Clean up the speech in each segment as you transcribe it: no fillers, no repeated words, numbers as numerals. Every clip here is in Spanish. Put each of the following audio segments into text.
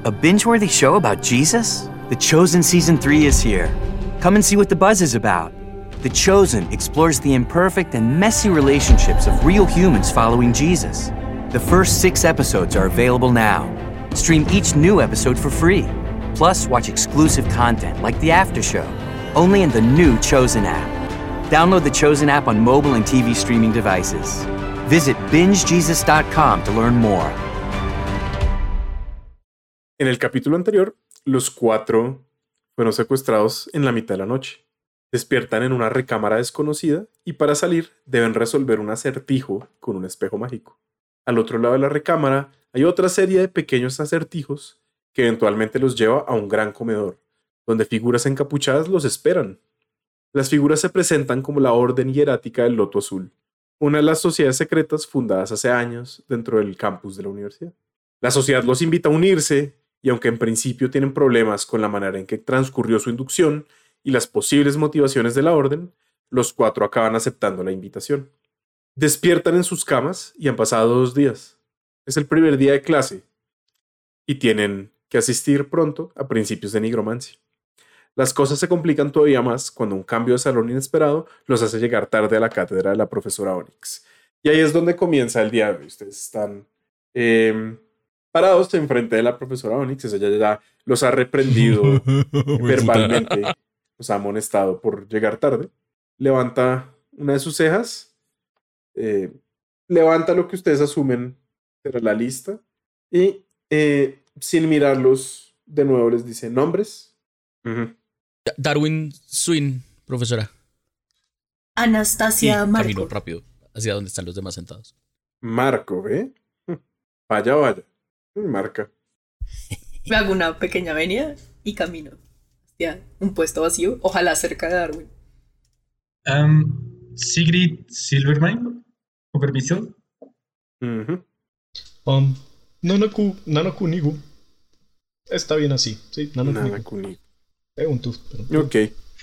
A binge-worthy show about Jesus? The Chosen Season 3 is here. Come and see what the buzz is about. The Chosen explores the imperfect and messy relationships of real humans following Jesus. The first 6 episodes are available now. Stream each new episode for free. Plus, watch exclusive content like The After Show, only in the new Chosen app. Download the Chosen app on mobile and TV streaming devices. Visit bingejesus.com to learn more. En el capítulo anterior, los 4 fueron secuestrados en la mitad de la noche. Despiertan en una recámara desconocida y para salir deben resolver un acertijo con un espejo mágico. Al otro lado de la recámara hay otra serie de pequeños acertijos que eventualmente los lleva a un gran comedor, donde figuras encapuchadas los esperan. Las figuras se presentan como la Orden Hierática del Loto Azul, una de las sociedades secretas fundadas hace años dentro del campus de la universidad. La sociedad los invita a unirse y aunque en principio tienen problemas con la manera en que transcurrió su inducción y las posibles motivaciones de la orden, los 4 acaban aceptando la invitación. Despiertan en sus camas y han pasado 2 días. Es el primer día de clase y tienen que asistir pronto a principios de nigromancia. Las cosas se complican todavía más cuando un cambio de salón inesperado los hace llegar tarde a la cátedra de la profesora Onyx. Y ahí es donde comienza el día. Ustedes están parados enfrente de la profesora Onyx. Ella ya los ha reprendido verbalmente, los ha amonestado por llegar tarde. Levanta una de sus cejas, levanta lo que ustedes asumen será la lista y sin mirarlos de nuevo les dice nombres. Darwin Swin, profesora. Anastasia Y Marco. camino rápido hacia donde están los demás sentados. Marco, ¿eh? Vaya, vaya. Marca. Me hago una pequeña venia y camino hacia un puesto vacío, ojalá cerca de Darwin. Sigrid Silvermine, con permiso. Nanaku Nigu. Está bien así, sí, Nanaku Nigu. Pregunto. Ok.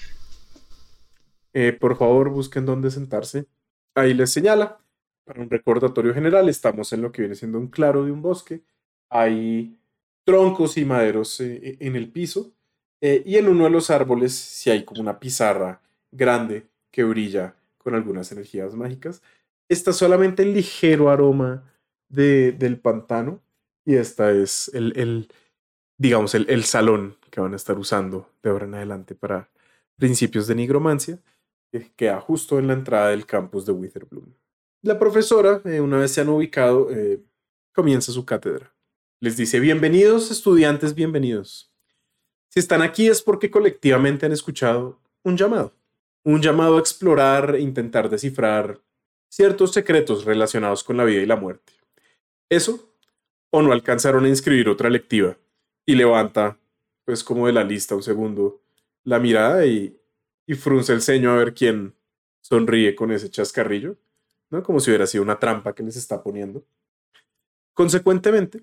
Por favor, busquen dónde sentarse. Ahí les señala. Para un recordatorio general, estamos en lo que viene siendo un claro de un bosque. Hay troncos y maderos en el piso. Y en uno de los árboles sí hay como una pizarra grande que brilla con algunas energías mágicas. Está solamente el ligero aroma del pantano. Y esta es digamos, el salón que van a estar usando de ahora en adelante para principios de nigromancia, que queda justo en la entrada del campus de Witherbloom. La profesora, una vez se han ubicado, comienza su cátedra. Les dice: bienvenidos, estudiantes, bienvenidos. Si están aquí es porque colectivamente han escuchado un llamado a explorar e intentar descifrar ciertos secretos relacionados con la vida y la muerte. Eso, o no alcanzaron a inscribir otra lectiva. Y levanta, pues como de la lista un segundo, la mirada y frunce el ceño a ver quién sonríe con ese chascarrillo, ¿no? Como si hubiera sido una trampa que les está poniendo. Consecuentemente,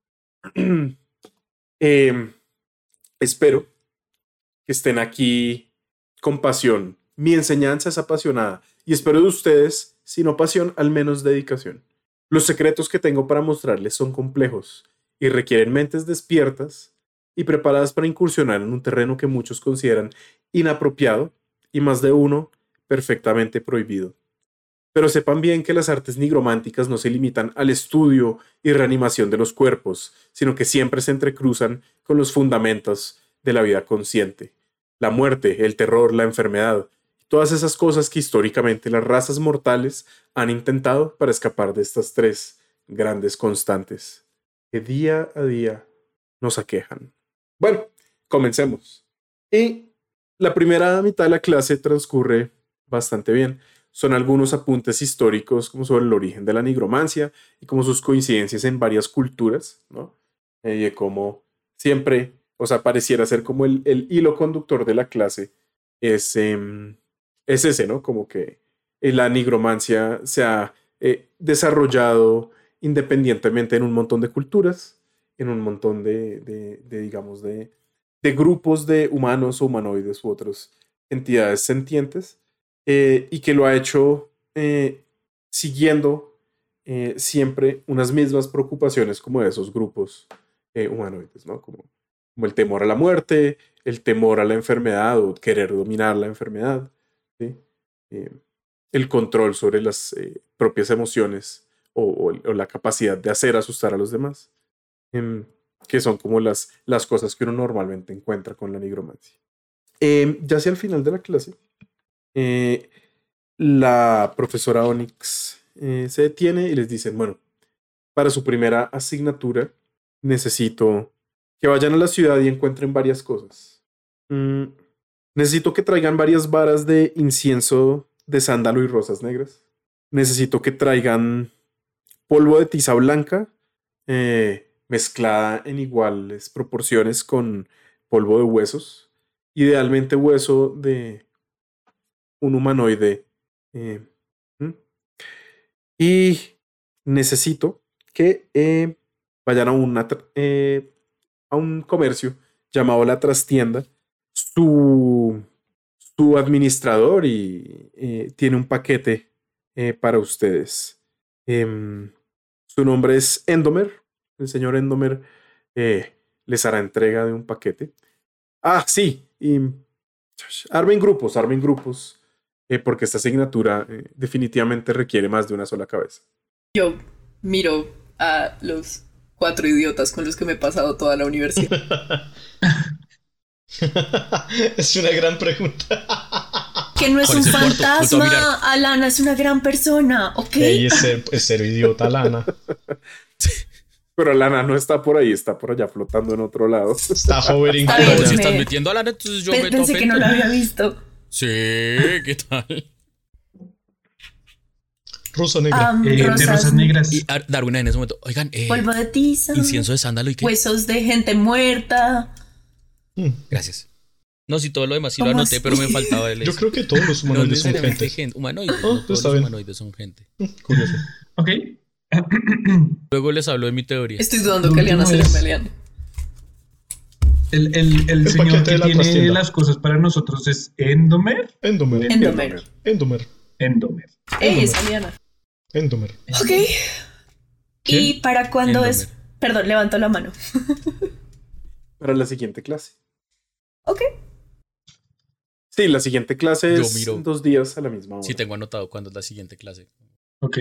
espero que estén aquí con pasión. Mi enseñanza es apasionada y espero de ustedes, si no pasión, al menos dedicación. Los secretos que tengo para mostrarles son complejos y requieren mentes despiertas y preparadas para incursionar en un terreno que muchos consideran inapropiado y más de uno perfectamente prohibido. Pero sepan bien que las artes nigrománticas no se limitan al estudio y reanimación de los cuerpos, sino que siempre se entrecruzan con los fundamentos de la vida consciente: la muerte, el terror, la enfermedad, todas esas cosas que históricamente las razas mortales han intentado para escapar de estas 3 grandes constantes que día a día nos aquejan. Bueno, comencemos. Y la primera mitad de la clase transcurre bastante bien. Son algunos apuntes históricos como sobre el origen de la nigromancia y como sus coincidencias en varias culturas, ¿no? Y como siempre, o sea, pareciera ser como el hilo conductor de la clase es ese, ¿no? Como que la nigromancia se ha desarrollado independientemente en un montón de culturas, en un montón digamos, de grupos de humanos o humanoides u otras entidades sentientes, y que lo ha hecho siguiendo siempre unas mismas preocupaciones como de esos grupos humanoides, ¿no? Como el temor a la muerte, el temor a la enfermedad o querer dominar la enfermedad, ¿sí? El control sobre las propias emociones o la capacidad de hacer asustar a los demás, que son como las cosas que uno normalmente encuentra con la nigromancia. Ya hacia el final de la clase, la profesora Onyx se detiene y les dice, bueno, para su primera asignatura necesito que vayan a la ciudad y encuentren varias cosas. Necesito que traigan varias varas de incienso de sándalo y rosas negras. Necesito que traigan polvo de tiza blanca mezclada en iguales proporciones con polvo de huesos. Idealmente hueso de un humanoide. Y necesito que vayan a un comercio llamado La Trastienda. Su administrador tiene un paquete para ustedes. Su nombre es Endomer. El señor Endomer les hará entrega de un paquete. Sí. Armen grupos. Porque esta asignatura definitivamente requiere más de una sola cabeza. Yo miro a los 4 idiotas con los que me he pasado toda la universidad. Es una gran pregunta. Que no es un fantasma, Alana es una gran persona, ¿ok? Ey, es ser idiota, Alana. Pero Alana no está por ahí, está por allá flotando en otro lado. Está hovering. Pero si estás metiendo a Alana, entonces yo meto Pensé que no lo había visto. Sí, ¿qué tal? Rosa negra. De rosas negras. Y Darwin en ese momento, oigan, polvo de tiza, incienso de sándalo y qué. huesos de gente muerta. Gracias. No, si todo lo demás sí lo ¿Cómo anoté, así? pero me faltaba el. Yo creo que todos los humanoides son gente. Humanoides, Ah, no todos está los bien. humanoides son gente. Curioso. Ok. Luego les hablo de mi teoría. Estoy dudando que Aliana se le pelean. El señor paquete que de la tiene trastienda. las cosas para nosotros es Endomer. Endomer. Endomer. Es Aliana. Endomer. Ok. ¿Y para cuándo es? Perdón, levanto la mano. Para la siguiente clase. Ok. Sí, la siguiente clase Yo es miro. en 2 días a la misma hora. Sí, tengo anotado cuándo es la siguiente clase. Ok.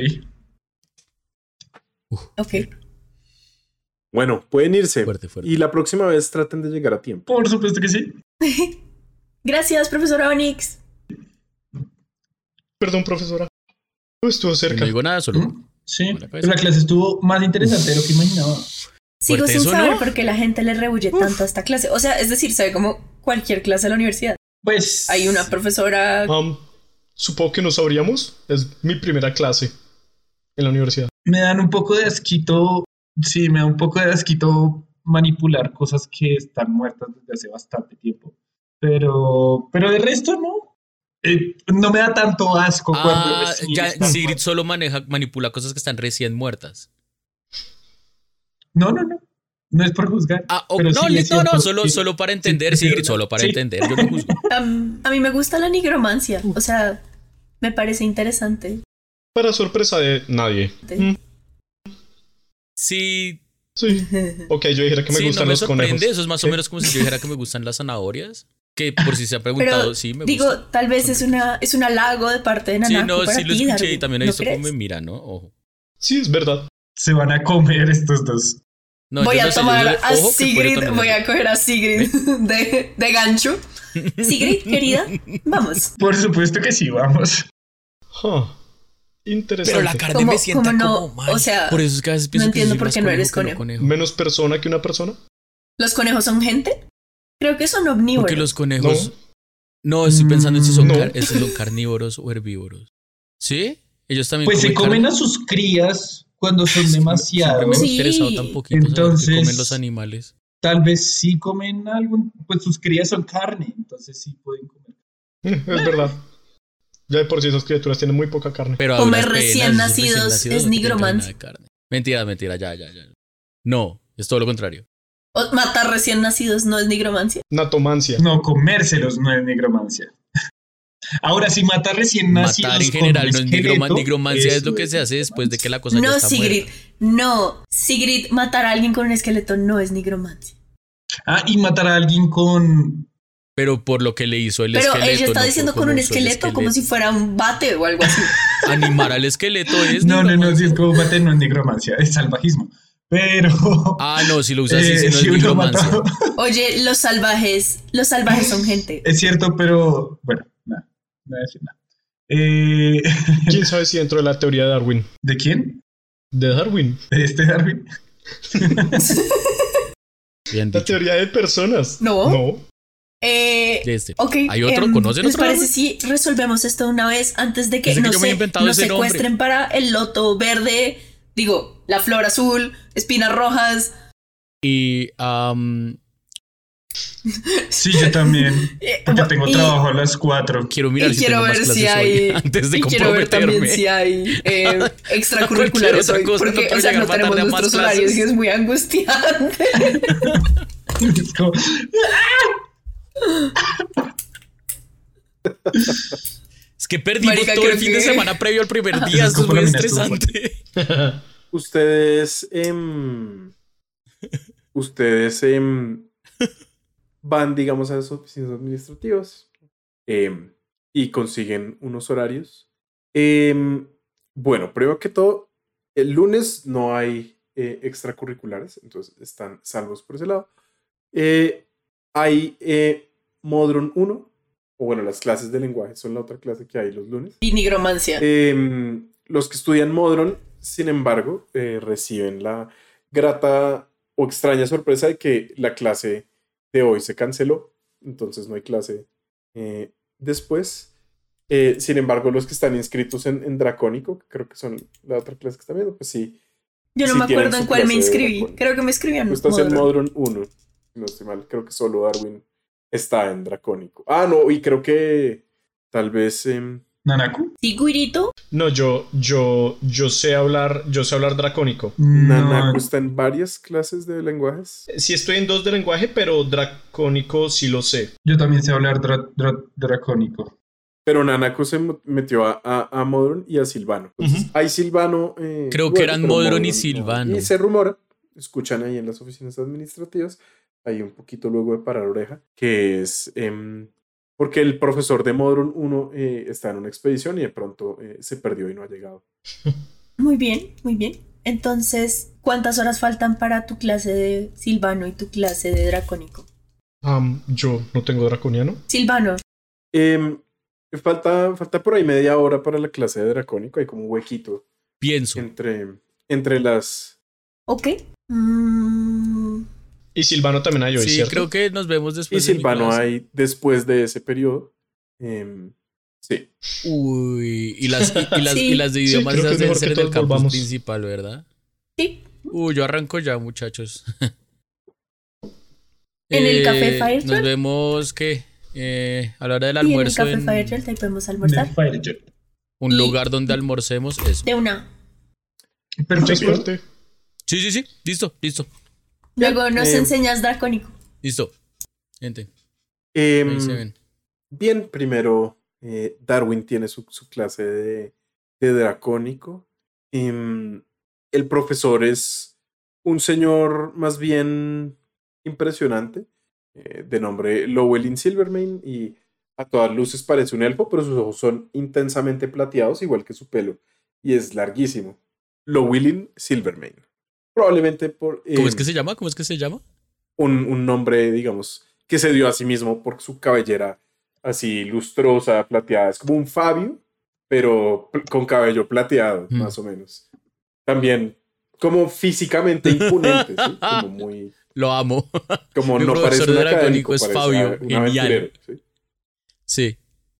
Ok. Bueno, pueden irse. Fuerte. Y la próxima vez traten de llegar a tiempo. Por supuesto que sí. Gracias, profesora Onyx. Perdón, profesora. Estuvo Yo cerca. no digo nada, solo. Sí. Con la cabeza. La clase estuvo más interesante de lo que imaginaba. Sigo Fuerte sin eso, saber ¿no? por qué la gente le rehuye tanto a esta clase. O sea, es decir, se ve como cualquier clase de la universidad. Pues Hay una profesora. Supongo que no sabríamos. Es mi primera clase en la universidad. me dan un poco de asquito. Sí, me da un poco de asquito manipular cosas que están muertas desde hace bastante tiempo. Pero de resto no. No me da tanto asco cuando recién ya están Sigrid muertas. solo manipula cosas que están recién muertas. No. No es por juzgar. pero sí es cierto. Solo para entender, sí, Sigrid, solo para sí. entender. Yo no juzgo. A mí me gusta la nigromancia. O sea, me parece interesante. Para sorpresa de nadie. Sí, Sí. Ok, yo dijera que me sí, gustan no me los sorprende. conejos. Eso es más o menos como si yo dijera que me gustan las zanahorias. Que por si se han preguntado, Pero sí, me digo, gustan. tal vez es un halago de parte de Sí, Nanako no, para sí lo ti, escuché Darwin. y también he ¿No visto cómo crees? me miran, ¿no? Ojo. Sí, es verdad. Se van a comer estos dos. No, Voy yo a no sé, tomar yo- a ojo, que puede Sigrid, también voy ser. a coger a Sigrid de gancho. Sigrid, querida, vamos. Por supuesto que sí, vamos. Interesante. Pero la carne ¿Cómo- me sienta cómo no? como mal. O sea, por eso es que a veces pienso no que entiendo soy por más qué no eres conejo. ¿Menos persona que una persona? ¿Los conejos son gente? Creo que son omnívoros. Porque los conejos... No, estoy pensando en si No. si son carnívoros o herbívoros. ¿Sí? Ellos también Pues se comen carne. a sus crías cuando son demasiados. Siempre me ha Sí. interesado tan poquito saber Entonces- qué comen los animales. Tal vez sí comen algún, pues sus crías son carne, entonces sí pueden comer. Es verdad. Ya de por sí esas criaturas tienen muy poca carne. Pero a Comer duras recién penas, esos nacidos recién es no tienen nigromancia. nada de carne. Mentira, ya. No, es todo lo contrario. O matar recién nacidos no es nigromancia. Natomancia. No, comérselos no es nigromancia. Ahora, si mata recién nacidos Matar en con general un no es esqueleto, nigromancia, es eso lo que se hace después de que la cosa ya No, está Sigrid. muerta. No, Sigrid, matar a alguien con un esqueleto no es nigromancia. Y matar a alguien con... Pero por lo que le hizo el Pero esqueleto. ella está no diciendo por con un cómo usó el esqueleto como si fuera un bate o algo así. Animar al esqueleto es No, nigromancia. si es como mate, no es nigromancia, es salvajismo. Pero... No, si lo usas así, si no es si uno nigromancia. mata- Oye, los salvajes son gente. Es cierto, pero bueno, nada, no voy a decir nada. ¿Quién sabe si dentro de la teoría de Darwin? ¿De quién? De Darwin. ¿De Darwin? Bien La dicho. teoría de personas. No. No. De este. Ok. ¿Hay otro? ¿Conocen ¿Les otro? parece si resolvemos esto de una vez antes de que Desde que nos yo me he inventado ese nombre. secuestren para el loto verde? Digo, la flor azul, espinas rojas. Y Sí, yo también. Porque tengo Y- trabajo a las 4. quiero mirar Y si quiero tengo más ver si clases hoy hay. antes de Y quiero ver comprometerme. también si hay extracurriculares Cualquier otra hoy. cosa, no Porque, quiero o sea, llegar no más tenemos tarde a más nuestros clases. horarios y es muy angustiante. Es como, Es que perdimos Marica, todo el creo fin de que- semana previo al primer día. Es Esto es como muy la mina estuvo estresante. Ustedes, van, digamos, a las oficinas administrativas y consiguen unos horarios. Bueno, primero que todo, el lunes no hay extracurriculares, entonces están salvos por ese lado. Hay Modron 1, o bueno, las clases de lenguaje son la otra clase que hay los lunes. Y nigromancia. Los que estudian Modron, sin embargo, reciben la grata o extraña sorpresa de que la clase de hoy se canceló, entonces no hay clase después. Sin embargo, los que están inscritos en Dracónico, que creo que son la otra clase que están viendo, pues sí. Yo no sí me tienen acuerdo su en cuál me clase de inscribí. Dracónico. Creo que me inscribí en Tú estás en Modron. Modron 1, si no estoy mal. Creo que solo Darwin está en Dracónico. No, y creo que tal vez... ¿Nanaku? Sí, Guirito. No, yo sé hablar dracónico. Nanaku No, está en varias clases de lenguajes. Sí estoy en 2 de lenguaje, pero dracónico sí lo sé. yo también sé hablar dracónico. Pero Nanaku se metió a Modron y a Silvano. Entonces, hay Silvano. Creo que eran pero Modron y no. Silvano. Y se rumora, escuchan ahí en las oficinas administrativas, hay un poquito luego de parar oreja, que es porque el profesor de Modron 1 está en una expedición y de pronto se perdió y no ha llegado. Muy bien, muy bien. Entonces, ¿cuántas horas faltan para tu clase de Silvano y tu clase de Dracónico? Yo no tengo draconiano. Silvano. Falta por ahí media hora para la clase de Dracónico. Hay como un huequito Pienso. entre las... Ok. Y Silvano también hay hoy, Sí, ¿cierto? creo que nos vemos Y después de mi Silvano clase. hay después de ese periodo. Sí. Uy, y las Sí. y las de Sí, idiomas creo que se es mejor hacen que en el todos campus volvamos. principal, ¿verdad? Sí. Uy, yo arranco ya, muchachos. ¿En el Café Fireshell? Nos vemos, ¿qué? A la hora del Y en el almuerzo Café en Fireshell te podemos De almorzar. Firejet. un Y- lugar donde almorcemos. Eso. De una. Mucha Perfecto. suerte. Sí. Listo. Luego nos Eh, enseñas Dracónico. Gente. Ahí se ven. Bien, primero Darwin tiene su clase de Dracónico. El profesor es un señor más bien impresionante, de nombre Llewellyn Silvermane, y a todas luces parece un elfo, pero sus ojos son intensamente plateados, igual que su pelo, y es larguísimo. Llewellyn Silvermane. Probablemente por ¿Cómo es que se llama? ¿Cómo es que se llama? un nombre, digamos, que se dio a sí mismo por su cabellera así lustrosa, plateada. Es como un Fabio, pero con cabello plateado, Mm. más o menos. También como físicamente imponente, ¿sí? Como muy... Lo amo. Como Mi no profesor parece un de dracónico académico, es parece Fabio, un genial. aventurero, ¿sí? Sí.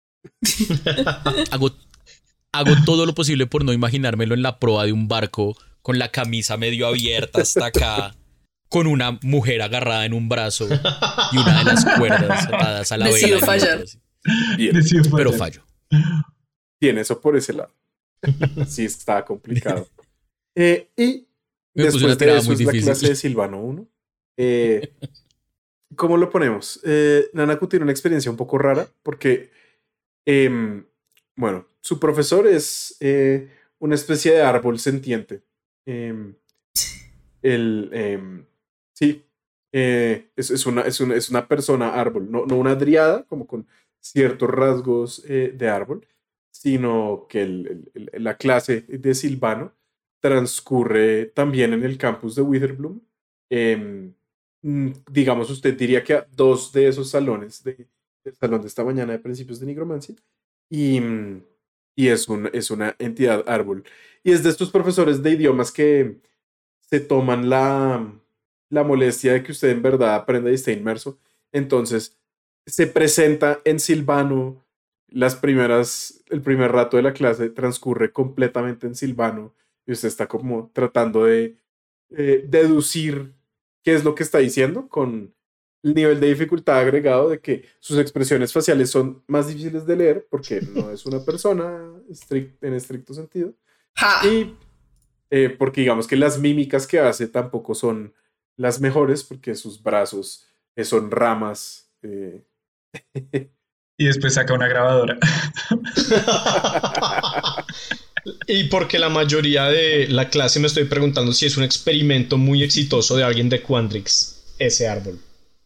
Hago todo lo posible por no imaginármelo en la proa de un barco con la camisa medio abierta hasta acá, con una mujer agarrada en un brazo y una de las cuerdas atadas a la Decido vela. fallar. Así. Bien, Decido Pero fallar. fallo. tiene eso por ese lado. Sí, está complicado. Y Me puse una después de tirada eso muy es la difícil. clase de Silvano 1. ¿Cómo lo ponemos? Nanaku tiene una experiencia un poco rara porque Bueno, su profesor es una especie de árbol sentiente. Sí, es una persona árbol, no una driada, como con ciertos rasgos de árbol, sino que la clase de Silvano transcurre también en el campus de Witherbloom. Digamos, usted diría que a 2 de esos salones del salón de esta mañana de principios de nigromancia, y es una entidad árbol. Y es de estos profesores de idiomas que se toman la molestia de que usted en verdad aprenda y esté inmerso. Entonces, se presenta en Silvano. El primer rato de la clase transcurre completamente en Silvano y usted está como tratando de deducir qué es lo que está diciendo, con el nivel de dificultad agregado de que sus expresiones faciales son más difíciles de leer porque no es una persona en estricto sentido. ¡Ja! Y porque digamos que las mímicas que hace tampoco son las mejores porque sus brazos son ramas. Y después saca una grabadora. Y porque la mayoría de la clase me estoy preguntando si es un experimento muy exitoso de alguien de Quandrix, ese árbol.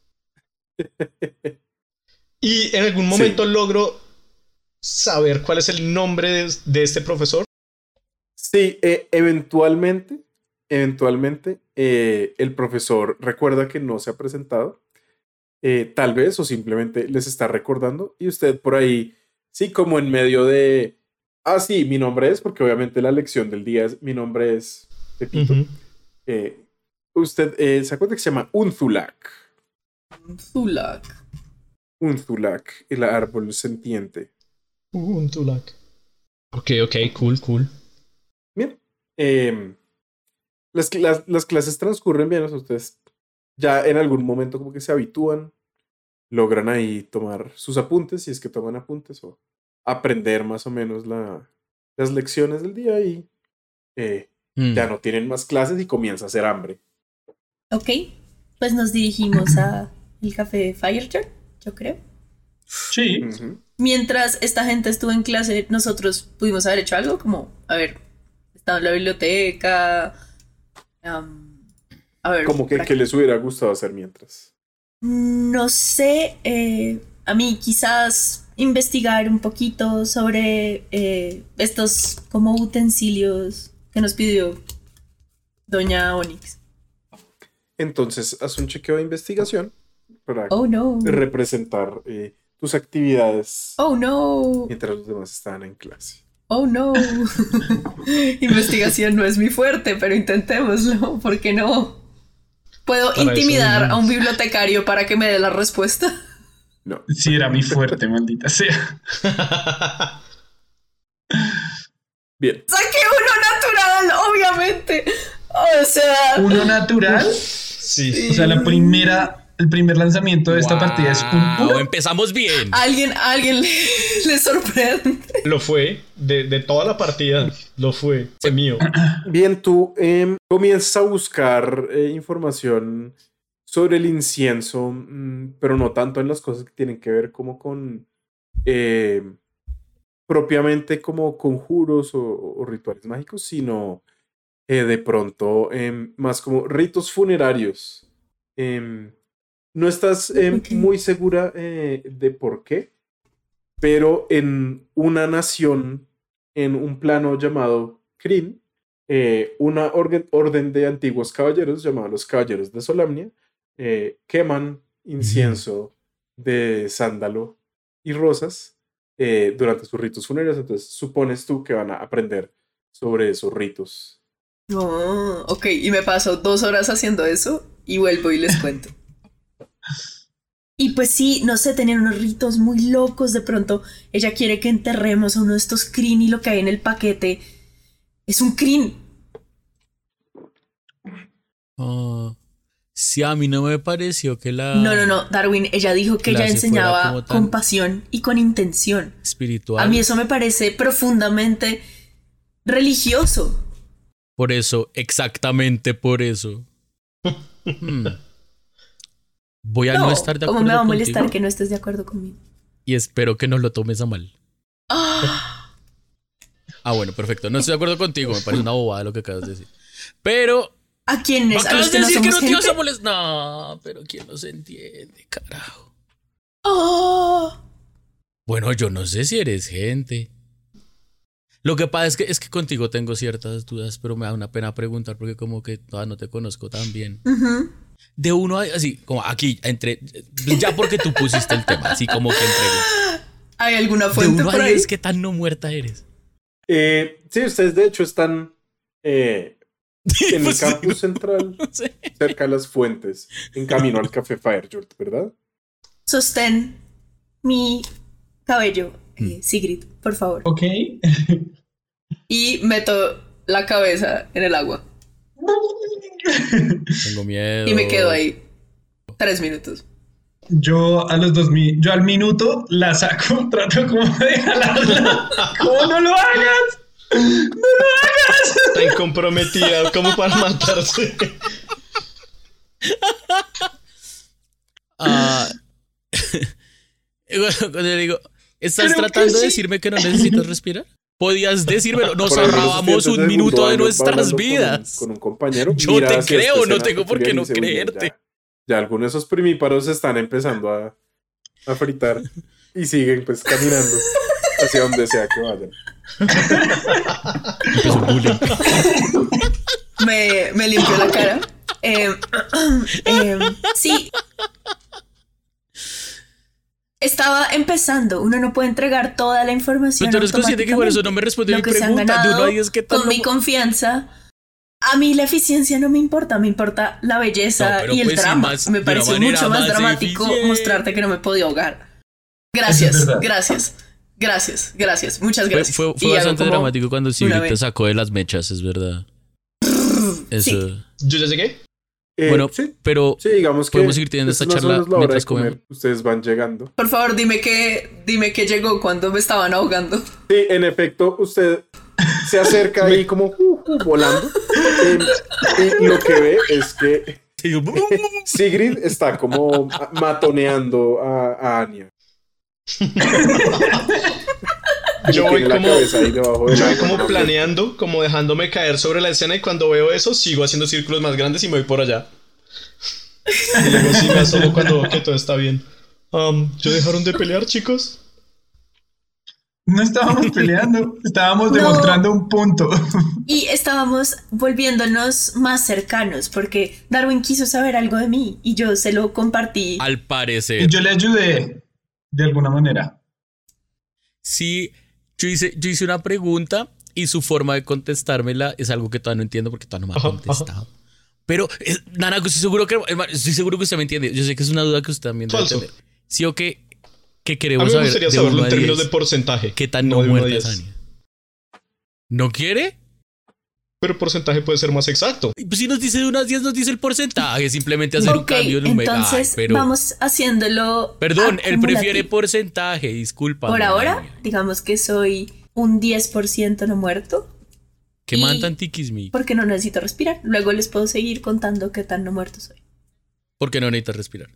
Y en algún momento logro saber cuál es el nombre de este profesor. Sí, eventualmente el profesor recuerda que no se ha presentado, tal vez, o simplemente les está recordando, y usted por ahí, sí, como en medio de, sí, mi nombre es, porque obviamente la lección del día es, mi nombre es Pepito. Usted se acuerda que se llama Unzulak. Unzulak, el árbol sentiente. Unzulak. Ok, cool. Bien. Las clases transcurren bien, o sea, ustedes ya en algún momento como que se habitúan, logran ahí tomar sus apuntes, si es que toman apuntes, o aprender más o menos las lecciones del día, y ya no tienen más clases y comienza a hacer hambre. Ok, pues nos dirigimos a el café Firejar, yo creo. Sí. Mientras esta gente estuvo en clase, nosotros pudimos haber hecho algo, como, a ver, estaba en la biblioteca. A ver, como que les hubiera gustado hacer mientras. No sé, a mí quizás investigar un poquito sobre estos como utensilios que nos pidió Doña Onyx. Entonces, haz un chequeo de investigación para no. representar tus actividades no. mientras los demás estaban en clase. No. Investigación no es mi fuerte, pero intentémoslo, ¿por qué no? ¿Puedo para intimidar a un bibliotecario para que me dé la respuesta? No. Sí, era mi fuerte, maldita sea. Bien. ¡Saqué uno natural, obviamente! O sea... ¿Uno natural? Sí. O sea, el primer lanzamiento de esta partida es un 1. Empezamos bien. Alguien le sorprende. Lo fue, de toda la partida, lo fue mío. Bien, tú comienzas a buscar información sobre el incienso, pero no tanto en las cosas que tienen que ver como con propiamente como conjuros o rituales mágicos, sino de pronto más como ritos funerarios. No estás muy segura de por qué, pero en una nación, en un plano llamado Kryn, una orden de antiguos caballeros llamada los Caballeros de Solamnia queman incienso de sándalo y rosas durante sus ritos funerarios. Entonces supones tú que van a aprender sobre esos ritos. Ok, y me paso 2 horas haciendo eso y vuelvo y les cuento. Y pues sí, no sé, tenían unos ritos muy locos. De pronto ella quiere que enterremos a uno de estos Kryn y lo que hay en el paquete es un Kryn. Sí, a mí no me pareció que la... No, Darwin, ella dijo que ella enseñaba con pasión y con intención. Espiritual. A mí eso me parece profundamente religioso. Por eso, exactamente por eso. Voy a no estar de acuerdo ¿cómo me va a molestar contigo? que no estés de acuerdo conmigo? Y espero que no lo tomes a mal. Ah, Bueno, perfecto. No estoy de acuerdo contigo. Me parece una bobada lo que acabas de decir. Pero... ¿a quiénes? ¿A los Acabas que de no decir que somos no te ibas a gente? molestar. No, pero ¿quién nos entiende, carajo? Ah, Bueno, yo no sé si eres gente. Lo que pasa es que contigo tengo ciertas dudas, pero me da una pena preguntar porque como que todavía no te conozco tan bien. ujú. De uno a, así, como aquí, entre... Ya porque tú pusiste el tema, así como que entre... ¿Hay alguna De fuente uno por a ahí? 10, ¿qué tan no muerta eres? Sí, ustedes de hecho están en el Pues sí, campus central, no sé. cerca de las fuentes, en camino al Café Firejort, ¿verdad? Sostén mi cabello, Sigrid, por favor. Ok. Y meto la cabeza en el agua. Tengo miedo. Y me quedo ahí 3 minutos. Yo al minuto la saco, trato como de jalarla. ¿Cómo no lo hagas? Tan comprometida como para matarse. Ah, cuando le digo, ¿estás Creo que tratando de sí. decirme que no necesitas respirar? Podías decírmelo, nos Por algunos ahorrábamos estudiantes un minuto segundo de año nuestras hablando vidas. con un compañero. Yo mira te hacia creo, esta no escena tengo por qué peculiar y no dice, "Uy, creerte". Ya algunos de esos primíparos están empezando a fritar y siguen pues caminando hacia donde sea que vayan. Empezó el bullying. Me limpio la cara. Sí. Estaba empezando. Uno no puede entregar toda la información. Pero tú eres consciente que por eso no me respondió mi Lo que se han pregunta. De uno ganado a 10, ¿qué tal? con mi confianza. A mí la eficiencia no me importa la No, belleza pero y el pues sí, drama. más- Me de una pareció manera mucho más más dramático eficiente. mostrarte que no me podía ahogar. Eso Gracias, es verdad. gracias, muchas gracias. Fue Y hago bastante como dramático cuando una Sigrid te vez. sacó de las mechas, es verdad. Eso. Sí. Yo ya llegué. Bueno, Sí, pero sí, digamos que podemos seguir teniendo es esta más o charla menos la hora mientras de comer. comemos. Ustedes van llegando. Por favor, dime que llegó cuando me estaban ahogando. Sí, en efecto, usted se acerca ahí como volando. Y lo que ve es que Sigrid está como matoneando a Anya. Yo Y voy tiene la como, cabeza ahí debajo del yo voy agua, como ¿no? planeando, como dejándome caer sobre la escena y cuando veo eso sigo haciendo círculos más grandes y me voy por allá. Y luego sí me asomo cuando veo que todo está bien. ¿Ya dejaron de pelear, chicos? No estábamos peleando, estábamos No. demostrando un punto. Y estábamos volviéndonos más cercanos porque Darwin quiso saber algo de mí y yo se lo compartí. Al Y parecer. yo le ayudé de alguna manera. Sí, yo hice una pregunta y su forma de contestármela es algo que todavía no entiendo porque todavía no me ha Ajá, contestado. Pero, Nana, estoy seguro que usted me entiende. Yo sé que es una duda que usted también debe Falso. tener. Sí o que A queremos mí me saber gustaría de saberlo 1 en a términos 10, de porcentaje. ¿qué tan no no de 1 a muerta 10. es Anya? ¿No quiere? Pero porcentaje puede ser más exacto. Pues si nos dice de 1 a 10, nos dice el porcentaje. Simplemente hacer un Ok, cambio numérico. entonces Pero, vamos haciéndolo. perdón, él prefiere acumulativo. porcentaje. Disculpa. Por ahora, Anya. digamos que soy un 10% no muerto Que y- mantan tikismi. porque no necesito respirar. Luego les puedo seguir contando qué tan no muerto soy. Porque no necesitas respirar.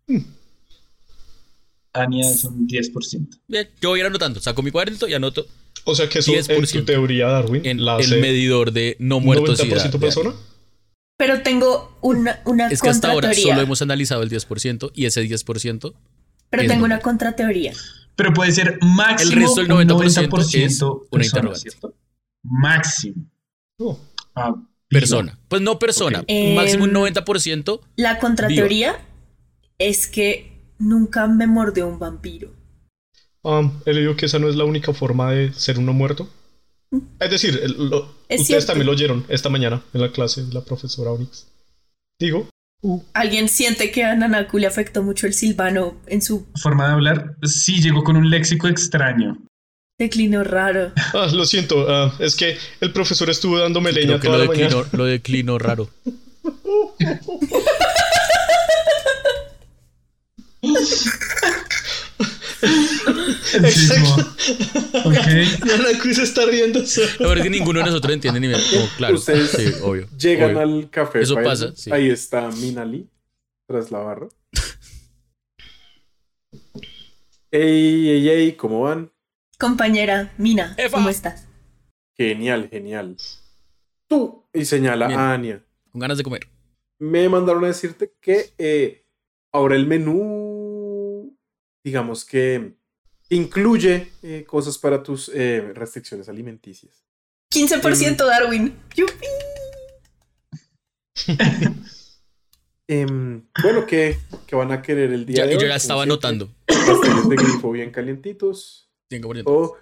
Anya es un 10%. Bien, yo voy a ir anotando. Saco mi cuadernito y anoto O sea que eso en 10%. tu teoría, Darwin, en la el hace medidor de no muertosidad. 90% persona. Pero tengo una Es que hasta ahora contrateoría. solo hemos analizado el 10% y ese 10% Pero es tengo no una muerto. contrateoría. Pero puede ser máximo El resto del un 90% 90% es una persona, interrogante. ¿cierto? Máximo. No. Ah, viva. Persona. Pues no persona. Ok. Máximo un 90%. La contrateoría es que nunca me mordió un vampiro. He leído que esa no es la única forma de ser uno muerto. Es decir, Es ustedes cierto. también lo oyeron esta mañana en la clase de la profesora Onyx. Digo, ¿Alguien siente que a Nanaku le afectó mucho el silvano en su Forma de hablar, sí, llegó con un léxico extraño. declino raro? lo siento, es que el profesor estuvo dándome leña Creo que toda lo la mañana. declinó raro. El sismo. Ok. Nanaku se está riendo solo. La verdad es que ninguno de nosotros entiende ni bien. Como, claro. Ustedes Sí, obvio. Llegan obvio. al café. Eso Fire. pasa, sí. Ahí está Minali, tras la barra. Ey, ¿cómo van? Compañera Mina, Efa. ¿cómo estás? Genial, genial. Tú, y señala Bien. a Anya. Con ganas de comer. Me mandaron a decirte que ahora el menú, digamos que incluye cosas para tus restricciones alimenticias. 15% Darwin. ¡Yupi! Bueno, ¿qué van a querer el día Ya, de y hoy? yo ya estaba Como siempre, anotando. pasteles de grifo bien calientitos. 5%. O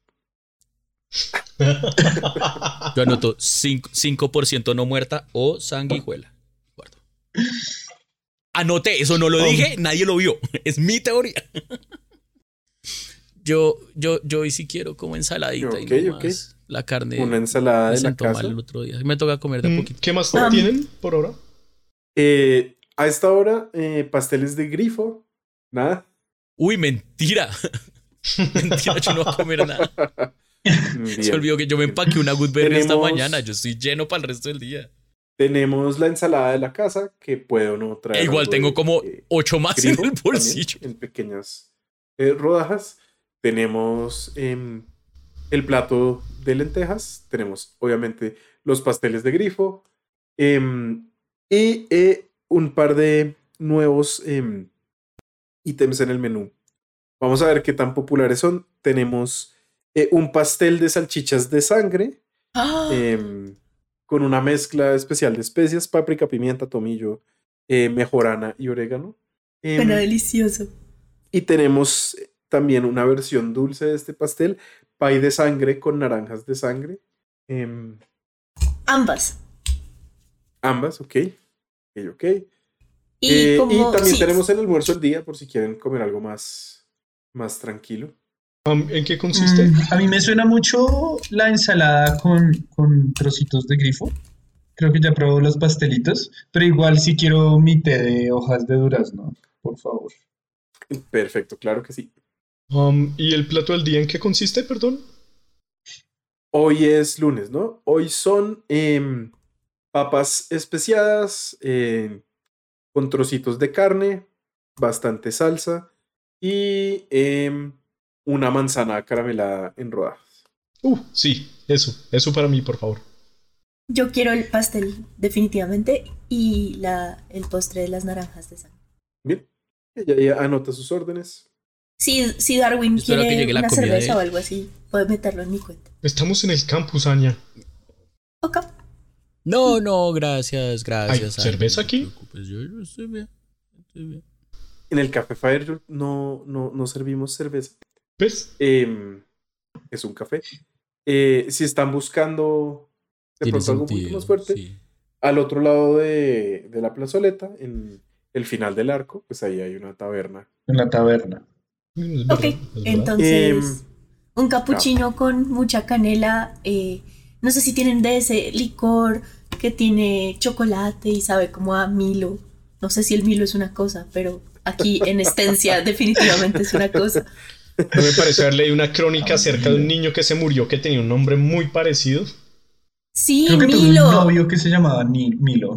Yo anoto 5% no muerta o sanguijuela. Guardo. Anoté, eso no lo dije, nadie lo vio. Es mi teoría. Yo hoy sí quiero como ensaladita y no Ok. más. La carne una ensalada me de la sentó mal casa. el otro día. Me toca comer de a poquito. ¿Qué más tienen por ahora? A esta hora, pasteles de grifo. Nada. Uy, mentira. Mentira, yo no voy a comer nada. Bien. Se olvidó que yo me empaqué una Goodberry esta Tenemos- mañana. Yo estoy lleno para el resto del día. Tenemos la ensalada de la casa, que puede o no traer. E igual algo tengo de, como 8 más en grifo el también, bolsillo. en pequeñas rodajas. Tenemos el plato de lentejas. Tenemos, obviamente, los pasteles de grifo. Y un par de nuevos ítems en el menú. Vamos a ver qué tan populares son. Tenemos un pastel de salchichas de sangre. ¡Ah! Con una mezcla especial de especias, páprica, pimienta, tomillo, mejorana y orégano. Suena delicioso. Y tenemos también una versión dulce de este pastel, pay de sangre con naranjas de sangre. Ambas. Ambas, ok. Ok. Y como. también sí, tenemos el almuerzo del día, por si quieren comer algo más tranquilo. ¿En qué consiste? A mí me suena mucho la ensalada con trocitos de grifo. Creo que ya probé los pastelitos, pero igual si quiero mi té de hojas de durazno, por favor. Perfecto, claro que sí. ¿Y el plato del día en qué consiste, perdón? Hoy es lunes, ¿no? Hoy son papas especiadas con trocitos de carne, bastante salsa y una manzana caramelada en rodajas. Sí, eso para mí, por favor. yo quiero el pastel, definitivamente. Y el postre de las naranjas de sangre. Bien, ella ya anota sus órdenes. Si Darwin Espero que quiere llegue la una comida cerveza de- o algo así, puede meterlo en mi cuenta. Estamos en el campus, Anya. Ok. No, gracias. ¿Hay cerveza no te aquí? preocupes, yo estoy bien. En el Café Fire no servimos cerveza. ¿Ves? Es un café. Si están buscando de Tiene pronto algo un poquito sentido, más fuerte, sí. al otro lado de la plazoleta, en el final del arco, pues ahí hay una taberna. En la taberna. Es Ok, verdad, es verdad. entonces un capuchino con mucha canela. No sé si tienen de ese licor que tiene chocolate y sabe como a Milo. No sé si el Milo es una cosa, pero aquí en Estencia definitivamente es una cosa. No me parece haber leído una crónica acerca de un niño que se murió que tenía un nombre muy parecido. Sí, Creo que tuve un Milo. novio que se llamaba Milo.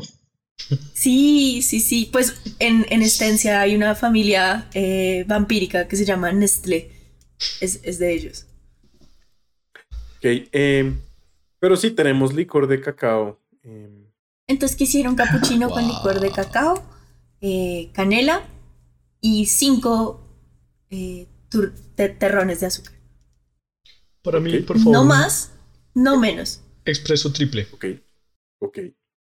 Sí. Pues en Estencia hay una familia vampírica que se llama Nestlé. Es de ellos. Ok, pero sí tenemos licor de cacao. Entonces quisiera un capuchino con Wow. licor de cacao, canela y 5 terrones de azúcar. Para mí, Ok. por favor. No más, no menos. Expreso triple. Ok.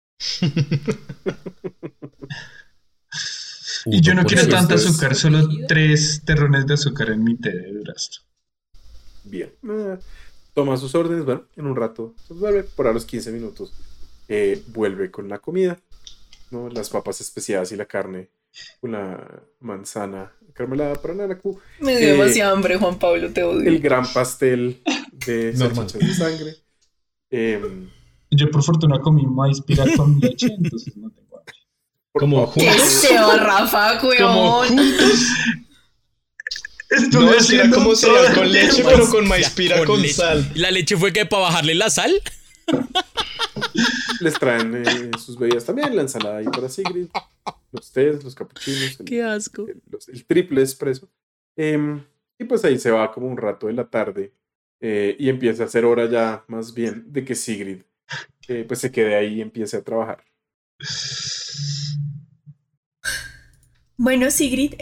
Y yo no Uno quiero por tanta ciento. azúcar, solo 3 terrones de azúcar en mi té de durazno. Bien. Toma sus órdenes. Bueno, en un rato se vuelve. Por a los 15 minutos vuelve con la comida, ¿no? Las papas especiadas y la carne con la manzana caramelada para Nanaku. Me dio demasiada hambre, Juan Pablo, te odio. El gran pastel de Normal. salchichas de sangre. Yo por fortuna comí maíz pira con leche, entonces no tengo hambre. Como ¡Qué juntos. seba, Rafa, Como weón! juntos. Estuve No, era haciendo como todo cereal el con leche, tiempo. pero con maíz pira Con con leche. sal. ¿La leche fue que para bajarle la sal? Les traen sus bebidas también, la ensalada ahí para Sigrid, los tés, los capuchinos, Qué asco. el triple espresso. Y Y pues ahí se va como un rato de la tarde y empieza a ser hora ya más bien de que Sigrid pues se quede ahí y empiece a trabajar. Bueno, Sigrid,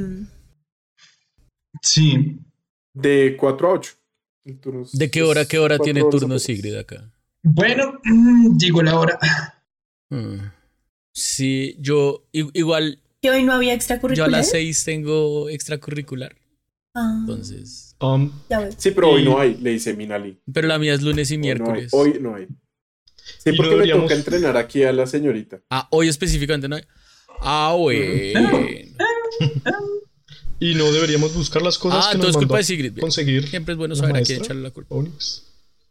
Sí. De 4 a 8. ¿De qué hora tiene turno Sigrid acá? Bueno, llegó la hora. Sí, yo igual, que hoy no había yo a extracurricular. las 6 tengo extracurricular. Entonces, Ya ves. Sí, pero hoy no hay, le dice Minali. pero la mía es lunes y Hoy no hay. miércoles. Hoy no hay. Sí, Y porque no me deberíamos- toca entrenar aquí a la señorita. Hoy específicamente no hay. Bueno. Y no deberíamos buscar las cosas que Todo nos es culpa mandó de Sigrid. Bien. conseguir. Siempre es bueno la saber a quién maestra. echarle la culpa. Onyx.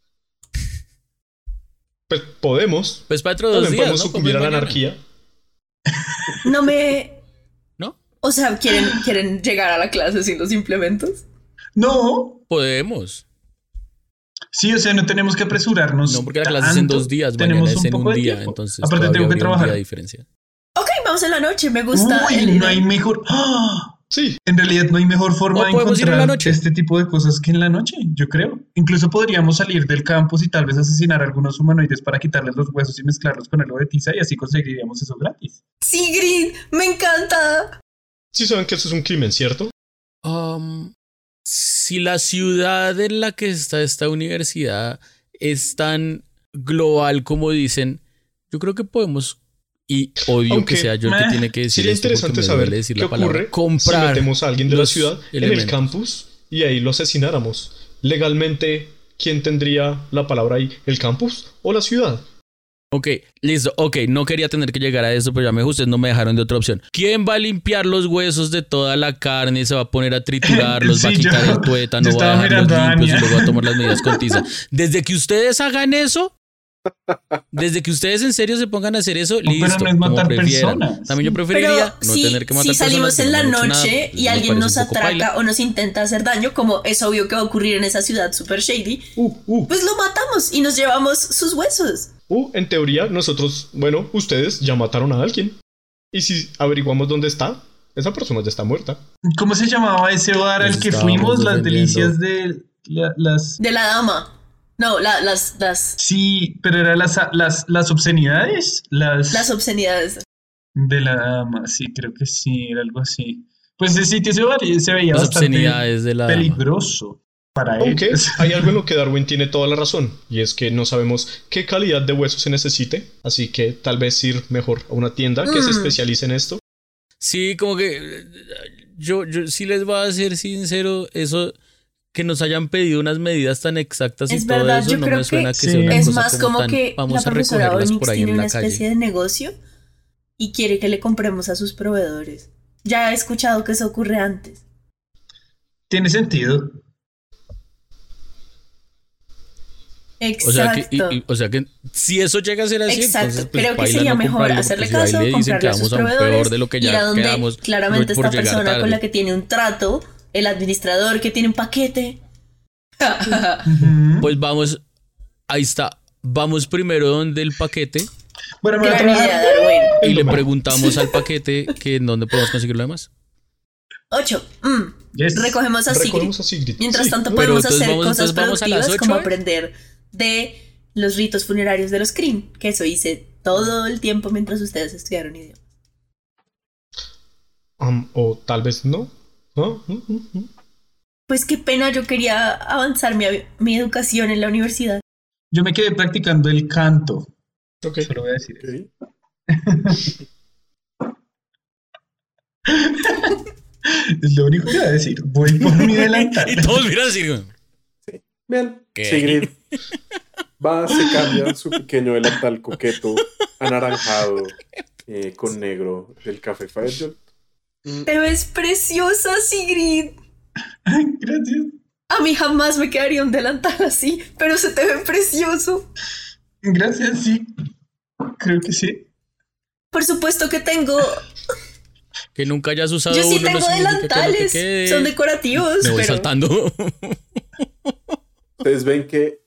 Pues podemos. Pues para otro 2 También días, podemos ¿no? sucumbir a la Mañana. anarquía. No me... ¿No? O sea, ¿quieren llegar a la clase sin los implementos? No. Podemos. Sí, o sea, no tenemos que apresurarnos. No, porque la clase es en 2 días, mañana Tenemos es en poco un de día, tiempo. entonces Aparte todavía tengo que habría un día trabajar. de diferencia. Ok, vamos en la noche, me gusta. Uy, el no hay idea. mejor. ¡Ah! Sí. En realidad no hay mejor forma O de podemos ir en la encontrar noche. este tipo de cosas que en la noche, yo creo. Incluso podríamos salir del campus y tal vez asesinar a algunos humanoides para quitarles los huesos y mezclarlos con algo de tiza y así conseguiríamos eso gratis. Sigrid, me encanta. Sí saben que eso es un crimen, ¿cierto? Si la ciudad en la que está esta universidad es tan global como dicen, yo creo que podemos, y odio Aunque, que sea yo el que tiene que decir Sería esto porque interesante me saber duele decir qué la palabra, ocurre si comprar metemos a alguien de la los ciudad en elementos. el campus y ahí lo asesináramos. Legalmente, ¿quién tendría la palabra ahí? ¿El campus o la ciudad? Ok, listo, ok, no quería tener que llegar a eso, pero ya me ustedes no me dejaron de otra opción. ¿Quién va a limpiar los huesos de toda la carne? Se va a poner a triturarlos, va a Sí, quitar yo- el tuétano, yo va a estaba dejarlos mirando a limpios y Ania. luego va a tomar las medidas con tiza. Desde que ustedes hagan eso, desde que ustedes en serio se pongan a hacer eso, pero listo, no es como matar prefieran. personas. También yo Pero preferiría no si, tener que matar si salimos personas, en la no han hecho noche nada, y pues, me alguien parece nos un poco atraca paila. o nos intenta hacer daño, como es obvio que va a ocurrir en esa ciudad super shady, pues lo matamos y nos llevamos sus huesos. En teoría, nosotros, bueno, ustedes ya mataron a alguien. Y si averiguamos dónde está, esa persona ya está muerta. ¿Cómo se llamaba ese bar al Nos que estábamos fuimos? Las defendiendo. delicias de las... De la dama. No, las Sí, pero eran las obscenidades. las obscenidades. De la dama, sí, creo que sí, era algo así. Pues ese sitio se veía Las bastante obscenidades de la dama. peligroso para Aunque ellos. hay algo en lo que Darwin tiene toda la razón, y es que no sabemos qué calidad de hueso se necesite, así que tal vez ir mejor a una tienda que se especialice en esto. Sí, como que yo sí les voy a ser sincero, eso que nos hayan pedido unas medidas tan exactas y Es todo verdad, eso yo no creo me suena que que sea una Es cosa más como tan, que vamos la a profesora recogerlas Onyx por ahí tiene en una la calle. especie de negocio y quiere que le compremos a sus proveedores. Ya he escuchado que eso ocurre antes. Tiene sentido. Exacto. O sea que si eso llega a ser así, Exacto, entonces pues creo que paila sería no mejor comprarlo, hacerle porque si caso, ahí le dicen que comprarle a sus vamos a un proveedores, peor de lo que ir a ya donde quedamos claramente por esta llegar persona tarde. con la que tiene un trato, el administrador que tiene un paquete. Ujú. Pues vamos, ahí está, vamos primero donde el paquete Bueno, me voy a Gran idea, trabajar. Darwin. y le domingo. preguntamos al paquete que en dónde podemos conseguir lo demás. 8. Yes. Recogemos a Sigrid. Recogemos a Sigrid. Mientras Sí. tanto Pero podemos entonces hacer vamos- cosas entonces vamos a las productivas 8, como ¿eh? aprender de los ritos funerarios de los Kryn, que eso hice todo el tiempo mientras ustedes estudiaron idiomas. O tal vez no. Pues qué pena, yo quería avanzar mi educación en la universidad. Yo me quedé practicando el canto. Ok. Solo voy a decir eso. Ok. Es lo único que voy a decir. Voy por mi delantal. Y todos miran así. Bien, ¿Qué? Sigrid va, se cambia su pequeño delantal coqueto, anaranjado, con negro del café Firejolt. Te ves preciosa, Sigrid. Ay, gracias. A mí jamás me quedaría un delantal así, pero se te ve precioso. Gracias, sí. Creo que sí. Por supuesto que tengo. Que nunca hayas usado Yo sí uno no tengo significa que no te delantales. quede. Son decorativos, Me voy pero. saltando. Ustedes ven que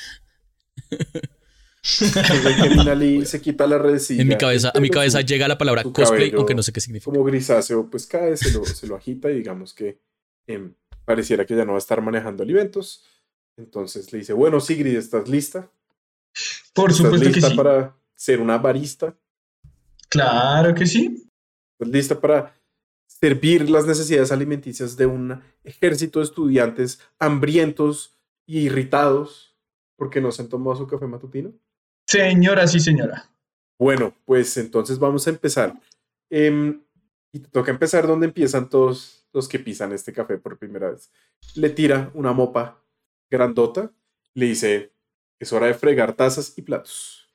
Minali se quita la redecilla. En mi cabeza, a mi pero cabeza su- llega la palabra su cosplay, cabello aunque no sé qué significa. como grisáceo, pues cae, se lo agita y digamos que pareciera que ya no va a estar manejando alimentos. Entonces le dice, bueno, Sigrid, ¿estás lista? Por ¿Estás supuesto que lista sí. para ser una barista? Claro que sí. ¿Estás lista para servir las necesidades alimenticias de un ejército de estudiantes hambrientos y irritados porque no se han tomado su café matutino? Señora, sí, señora. Bueno, pues entonces vamos a empezar. Y te toca empezar donde empiezan todos los que pisan este café por primera vez. Le tira una mopa grandota, le dice, es hora de fregar tazas y platos.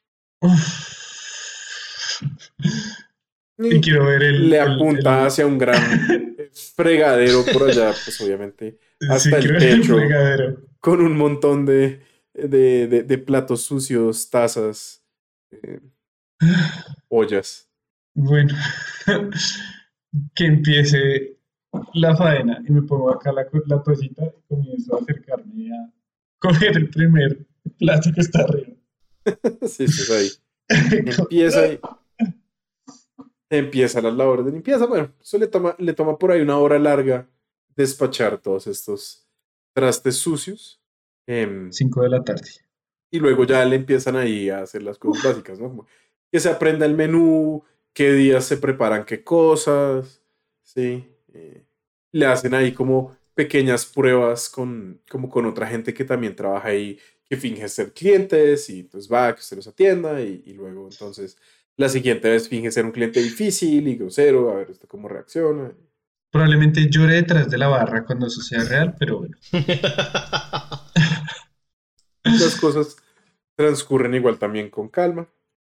Y quiero ver Le apunta hacia un gran fregadero por allá, pues obviamente hasta el quiero ver el techo, fregadero. con un montón de platos sucios, tazas, ollas. Bueno, que empiece la faena y me pongo acá la toallita y comienzo a acercarme a coger el primer plato que está arriba. Sí, sí, ahí. Empieza las labores de limpieza. Bueno, eso le toma por ahí una hora larga despachar todos estos trastes sucios. 5 de la tarde. Y luego ya le empiezan ahí a hacer las cosas básicas, ¿no? Como que se aprenda el menú, qué días se preparan qué cosas, ¿sí? Le hacen ahí como pequeñas pruebas con otra gente que también trabaja ahí, que finge ser clientes y entonces va a que usted los atienda y luego entonces la siguiente vez finge ser un cliente difícil y grosero, a ver usted cómo reacciona. Probablemente llore detrás de la barra cuando eso sea real, pero bueno. Las cosas transcurren igual también con calma.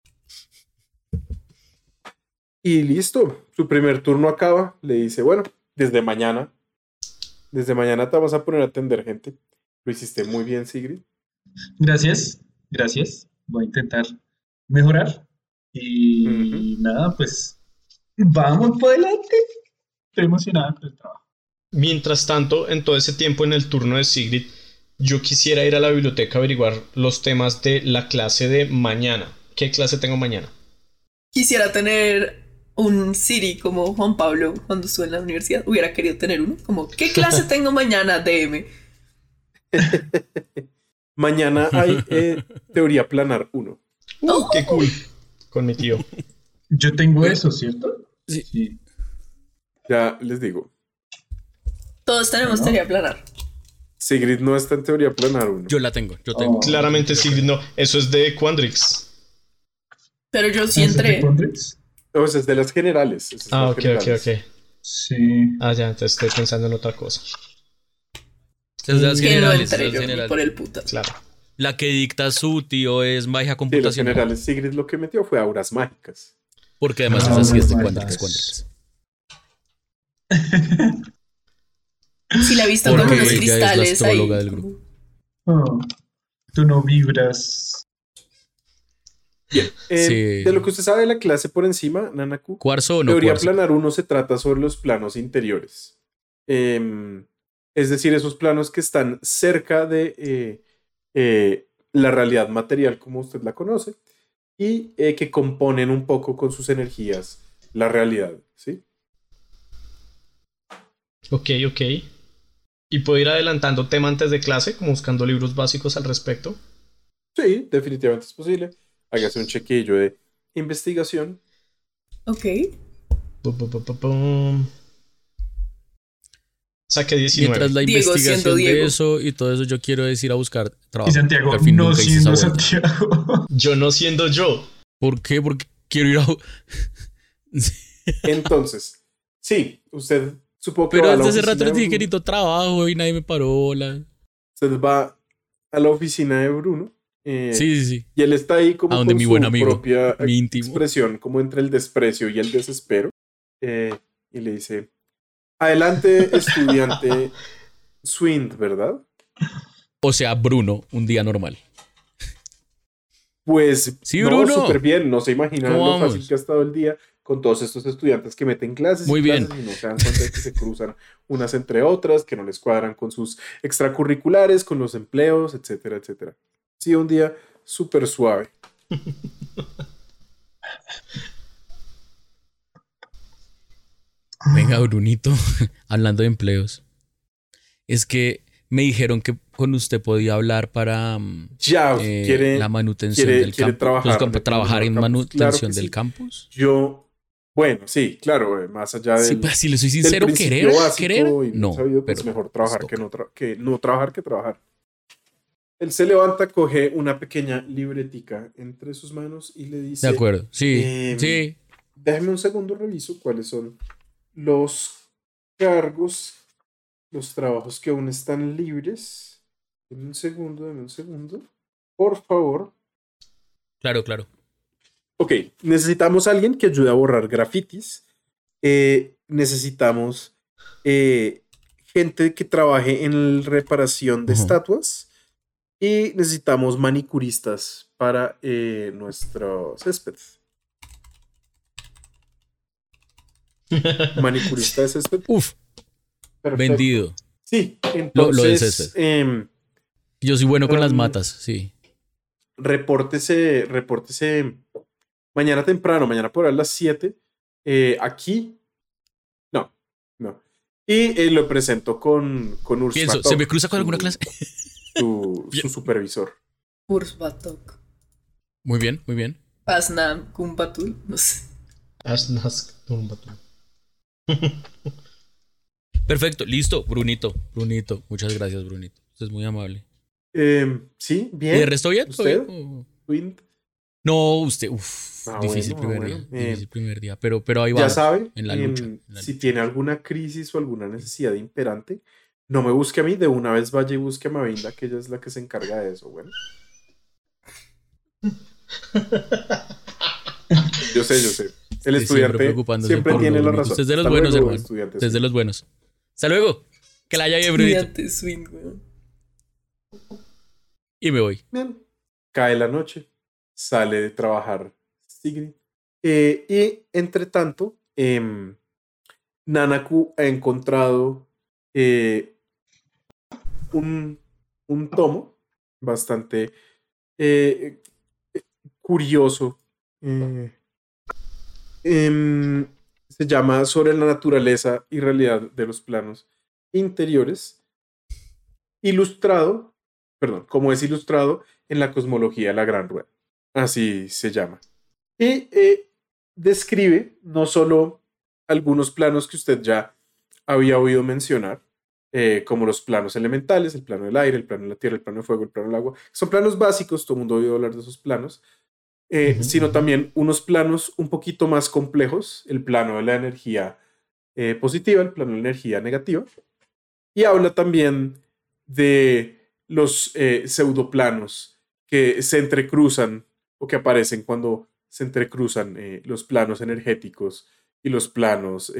Y listo, su primer turno acaba. Le dice, bueno, desde mañana te vas a poner a atender gente. Lo hiciste muy bien, Sigrid. Gracias. Voy a intentar mejorar. Y nada, pues vamos por adelante. Estoy emocionada con el trabajo. Mientras tanto, en todo ese tiempo en el turno de Sigrid, yo quisiera ir a la biblioteca a averiguar los temas de la clase de mañana. ¿Qué clase tengo mañana? Quisiera tener un Siri como Juan Pablo cuando estuve en la universidad. Hubiera querido tener uno. Como, ¿qué clase tengo mañana? DM. Mañana hay teoría planar 1. ¡Qué cool! Con mi tío. Yo tengo eso, ¿cierto? Sí. Ya les digo. Todos tenemos ¿No? teoría planar. Sigrid no está en teoría planar 1. Yo tengo. Oh. Claramente Sigrid no. Eso es de Quandrix. Pero yo sí ¿Haces de entré. Quandrix? O sea, es de las generales. Ok. Sí. Ah, ya, entonces estoy pensando en otra cosa. Esas de las Que no generales, entré esas yo ni generales. por el putas. Claro. La que dicta su tío es magia Sí, las computacional. generales. Sigrid lo que metió fue auras mágicas. Porque además No, esa sí es de no, Quandrix. Sí la he visto Porque con unos ella es la cristales ahí. astróloga del grupo. Oh, tú no vibras. Bien. Sí. De lo que usted sabe de la clase por encima, Nanaku, ¿Cuarzo o no teoría cuarzo? planar 1 se trata sobre los planos interiores. Es decir, esos planos que están cerca de la realidad material como usted la conoce y que componen un poco con sus energías la realidad, ¿sí? Ok. ¿Y puedo ir adelantando tema antes de clase, como buscando libros básicos al respecto? Sí, definitivamente es posible. Hágase un chequillo de investigación. Ok. Saqué 19. Mientras la Diego investigación siendo de Diego. eso y todo eso, yo quiero ir a buscar trabajo. Y Santiago que al fin no nunca hice siendo esa vuelta. Santiago. Yo no siendo yo. ¿Por qué? Porque quiero ir a... Entonces, sí, usted supongo que Pero va a la desde hace rato oficina les de dije que Bruno. necesito trabajo y nadie me paró. Hola. Usted va a la oficina de Bruno. Sí. Y él está ahí como A donde con mi su buen amigo, propia mi íntimo. expresión, como entre el desprecio y el desespero. Y le dice, adelante, estudiante Swind, ¿verdad? O sea, Bruno, un día normal. Pues, Sí, no, Bruno. súper bien. No se imagina ¿Cómo lo vamos? fácil que ha estado el día con todos estos estudiantes que meten clases Muy y bien. clases y no se dan cuenta de que se cruzan unas entre otras, que no les cuadran con sus extracurriculares, con los empleos, etcétera, etcétera. Sí, un día súper suave. Venga, Brunito, hablando de empleos. Es que me dijeron que con usted podía hablar para Ya, quiere, la manutención quiere, del quiere campus. trabajar, Pues, trabajar en campus. manutención Claro que del sí. campus. Bueno, sí, claro, más allá Sí, del, pues si le soy del sincero, principio básico querer, y bien no, sabido, pues pero mejor pues trabajar que toca. no trabajar que trabajar. Él se levanta, coge una pequeña libretica entre sus manos y le De dice, acuerdo, sí, em, sí. déjame un segundo, reviso cuáles son los cargos, los trabajos que aún están libres. Deme un segundo. Por favor. Claro, claro. Ok, necesitamos a alguien que ayude a borrar grafitis. Necesitamos gente que trabaje en la reparación de Ujú. estatuas. Y necesitamos manicuristas para nuestro césped. Manicurista de césped. Uf, Perfecto. vendido. Sí, Lo del entonces césped. Yo soy bueno con las matas, sí. repórtese mañana temprano, mañana por ahí a las 7. Aquí. No. Y lo presento con Urs Pienso, Batok, ¿se me cruza con alguna clase? su supervisor. Urs Batok. Muy bien, muy bien. Asnam Kumbatul. No sé. Asnask Nurbatul. Perfecto, listo, Brunito. Muchas gracias, Brunito. Usted es muy amable. Sí, ¿Y bien. de resto bien? ¿Todo ¿Usted? bien? Wind. No, usted, difícil Bueno, primer bueno. día. Difícil primer día. Pero ahí Ya vamos. sabe, En la lucha. si tiene alguna crisis o alguna necesidad imperante, no me busque a mí, de una vez vaya y busque a Mavinda, que ella es la que se encarga de eso, bueno. Yo sé. El Siempre estudiante preocupándose siempre por tiene lo la bonito. razón. Usted es de los Hasta buenos, luego, hermano. estudiante. Usted es de los buenos. Hasta luego. Que la haya bien, Brunito. Estudiante swing, weón. Y me voy. Bien. Cae la noche, sale de trabajar Sigrid. Y entre tanto, Nanaku ha encontrado un tomo bastante eh, curioso. Se llama Sobre la naturaleza y realidad de los planos interiores. Como es ilustrado en la cosmología de la Gran Rueda. Así se llama. Y describe no solo algunos planos que usted ya había oído mencionar, como los planos elementales, el plano del aire, el plano de la tierra, el plano de fuego, el plano del agua. Son planos básicos, todo el mundo ha oído hablar de esos planos, sino también unos planos un poquito más complejos, el plano de la energía positiva, el plano de la energía negativa. Y habla también de los pseudoplanos que se entrecruzan o que aparecen cuando se entrecruzan los planos energéticos y los planos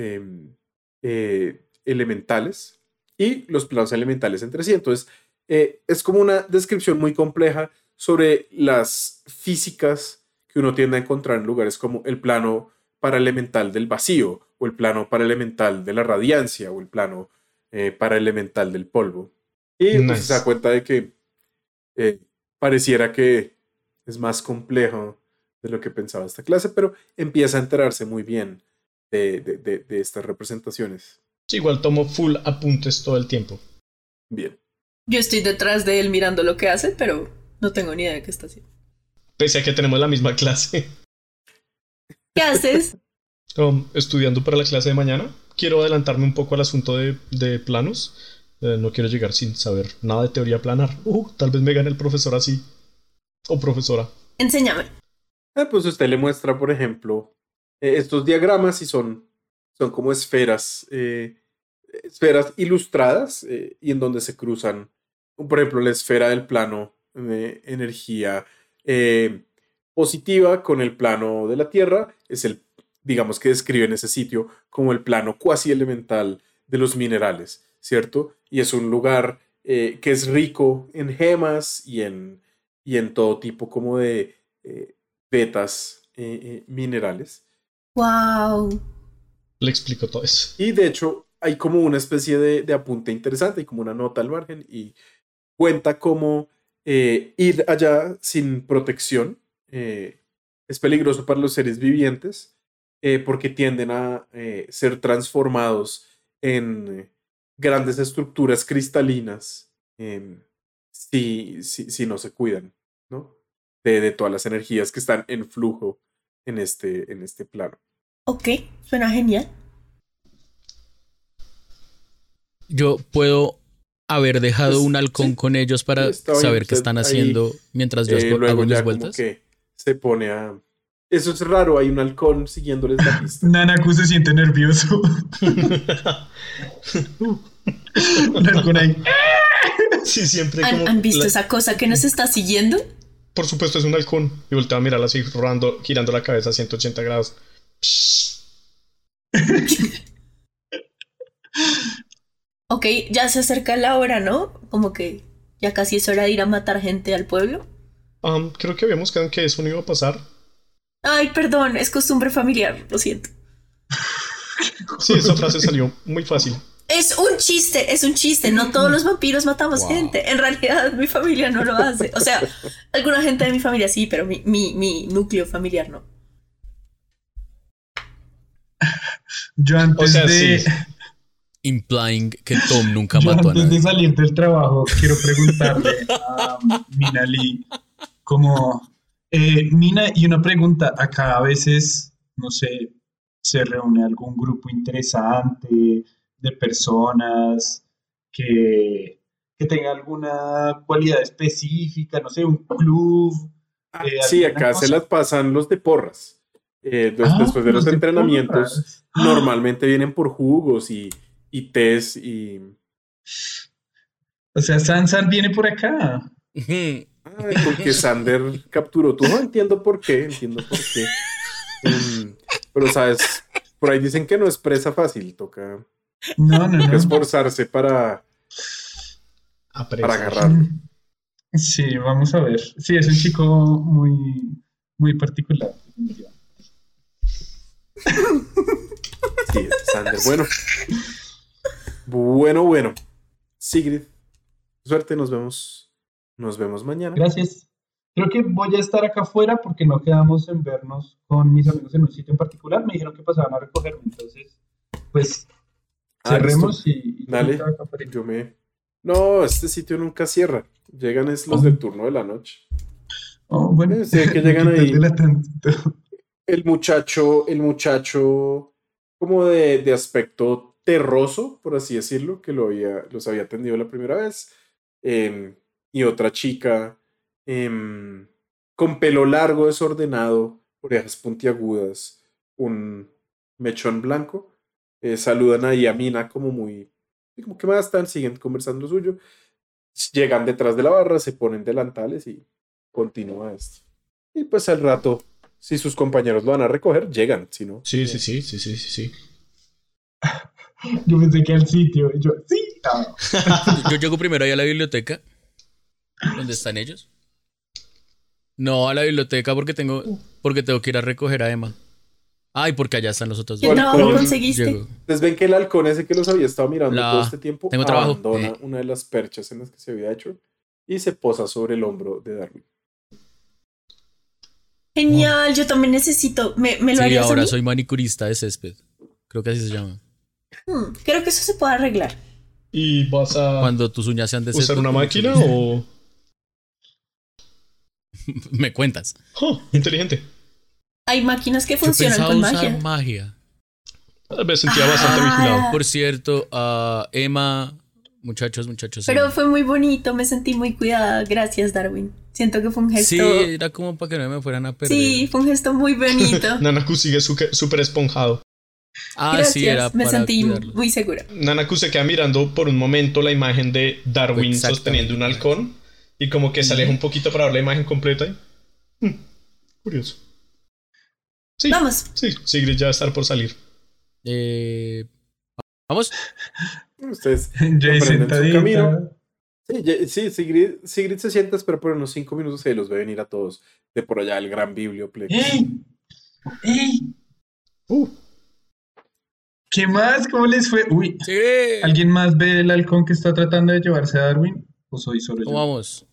elementales y los planos elementales entre sí. Entonces, es como una descripción muy compleja sobre las físicas que uno tiende a encontrar en lugares como el plano paraelemental del vacío o el plano paraelemental de la radiancia o el plano paraelemental del polvo. Y pues, se da cuenta de que pareciera que es más complejo de lo que pensaba esta clase, pero empieza a enterarse muy bien de estas representaciones. Sí, igual tomo full apuntes todo el tiempo. Bien. Yo estoy detrás de él mirando lo que hace, pero no tengo ni idea de qué está haciendo. Pese a que tenemos la misma clase. ¿Qué haces? Estudiando para la clase de mañana. Quiero adelantarme un poco al asunto de planos. No quiero llegar sin saber nada de teoría planar. Tal vez me gane el profesor así. O profesora. Enséñame. Pues usted le muestra, por ejemplo, estos diagramas y son como esferas ilustradas y en donde se cruzan, por ejemplo, la esfera del plano de energía positiva con el plano de la Tierra. Es digamos que describe en ese sitio como el plano cuasi elemental de los minerales, ¿cierto? Y es un lugar que es rico en gemas y en todo tipo como de vetas minerales. Wow. Le explico todo eso. Y de hecho hay como una especie de apunte interesante y como una nota al margen y cuenta cómo ir allá sin protección es peligroso para los seres vivientes porque tienden a ser transformados en grandes estructuras cristalinas si no se cuidan, ¿no? De todas las energías que están en flujo en este plano. Ok, suena genial. Yo puedo haber dejado un halcón sí, con ellos para está bien, saber qué usted están ahí, haciendo mientras yo luego hago mis ya como vueltas. que se pone a... Eso es raro, hay un halcón siguiéndoles la pista. Nanaku se siente nervioso. Un halcón ahí. Sí, siempre ¿Han, como... han visto esa cosa que nos está siguiendo? Por supuesto es un halcón. Y volteo a mirarla así, girando la cabeza a 180 grados. Ok, ya se acerca la hora, ¿no? Como que ya casi es hora de ir a matar gente al pueblo. Creo que habíamos quedado en que eso no iba a pasar. Ay, perdón, es costumbre familiar, lo siento. Sí, esa frase salió muy fácil. Es un chiste, no todos los vampiros matamos gente. En realidad mi familia no lo hace. O sea, alguna gente de mi familia sí, pero mi núcleo familiar no. Yo antes O sea, de... sí. Implying que Tom nunca Yo mató a antes de nadie. salir del trabajo quiero preguntarle a Mina Lee como Mina, y una pregunta, acá a veces, no sé, se reúne algún grupo interesante de personas que tenga alguna cualidad específica, no sé, un club. Sí, ¿Alguna acá se cosa? las pasan los de porras. Después de los Los de entrenamientos, porras. normalmente vienen por jugos y tés y... O sea, Sansan viene por acá. Ujú. Porque Sander capturó. Tú no entiendo por qué, pero sabes, por ahí dicen que no es presa fácil, toca No. esforzarse para agarrarlo. Sí, vamos a ver. Sí, es un chico muy, muy particular. Sí, Sander. Bueno. Sigrid, suerte, nos vemos mañana. Gracias. Creo que voy a estar acá afuera porque no quedamos en vernos con mis amigos en un sitio en particular. Me dijeron que pasaban a recogerme, entonces, pues, cerremos listo. y Dale, acá afuera. No, este sitio nunca cierra. Llegan los del turno de la noche. Bueno, Sí, que llegan ahí. tantito. El muchacho como de aspecto terroso, por así decirlo, que los había atendido la primera vez. Y otra chica con pelo largo, desordenado, orejas puntiagudas, un mechón blanco. Saludan ahí a Mina como ¿qué más están? Siguen conversando lo suyo. Llegan detrás de la barra, se ponen delantales y continúa esto. Y pues al rato, si sus compañeros lo van a recoger, llegan, si no. Sí. Yo pensé que al sitio. Y yo, sí. Yo llego primero ahí a la biblioteca. ¿Dónde están ellos? No, a la biblioteca porque tengo que ir a recoger a Emma. Ay, porque allá están los otros ¿Qué dos. trabajo halcón. conseguiste? Llego. Entonces ven que el halcón ese que los había estado mirando todo este tiempo tengo trabajo. abandona una de las perchas en las que se había hecho y se posa sobre el hombro de Darwin. Genial, yo también necesito. ¿Me lo Sí, harías a ahora mí? soy manicurista de césped. Creo que así se llama. Creo que eso se puede arreglar. ¿Y vas a Cuando tus uñas sean de césped. usar una con máquina mucho gusto. o...? Me cuentas. Inteligente. Hay máquinas que Yo funcionan pensaba con usar magia. Me sentía bastante vigilado. Por cierto, Emma, muchachos. Pero Emma. fue muy bonito, me sentí muy cuidada. Gracias, Darwin. Siento que fue un gesto. Sí, era como para que no me fueran a perder. Sí, fue un gesto muy bonito. Nanaku sigue súper esponjado. Gracias, Sí, era me para sentí cuidarlos. muy segura. Nanaku se queda mirando por un momento la imagen de Darwin Exactamente. sosteniendo un halcón y como que se aleja un poquito para ver la imagen completa. Curioso. Sí, Vamos. sí, Sigrid ya va a estar por salir. Vamos. Ustedes Yo ahí emprenden su camino. sentadita. Sí, Sigrid se sienta, espera por unos 5 minutos y los ve venir a todos de por allá el gran biblioplex. ¡Ey! ¿Qué más? ¿Cómo les fue? Uy, Sí. ¿alguien más ve el halcón que está tratando de llevarse a Darwin? ¿O soy solo ¿Cómo yo? vamos?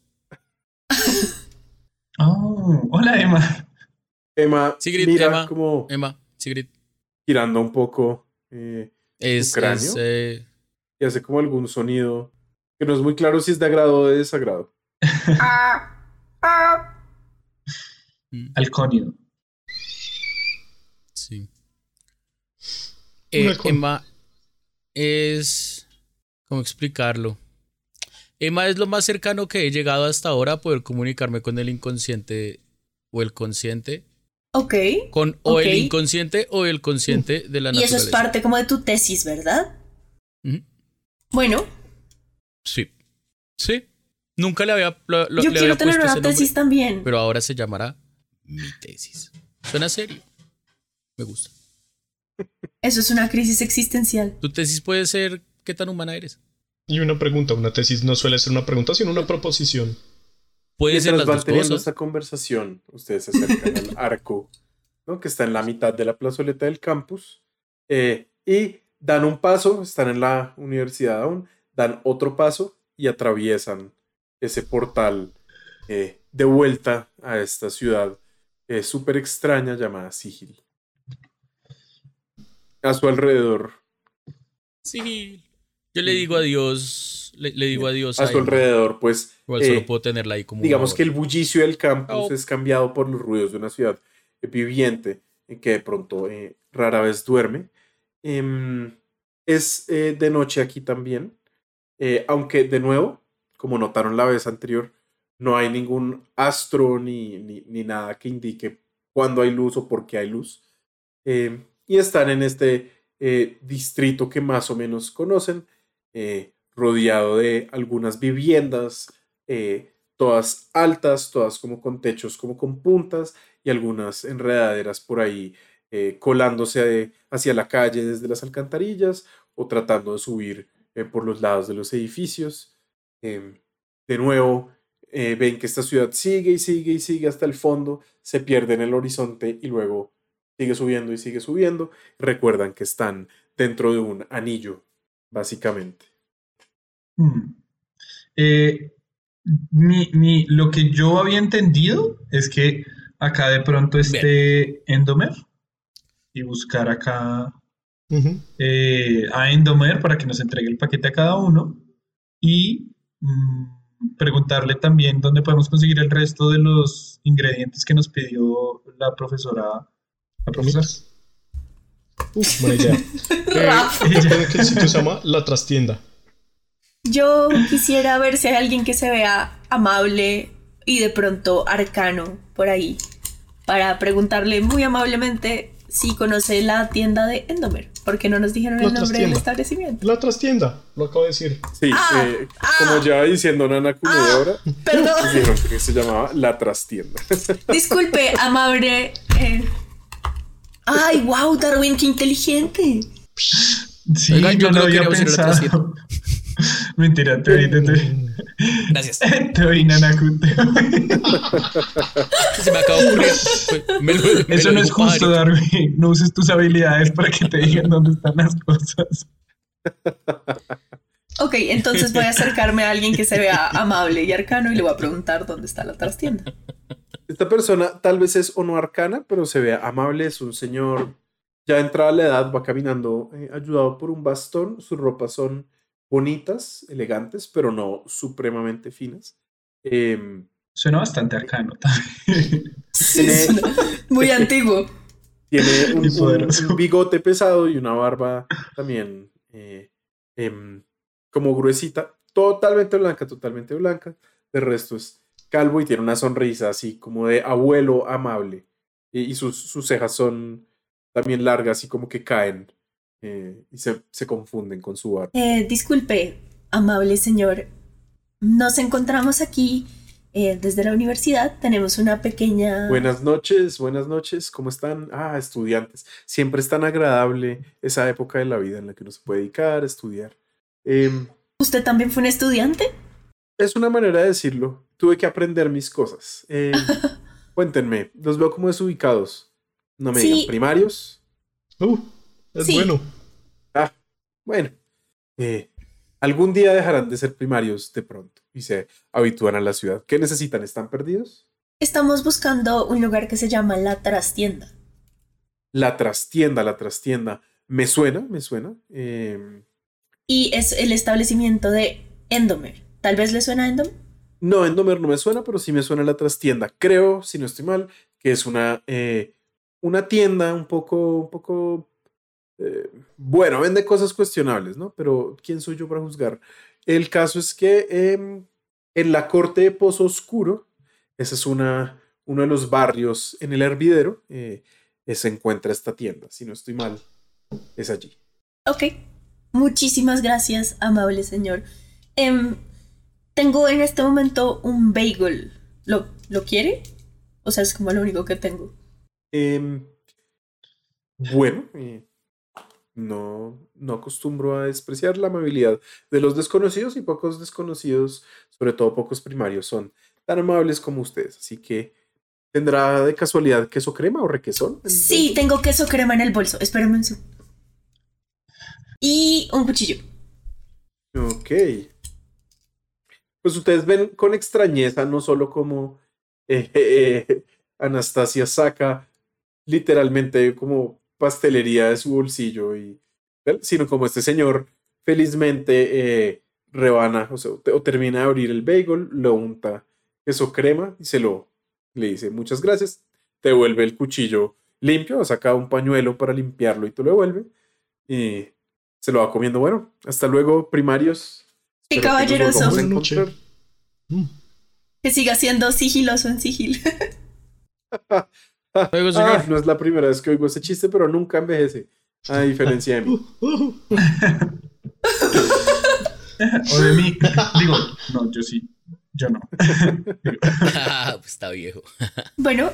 Oh, hola, Emma. Emma Sigrid, mira como Emma, Sigrid. girando un poco Es cráneo. y hace como algún sonido que no es muy claro si es de agrado o de desagrado. Halcónido. Sí. Un halcón. Emma es... ¿Cómo explicarlo? Emma es lo más cercano que he llegado hasta ahora a poder comunicarme con el inconsciente o el consciente. Ok. Con o el inconsciente o el consciente de la Y naturaleza. eso es parte como de tu tesis, ¿verdad? Ujú. Bueno, Sí. Sí. Nunca le había yo le quiero había tener puesto una ese tesis nombre, también. pero ahora se llamará mi tesis. Suena serio. Me gusta. Eso es una crisis existencial. Tu tesis puede ser ¿qué tan humana eres? Y una pregunta, una tesis no suele ser una pregunta, sino una proposición. Puede ser Mientras las van dos teniendo cosas. esta conversación, ustedes se acercan al arco, ¿no? Que está en la mitad de la plazoleta del campus, y dan un paso, están en la universidad aún, dan otro paso y atraviesan ese portal de vuelta a esta ciudad súper extraña llamada Sigil. A su alrededor, Sí. Yo le digo adiós. Le digo adiós a su Emma. alrededor, pues Igual solo puedo tenerla ahí como digamos una que el hora. bullicio del campus Oh. es cambiado por los ruidos de una ciudad viviente en que de pronto rara vez duerme. Es de noche aquí también, aunque de nuevo, como notaron la vez anterior, no hay ningún astro ni nada que indique cuándo hay luz o por qué hay luz. Y están en este distrito que más o menos conocen, rodeado de algunas viviendas, todas altas, todas como con techos como con puntas y algunas enredaderas por ahí colándose hacia la calle desde las alcantarillas o tratando de subir por los lados de los edificios. De nuevo, ven que esta ciudad sigue y sigue y sigue hasta el fondo, se pierde en el horizonte y luego sigue subiendo y sigue subiendo. Recuerdan que están dentro de un anillo, básicamente. Lo que yo había entendido es que acá de pronto esté Endomer y buscar acá a Endomer para que nos entregue el paquete a cada uno y preguntarle también dónde podemos conseguir el resto de los ingredientes que nos pidió la profesora. ¿La profesora? Buena idea. Recuerden que el sitio se llama La Trastienda. Yo quisiera ver si hay alguien que se vea amable y de pronto arcano por ahí, para preguntarle muy amablemente si conoce la tienda de Endomer, porque no nos dijeron el nombre del establecimiento. La Trastienda, lo acabo de decir. Sí, como ya diciendo Nana ahora, Perdón. dijeron que se llamaba La Trastienda. Disculpe, amable. Ay, wow, Darwin, qué inteligente. Sí, Oigan, yo no lo creo que había queríamos ir a la pensado. Mentira, te oí. Gracias. Te oí, Nanaku. Se me acaba de ocurrir. Eso no es justo, Darwin. No uses tus habilidades para que te digan dónde están las cosas. Ok, entonces voy a acercarme a alguien que se vea amable y arcano y le voy a preguntar dónde está la trastienda. Esta persona tal vez es o no arcana, pero se ve amable. Es un señor ya entrada la edad, va caminando ayudado por un bastón. Sus ropas son bonitas, elegantes, pero no supremamente finas. Suena bastante arcano también. Sí, muy antiguo. Tiene un bigote pesado y una barba también como gruesita, totalmente blanca. De resto es calvo y tiene una sonrisa así como de abuelo amable. Y sus cejas son también largas y como que caen y se confunden con su barba. Disculpe, amable señor. Nos encontramos aquí desde la universidad. Tenemos una pequeña... Buenas noches, ¿cómo están? Estudiantes. Siempre es tan agradable esa época de la vida en la que uno se puede dedicar a estudiar. ¿Usted también fue un estudiante? Es una manera de decirlo. Tuve que aprender mis cosas. Cuéntenme, los veo como desubicados. No me digan primarios. Es bueno. Bueno. Algún día dejarán de ser primarios de pronto y se habitúan a la ciudad. ¿Qué necesitan? ¿Están perdidos? Estamos buscando un lugar que se llama La Trastienda. La Trastienda. Me suena. y es el establecimiento de Endomer. ¿Tal vez le suena a Endomer? No, Endomer no me suena, pero sí me suena la trastienda. Creo, si no estoy mal, que es una tienda un poco bueno, vende cosas cuestionables, ¿no? Pero ¿quién soy yo para juzgar? El caso es que en la corte de Pozo Oscuro, ese es uno de los barrios en el Hervidero, se encuentra esta tienda. Si no estoy mal, es allí. Ok. Muchísimas gracias, amable señor. Tengo en este momento un bagel. ¿Lo quiere? O sea, es como lo único que tengo. Bueno, no acostumbro a despreciar la amabilidad de los desconocidos, y pocos desconocidos, sobre todo pocos primarios, son tan amables como ustedes. Así que, ¿tendrá de casualidad queso crema o requesón? Sí, tengo queso crema en el bolso. Espérenme un segundo. Y un cuchillo. Ok. Pues ustedes ven con extrañeza no solo como Anastasia saca literalmente como pastelería de su bolsillo, sino como este señor felizmente rebana, o termina de abrir el bagel, lo unta queso crema y le dice muchas gracias, te devuelve el cuchillo limpio, saca un pañuelo para limpiarlo y te lo devuelve y se lo va comiendo. Bueno, hasta luego, primarios. Qué caballeroso. Mm. Que siga siendo sigiloso en sigilo. Luego, señor. No es la primera vez que oigo ese chiste, pero nunca envejece, a diferencia de mí. O de mí. Digo, no, yo sí. Yo no. Pues está viejo. Bueno,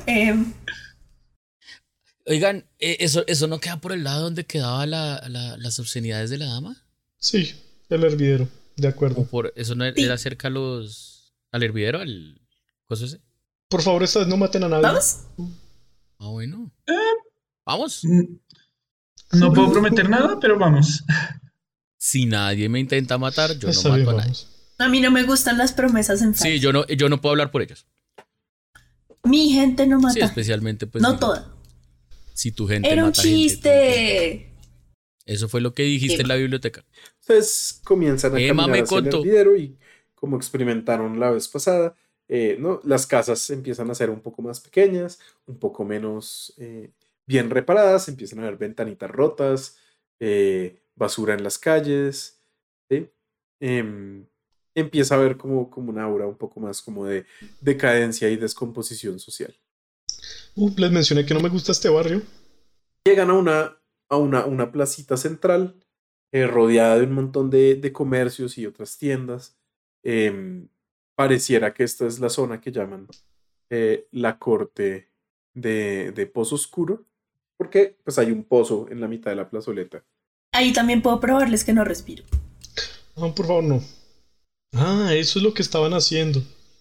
Oigan, ¿eso no queda por el lado donde quedaban las obscenidades de la dama? Sí, el hervidero, de acuerdo. ¿Eso no era cerca al hervidero, al coso ese? Por favor, esta vez no maten a nadie. ¿vamos? Ah, bueno. ¿Vamos? No puedo prometer nada, pero vamos. Si nadie me intenta matar, yo Está no bien, mato a nadie. vamos. A mí no me gustan las promesas en falso. Sí, yo no puedo hablar por ellos. Mi gente no mata. Sí, especialmente pues. No toda. Si tu gente Era un mata gente, chiste. eso fue lo que dijiste en la biblioteca. Entonces comienzan a Emma caminar me hacia el contó. hervidero y, como experimentaron la vez pasada, ¿no? Las casas empiezan a ser un poco más pequeñas, un poco menos bien reparadas, empiezan a haber ventanitas rotas, basura en las calles, ¿sí? Empieza a haber como una aura un poco más como de decadencia y descomposición social. Les mencioné que no me gusta este barrio. Llegan a una placita central, rodeada de un montón de comercios y otras tiendas. Pareciera que esta es la zona que llaman la corte de Pozo Oscuro, porque pues hay un pozo en la mitad de la plazoleta. Ahí también puedo probarles que no respiro. Ah, por favor, no. Ah, eso es lo que estaban haciendo.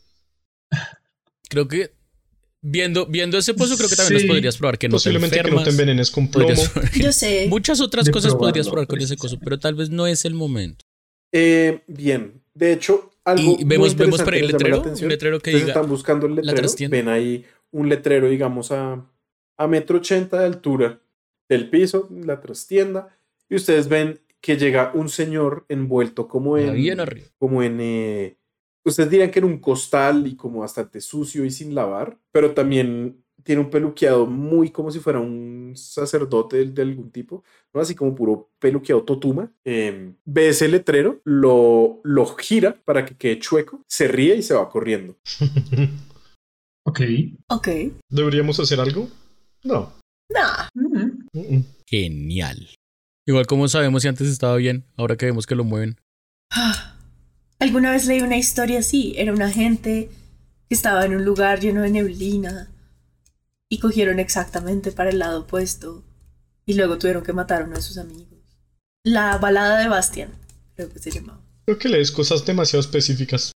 Creo que viendo ese pozo, creo que también Sí, nos podrías probar que no te Posiblemente que no enfermas. te envenenes con plomo. Podrías probar que- Yo sé. Muchas otras De cosas podrías probarlo, probar con ese coso, pero tal vez no es el momento. Bien, de hecho, algo Y vemos muy por ahí el interesante nos llama la letrero, atención. un letrero que Ustedes diga están buscando el la letrero, trastienda. ven ahí un letrero, digamos, a 1,80 m de altura del piso, la trastienda, y ustedes ven que llega un señor envuelto bien arriba. ustedes dirían que en un costal y como bastante sucio y sin lavar, pero también tiene un peluqueado muy como si fuera un sacerdote de algún tipo, ¿no? Así como puro peluqueado totuma. Ve ese letrero, lo gira para que quede chueco, se ríe y se va corriendo. Ok. Ok. ¿Deberíamos hacer algo? No. Nah. Genial. Igual como sabemos si antes estaba bien, ahora que vemos que lo mueven. Alguna vez leí una historia así. Era una gente que estaba en un lugar lleno de neblina y cogieron exactamente para el lado opuesto y luego tuvieron que matar a uno de sus amigos. La balada de Bastian, creo que se llamaba. Creo que lees cosas demasiado específicas.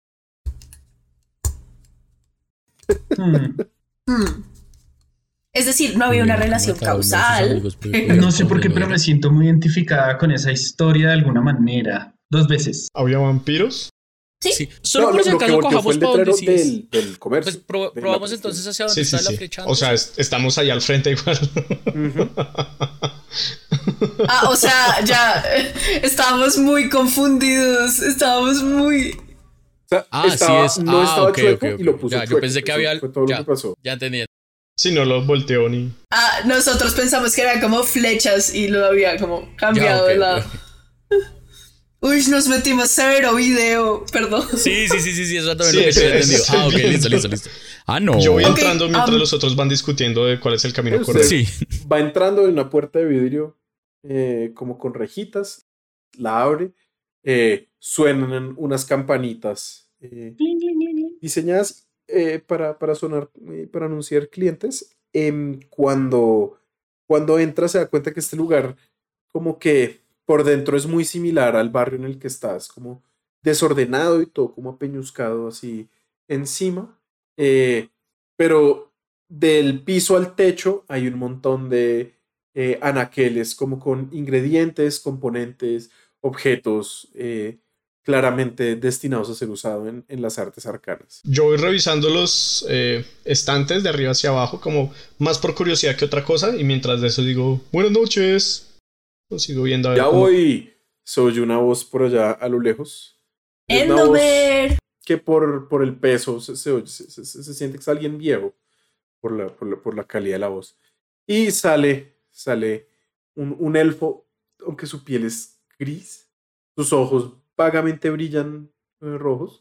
Es decir, no había una relación causal. No sé por qué, pero me siento muy identificada con esa historia de alguna manera. 2 veces. ¿Había vampiros? Sí. Solo No, por si lo que acaso volteó fue cojamos el para donde letrero sí es. del comercio. Pues de la probamos trastienda. entonces hacia donde Sí, sí, está la sí. flecha. O sea, estamos ahí al frente igual. Ujú. O sea, ya estábamos muy confundidos, estábamos muy... O sea, no estaba chueco y lo puso ya, chueco. yo pensé que había... Fue todo ya, lo que pasó. ya entendí. Si no lo volteó ni... nosotros pensamos que eran como flechas y lo había como cambiado de lado. Uy, nos metimos severo video, perdón. Sí, eso también lo que estoy entendido. Ok, listo. No. Yo voy entrando mientras los otros van discutiendo de cuál es el camino correcto. Sí. Va entrando en una puerta de vidrio como con rejitas, la abre, suenan unas campanitas diseñadas para sonar, para anunciar clientes. Cuando entra se da cuenta que este lugar como que por dentro es muy similar al barrio en el que estás, como desordenado y todo como apeñuscado así encima, pero del piso al techo hay un montón de anaqueles como con ingredientes, componentes, objetos claramente destinados a ser usados en las artes arcanas. Yo voy revisando los estantes de arriba hacia abajo como más por curiosidad que otra cosa y mientras de eso digo, buenas noches. Lo sigo viendo a ver. Ya voy. Se oye una voz por allá a lo lejos. ¡Endomer! Que por el peso se siente que es alguien viejo por la calidad de la voz. Y sale un elfo, aunque su piel es gris, sus ojos vagamente brillan rojos.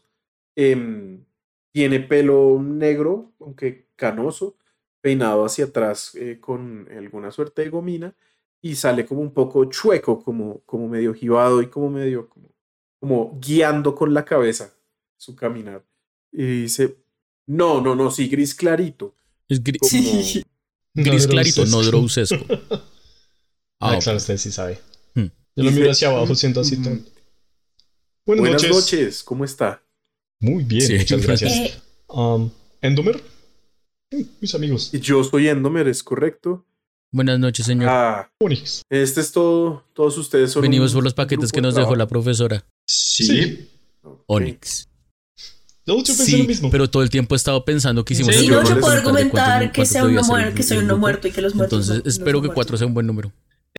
Tiene pelo negro, aunque canoso, peinado hacia atrás con alguna suerte de gomina. Y sale como un poco chueco, como medio jibado y como medio como guiando con la cabeza su caminar. Y dice, no, sí, gris clarito. Es gris clarito, no drousesco. Claro, usted sí sabe. Yo lo miro hacia abajo, siento así todo. Buenas noches, ¿cómo está? Muy bien, muchas gracias. ¿Endomer? Mis amigos. Yo soy Endomer, ¿es correcto? Buenas noches, señor. Onix. Este es todo. Todos ustedes son. Venimos por los paquetes que nos dejó la profesora. Sí. Okay. Onix. Yo pensé lo mismo. Pero todo el tiempo he estado pensando que hicimos Sí, el no, error yo de puedo preguntar de argumentar que sea cuántos uno debía ser que soy el uno grupo. muerto y que los muertos. Entonces no, espero no que son 4 sea un buen número.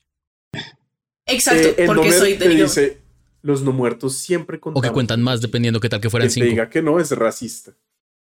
Exacto, porque Endomer soy te de dice, los no muertos siempre contamos. O que cuentan más, dependiendo qué tal que fueran Que 5. te diga que no es racista.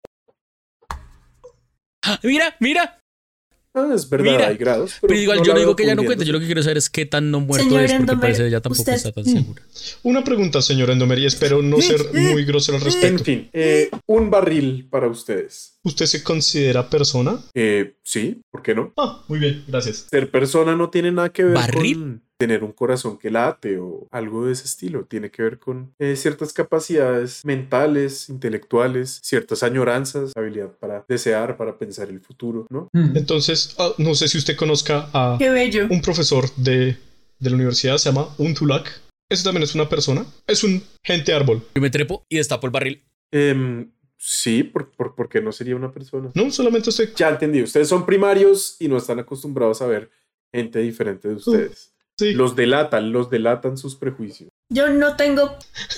Mira. Es verdad, Mira. hay grados. Pero igual yo no digo que ella no cuente. cuente. Yo lo que quiero saber es qué tan no muerto Señor es, porque Endomer, parece que ella tampoco usted- está tan segura. Una pregunta, señor Endomer, y espero no ser muy grosero al En respecto. fin, un barril para ustedes. ¿Usted se considera persona? Sí, ¿por qué no? Muy bien, gracias. Ser persona no tiene nada que ver ¿Barril? con tener un corazón que late o algo de ese estilo. Tiene que ver con ciertas capacidades mentales, intelectuales, ciertas añoranzas, habilidad para desear, para pensar el futuro, ¿no? Entonces, no sé si usted conozca a Qué bello. un profesor de la universidad, se llama Untulak. Eso también es una persona. Es un gente árbol. Yo me trepo y destapo el barril. Sí, ¿por qué no sería una persona? No, solamente usted. Ya entendí, ustedes son primarios y no están acostumbrados a ver gente diferente de ustedes. Sí. Los delatan sus prejuicios. Yo no tengo.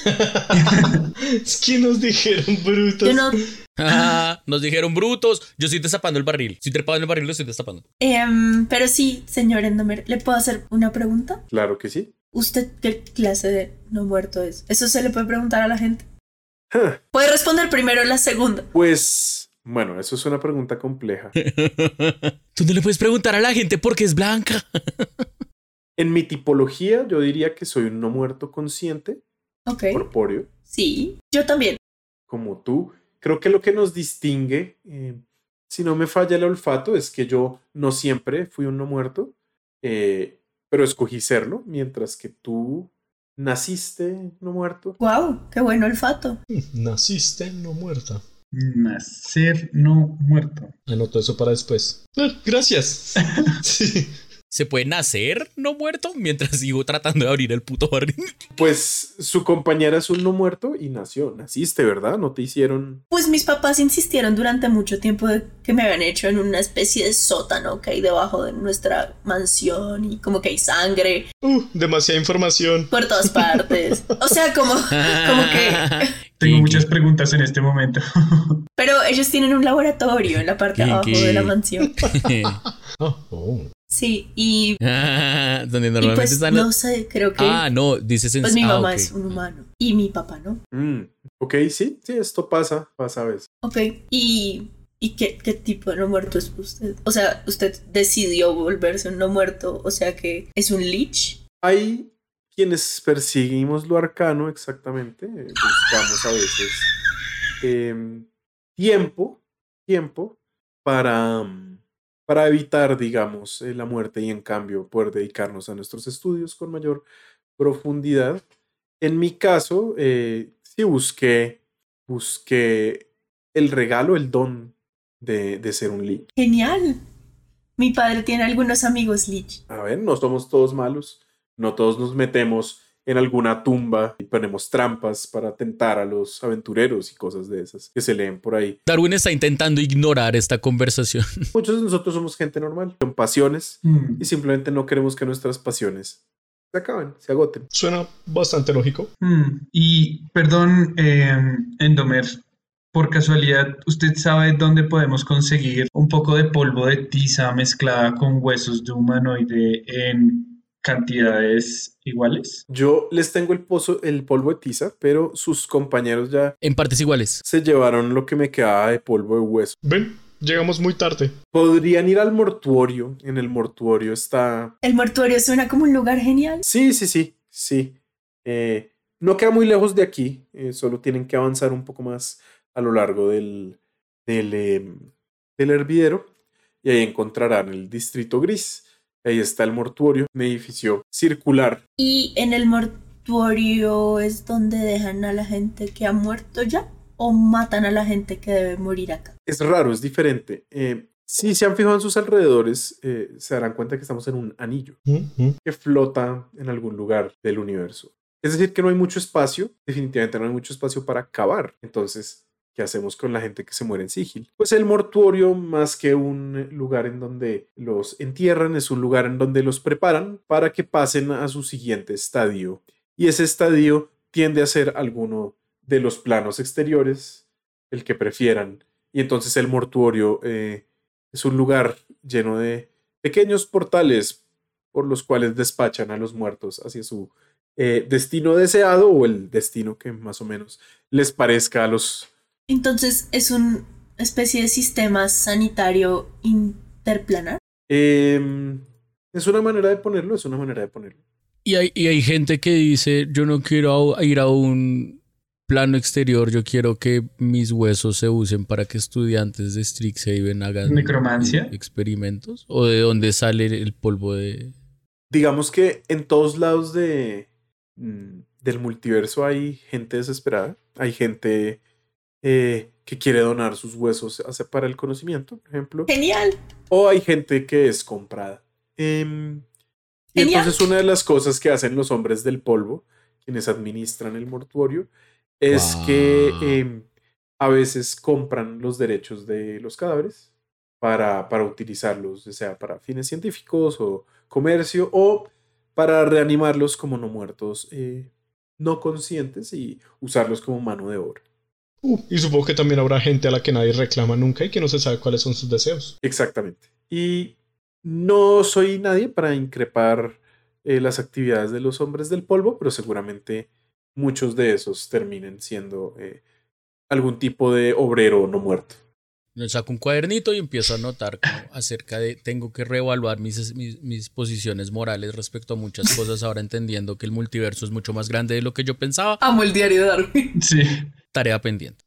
Es que nos dijeron brutos. Yo no. Nos dijeron brutos. Yo estoy destapando el barril. Estoy trepado en el barril, lo estoy destapando. Pero sí, señor Endomer, ¿le puedo hacer una pregunta? Claro que sí. ¿Usted qué clase de no muerto es? ¿Eso se le puede preguntar a la gente? Ja, Puede responder primero la segunda. Pues, bueno, eso es una pregunta compleja. Tú no le puedes preguntar a la gente porque es blanca. En mi tipología, yo diría que soy un no muerto consciente, Ok. corpóreo, Sí, yo también. como tú. Creo que lo que nos distingue, si no me falla el olfato, es que yo no siempre fui un no muerto, pero escogí serlo, mientras que tú naciste no muerto. Wow, qué bueno olfato. Naciste no muerta. Nacer no muerto. Anoto eso para después. Gracias. Sí. ¿Se puede nacer no muerto mientras sigo tratando de abrir el puto barril? Pues su compañera es un no muerto y naciste, ¿verdad? No te hicieron... Pues mis papás insistieron durante mucho tiempo de que me habían hecho en una especie de sótano que hay debajo de nuestra mansión y como que hay sangre Demasiada información. por todas partes. O sea, como que... Tengo muchas preguntas en este momento. Pero ellos tienen un laboratorio en la parte de abajo de la mansión. Sí, y Donde normalmente pues están no sé, creo que no, dices en pues mi mamá ok. es un humano y mi papá no. Ok, sí, esto pasa a veces. Ok, ¿y qué tipo de no muerto es usted? O sea, usted decidió volverse un no muerto, o sea que es un lich. Hay quienes perseguimos lo arcano, exactamente. Buscamos a veces em, tiempo para evitar, digamos, la muerte y en cambio poder dedicarnos a nuestros estudios con mayor profundidad. En mi caso, sí busqué el regalo, el don de ser un lich. Genial. Mi padre tiene algunos amigos lich. A ver, no somos todos malos, no todos nos metemos en alguna tumba y ponemos trampas para tentar a los aventureros y cosas de esas que se leen por ahí. Darwin está intentando ignorar esta conversación. Muchos de nosotros somos gente normal, con pasiones y simplemente no queremos que nuestras pasiones se acaben, se agoten. Suena bastante lógico. Y perdón, Endomer, por casualidad, ¿usted sabe dónde podemos conseguir un poco de polvo de tiza mezclada con huesos de humanoide en cantidades iguales? Yo les tengo el polvo de tiza, pero sus compañeros ya En partes iguales. se llevaron lo que me quedaba de polvo de hueso. Ven, llegamos muy tarde. Podrían ir al mortuorio. En el mortuorio está... El mortuorio suena como un lugar genial. Sí. No queda muy lejos de aquí. Solo tienen que avanzar un poco más a lo largo del hervidero. Y ahí encontrarán el distrito gris. Ahí está el mortuorio, un edificio circular. ¿Y en el mortuorio es donde dejan a la gente que ha muerto ya? ¿O matan a la gente que debe morir acá? Es raro, es diferente. Si se han fijado en sus alrededores, se darán cuenta que estamos en un anillo que flota en algún lugar del universo. Es decir, que no hay mucho espacio, definitivamente no hay mucho espacio para cavar. Entonces, ¿qué hacemos con la gente que se muere en Sigil? Pues el mortuorio, más que un lugar en donde los entierran, es un lugar en donde los preparan para que pasen a su siguiente estadio. Y ese estadio tiende a ser alguno de los planos exteriores, el que prefieran. Y entonces el mortuorio es un lugar lleno de pequeños portales por los cuales despachan a los muertos hacia su destino deseado o el destino que más o menos les parezca a los... Entonces, ¿es una especie de sistema sanitario interplanar? Es una manera de ponerlo, Y hay gente que dice, yo no quiero ir a un plano exterior, yo quiero que mis huesos se usen para que estudiantes de Strixhaven hagan ¿Necromancia? experimentos. ¿O de dónde sale el polvo de...? Digamos que en todos lados del multiverso hay gente desesperada, hay gente que quiere donar sus huesos para el conocimiento, por ejemplo. ¡Genial! O hay gente que es comprada. Y entonces una de las cosas que hacen los hombres del polvo, quienes administran el mortuorio, es que a veces compran los derechos de los cadáveres para utilizarlos, ya sea para fines científicos o comercio, o para reanimarlos como no muertos no conscientes y usarlos como mano de obra. Y supongo que también habrá gente a la que nadie reclama nunca y que no se sabe cuáles son sus deseos. Exactamente. Y no soy nadie para increpar las actividades de los hombres del polvo, pero seguramente muchos de esos terminen siendo algún tipo de obrero no muerto. Me saco un cuadernito y empiezo a anotar como acerca de tengo que reevaluar mis posiciones morales respecto a muchas cosas, ahora entendiendo que el multiverso es mucho más grande de lo que yo pensaba. Amo el diario de Darwin. Sí. Tarea pendiente.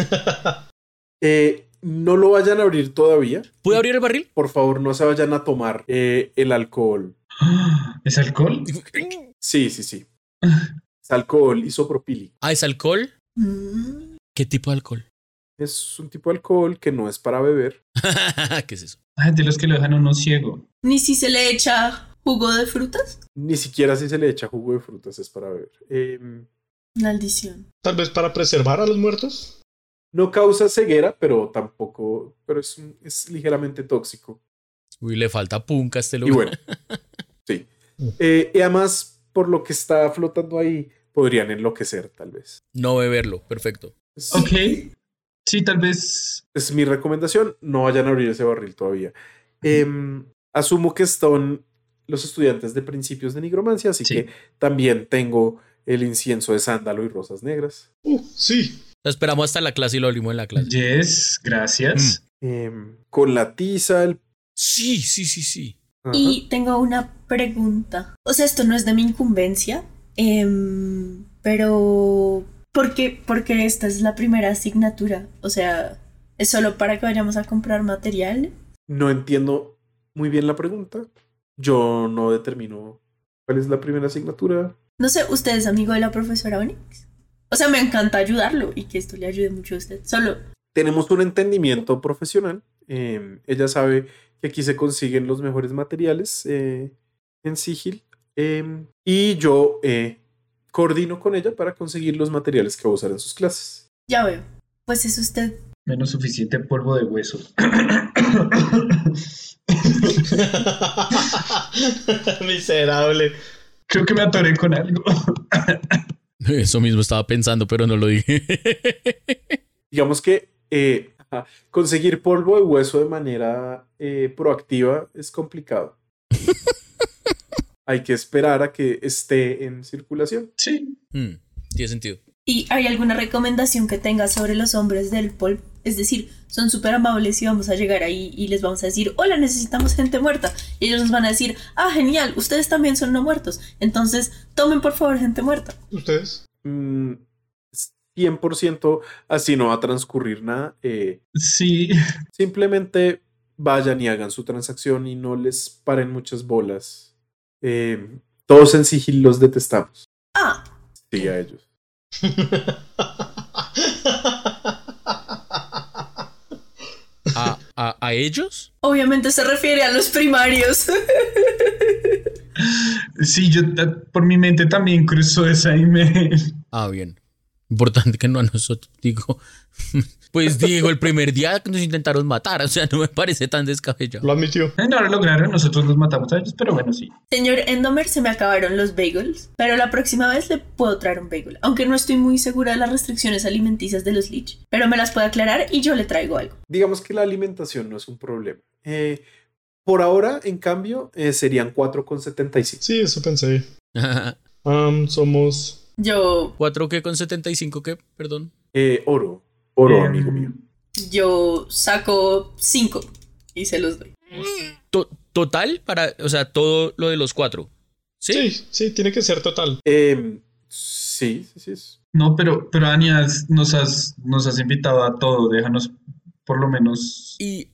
No lo vayan a abrir todavía. ¿Puedo abrir el barril? Por favor, no se vayan a tomar el alcohol. ¿Es alcohol? Sí. Es alcohol isopropílico. ¿Es alcohol? ¿Qué tipo de alcohol? Es un tipo de alcohol que no es para beber. ¿Qué es eso? De los que lo dejan a uno ciego. ¿Ni si se le echa jugo de frutas? Ni siquiera si se le echa jugo de frutas es para beber. Maldición. Tal vez para preservar a los muertos. No causa ceguera, pero tampoco... Pero es ligeramente tóxico. Uy, le falta punca a este lugar. Y bueno, sí. Y además, por lo que está flotando ahí, podrían enloquecer, tal vez. No beberlo, perfecto. Ok. Sí, tal vez... Es mi recomendación. No vayan a abrir ese barril todavía. asumo que están los estudiantes de principios de nigromancia, así que también tengo el incienso de sándalo y rosas negras. Sí. Lo esperamos hasta la clase y lo abrimos en la clase. Yes, gracias. Con la tiza. Sí. Ajá. Y tengo una pregunta. O sea, esto no es de mi incumbencia, pero ¿por qué esta es la primera asignatura? O sea, ¿es solo para que vayamos a comprar material? No entiendo muy bien la pregunta. Yo no determino cuál es la primera asignatura. No sé, ¿usted es amigo de la profesora Onyx? O sea, me encanta ayudarlo y que esto le ayude mucho a usted. Solo Tenemos un entendimiento profesional. Ella sabe que aquí se consiguen los mejores materiales en Sigil. Y yo coordino con ella para conseguir los materiales que va a usar en sus clases. ya veo. Pues es usted. Menos suficiente polvo de hueso. Miserable. Creo que me atoré con algo. Eso mismo estaba pensando, pero no lo dije. Digamos que conseguir polvo de hueso de manera proactiva es complicado. Hay que esperar a que esté en circulación. Sí. Tiene sentido. ¿Y hay alguna recomendación que tenga sobre los hombres del polvo? Es decir, son súper amables y vamos a llegar ahí y les vamos a decir, hola, necesitamos gente muerta. Y ellos nos van a decir, genial, ustedes también son no muertos. Entonces, tomen por favor gente muerta. ¿Ustedes? 100% así no va a transcurrir nada. Sí. Simplemente vayan y hagan su transacción y no les paren muchas bolas. Todos en Sigil los detestamos. Sí, a ellos. ¿A ellos? Obviamente se refiere a los primarios. Sí, yo por mi mente también cruzó esa email. Bien. Importante que no a nosotros, digo. Pues digo, el primer día que nos intentaron matar, o sea, no me parece tan descabellado. Lo admitió. No lo lograron, nosotros los matamos a ellos, pero bueno, sí. Señor Endomer, se me acabaron los bagels, pero la próxima vez le puedo traer un bagel. Aunque no estoy muy segura de las restricciones alimenticias de los Lich, pero me las puede aclarar y yo le traigo algo. Digamos que la alimentación no es un problema. Por ahora, en cambio, serían 4,75. Sí, eso pensé. Somos... Yo... ¿4 qué con 75 qué? Perdón. Oro, amigo mío. Yo saco 5 y se los doy. ¿Total? O sea, todo lo de los 4. Sí, tiene que ser total. Sí. No, pero Ania, nos has invitado a todo, déjanos por lo menos... Y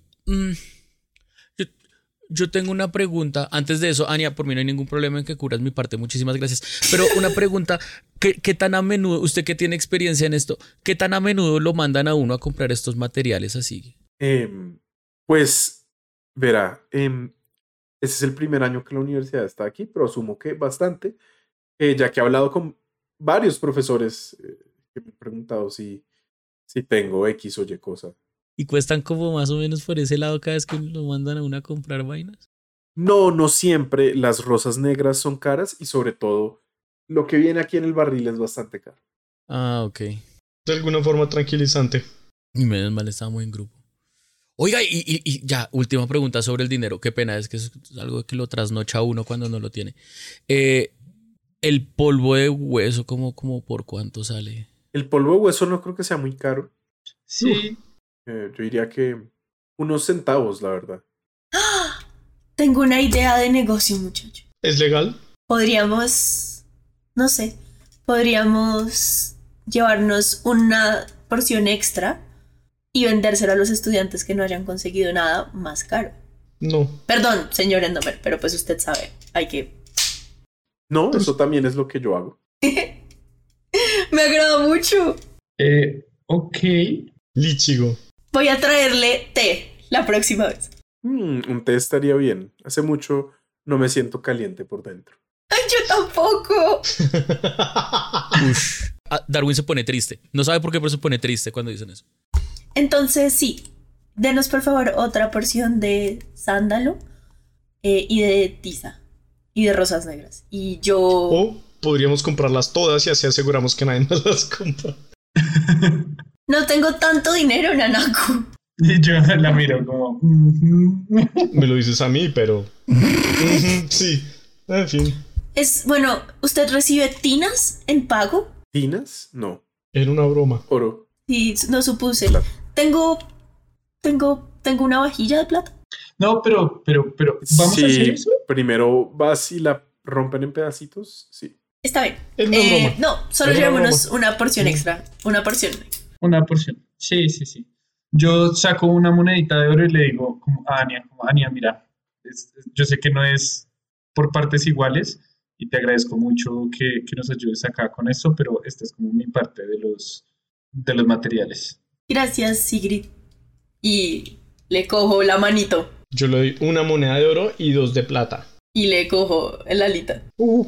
yo tengo una pregunta. Antes de eso, Ania, por mí no hay ningún problema en que curas mi parte, muchísimas gracias. Pero una pregunta, ¿qué tan a menudo, usted que tiene experiencia en esto, qué tan a menudo lo mandan a uno a comprar estos materiales así? Pues, verá, ese es el primer año que la universidad está aquí, pero asumo que bastante, ya que he hablado con varios profesores que me han preguntado si tengo X o Y cosa. ¿Y cuestan como más o menos por ese lado cada vez que lo mandan a uno a comprar vainas? No siempre. Las rosas negras son caras y sobre todo lo que viene aquí en el barril es bastante caro. Ok. De alguna forma tranquilizante. Y menos mal estábamos en grupo. Oiga, y ya, última pregunta sobre el dinero. Qué pena, es que es algo que lo trasnocha a uno cuando no lo tiene. El polvo de hueso, ¿como por cuánto sale? El polvo de hueso no creo que sea muy caro. Sí. Yo diría que unos centavos, la verdad. Tengo una idea de negocio, muchacho. ¿Es legal? Podríamos llevarnos una porción extra y vendérselo a los estudiantes que no hayan conseguido nada más caro. No. Perdón, señor Endomer, pero pues usted sabe, hay que... No, eso también es lo que yo hago. Me agrada mucho. Ok. Lichigo. Voy a traerle té la próxima vez. Un té estaría bien. Hace mucho no me siento caliente por dentro. ¡Ay, yo tampoco! Darwin se pone triste. No sabe por qué, pero se pone triste cuando dicen eso. Entonces, sí. Denos, por favor, otra porción de sándalo y de tiza y de rosas negras. Y yo... O podríamos comprarlas todas y así aseguramos que nadie nos las compra. No tengo tanto dinero, Nanaku. Y yo la miro como... Me lo dices a mí, pero... Sí, en fin. Bueno, ¿usted recibe tinas en pago? ¿Tinas? No. Era una broma. Oro. Sí, no supuse. Plata. Tengo una vajilla de plata. No, pero, ¿vamos a hacer eso? Primero vas y la rompen en pedacitos. Sí. Está bien. Era una broma. No, solo Era una llevémonos broma. una porción extra. Una porción. Una porción. Sí. Yo saco una monedita de oro y le digo como a Ania, mira, yo sé que no es por partes iguales y te agradezco mucho que nos ayudes acá con esto, pero esta es como mi parte de los materiales. Gracias, Sigrid. Y le cojo la manito. Yo le doy una moneda de oro y 2 de plata. Y le cojo el alita.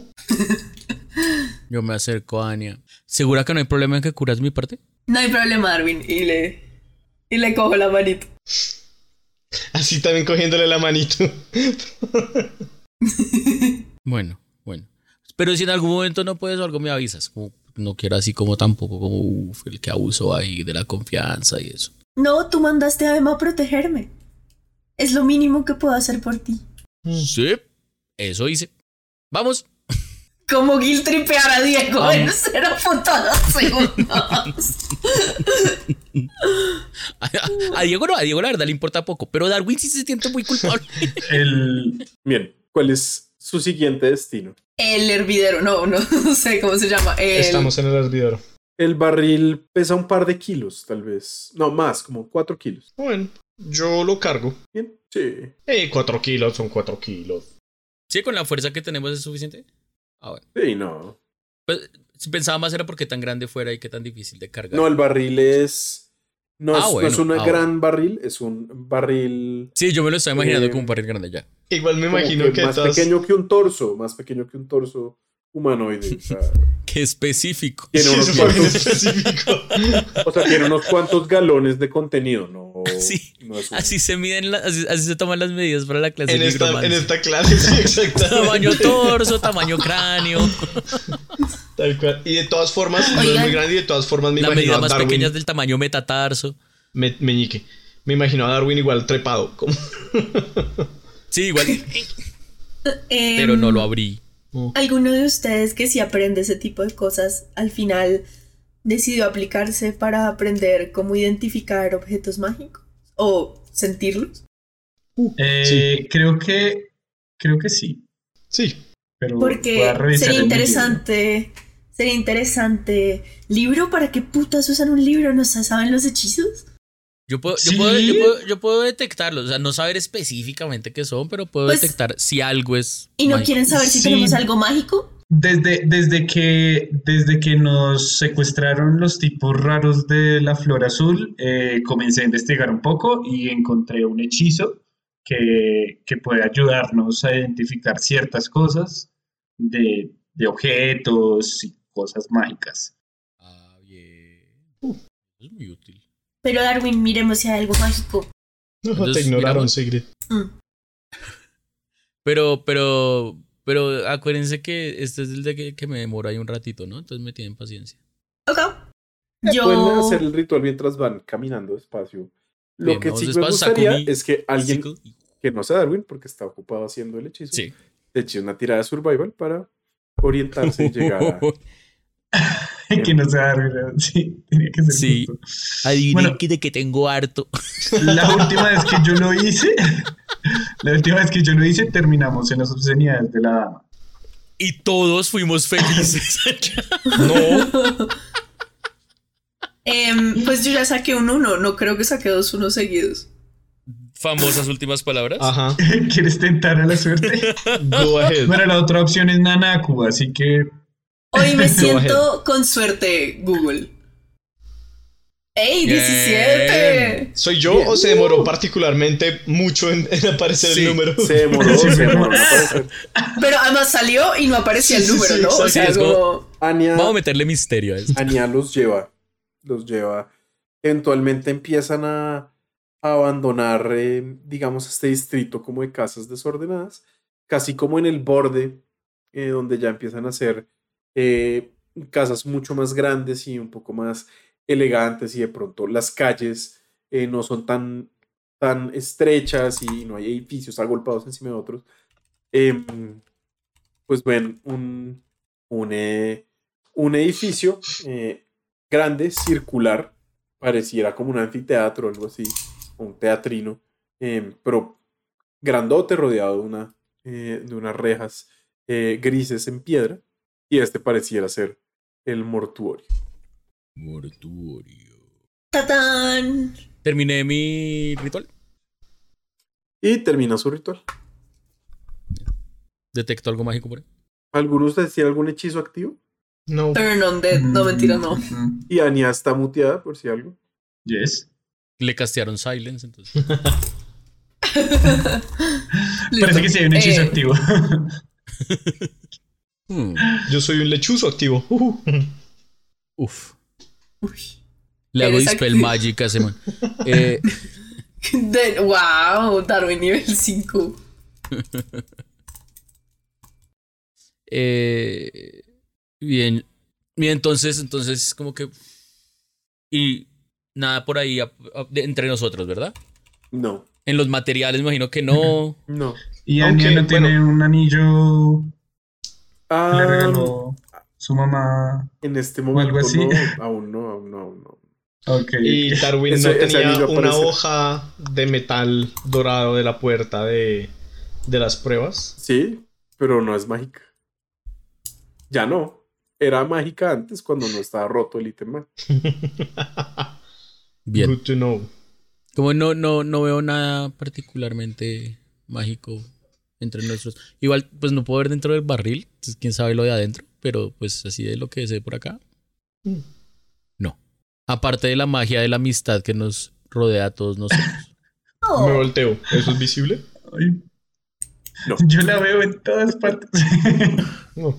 Yo me acerco a Anya. ¿Segura que no hay problema en que curas mi parte? No hay problema, Darwin. Y le cojo la manito. Así también cogiéndole la manito. Bueno. Pero si en algún momento no puedes o algo me avisas. Como, no quiero así como tampoco como el que abusó ahí de la confianza y eso. No, tú mandaste a Emma a protegerme. Es lo mínimo que puedo hacer por ti. Sí, eso hice. ¡Vamos! Como Gil tripear a Diego en 0.2 segundos. A Diego no, a Diego la verdad le importa poco. Pero Darwin sí se siente muy culpable. Bien, ¿cuál es su siguiente destino? El hervidero, no sé cómo se llama. Estamos en el hervidero. El barril pesa un par de kilos, tal vez. No, más, como 4 kilos. Bueno, yo lo cargo. Bien, sí. 4 kilos son 4 kilos. ¿Sí, con la fuerza que tenemos es suficiente? Ah, bueno. Sí, no. Pues, pensaba más era porque tan grande fuera y qué tan difícil de cargar. No, el barril es... No es un gran bueno. barril, es un barril... Sí, yo me lo estoy imaginando como un barril grande ya. Igual me como imagino que más pequeño que un torso humanoide. O sea, Qué específico. tiene Sí, unos eso fue bien cuantos, específico. o sea, tiene unos cuantos galones de contenido, ¿no? Sí, No es un- así se miden, así se toman las medidas para la clase En de esta nigromancia. clase, sí, exactamente. Tamaño torso, tamaño cráneo. Tal cual. Y de todas formas, no es Oigan. muy grande y de todas formas me La imagino medida a más Darwin. pequeña es del tamaño metatarso. Meñique. Me imagino a Darwin igual trepado. Como... Sí, igual. Pero no lo abrí. ¿Alguno de ustedes que sí aprende ese tipo de cosas al final decidió aplicarse para aprender cómo identificar objetos mágicos? ¿O sentirlos? Sí. Creo que sí. Sí. Pero voy Porque a revisar sería en mi interesante. ¿Libro? ¿Para qué putas usan un libro? ¿No saben los hechizos? Yo puedo detectarlo. O sea, no saber específicamente qué son, pero puedo Pues, detectar si algo es. ¿Y no mágico. quieren saber si Sí. tenemos algo mágico? Desde que nos secuestraron los tipos raros de la flor azul, comencé a investigar un poco y encontré un hechizo que puede ayudarnos a identificar ciertas cosas de objetos y cosas mágicas. Ah, bien. Es muy útil. Pero Darwin, miremos si hay algo mágico. No, Entonces, te ignoraron, miramos. Sigrid. Pero acuérdense que este es el de que me demora ahí un ratito, ¿no? Entonces me tienen paciencia. Ok. Pueden Yo... hacer el ritual mientras van caminando despacio. Lo Bien, que vamos sí me despacio, gustaría saco mi es que alguien sickle. que no sea Darwin, porque está ocupado haciendo el hechizo, Sí. te eche una tirada de survival para orientarse y llegar a... Que no sea Darwin, sí, tenía que ser Sí. justo. Adivinen Bueno. que de que tengo harto. La última vez que yo lo hice, terminamos en las obscenidades de la dama. Y todos fuimos felices. No. Pues yo ya saqué un 1. No creo que saqué 2 1 seguidos. Famosas últimas palabras. Ajá. ¿Quieres tentar a la suerte? Go ahead. Bueno, la otra opción es Nanaku, así que Hoy me Go siento con suerte, Google. ¡Ey, Bien. 17! ¿Soy yo Bien. o se demoró particularmente mucho en aparecer Sí. el número? Se demoró, Sí, se pero- demoró en aparecer. Pero además salió y no aparecía Sí, el sí, número, sí, ¿no? O exacto. sea, Sí, es como- como... Anya, Vamos a meterle misterio a esto. Anya los lleva. Eventualmente empiezan a abandonar, digamos, este distrito como de casas desordenadas, casi como en el borde, donde ya empiezan a ser casas mucho más grandes y un poco más elegantes y de pronto las calles no son tan estrechas y no hay edificios agolpados encima de otros. Pues ven un edificio grande, circular, pareciera como un anfiteatro o algo así, un teatrino, pero grandote, rodeado de unas rejas grises en piedra, y este pareciera ser el mortuorio. Mortuorio. ¡Tatán! Terminé mi ritual. Y termina su ritual. ¿Detecto algo mágico por ahí? ¿Alguno de ustedes tiene algún hechizo activo? No. Turn on dead. No, mentira, no. Y Anya está muteada, por si algo. Yes. Le castearon silence, entonces. Parece que sí hay un hechizo activo. Yo soy un lechuzo activo. Uf. Uy. Le hago Eres Dispel activo. Magic a ese man. Wow, Darwin nivel 5. Bien. Bien, entonces como que... Y nada por ahí entre nosotros, ¿verdad? No. En los materiales me imagino que no. No. Y Aunque, Anya no tiene un anillo que le Ah, regaló su mamá. en este algo momento así. no. Aún no. Ok. Y Darwin Ese no tenía anillo una aparece. hoja de metal dorado de la puerta de las pruebas. Sí, pero no es mágica. Ya no. Era mágica antes cuando no estaba roto el ítem más. Bien. Good to know. Como no veo nada particularmente mágico entre nuestros. Igual, pues no puedo ver dentro del barril. Entonces, quién sabe lo de adentro. Pero pues así de lo que se ve por acá. No. Aparte de la magia de la amistad que nos rodea a todos nosotros. Oh. Me volteo. ¿Eso es visible? Ay, No. yo la veo en todas partes. No.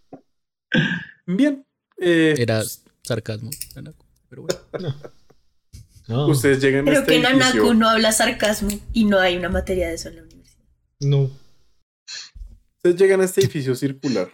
Bien. Era sarcasmo. Pero bueno. Ah, Ustedes llegan a Pero este que edificio. Nanaku no habla sarcasmo y no hay una materia de eso en la universidad. no. Ustedes llegan a este edificio circular.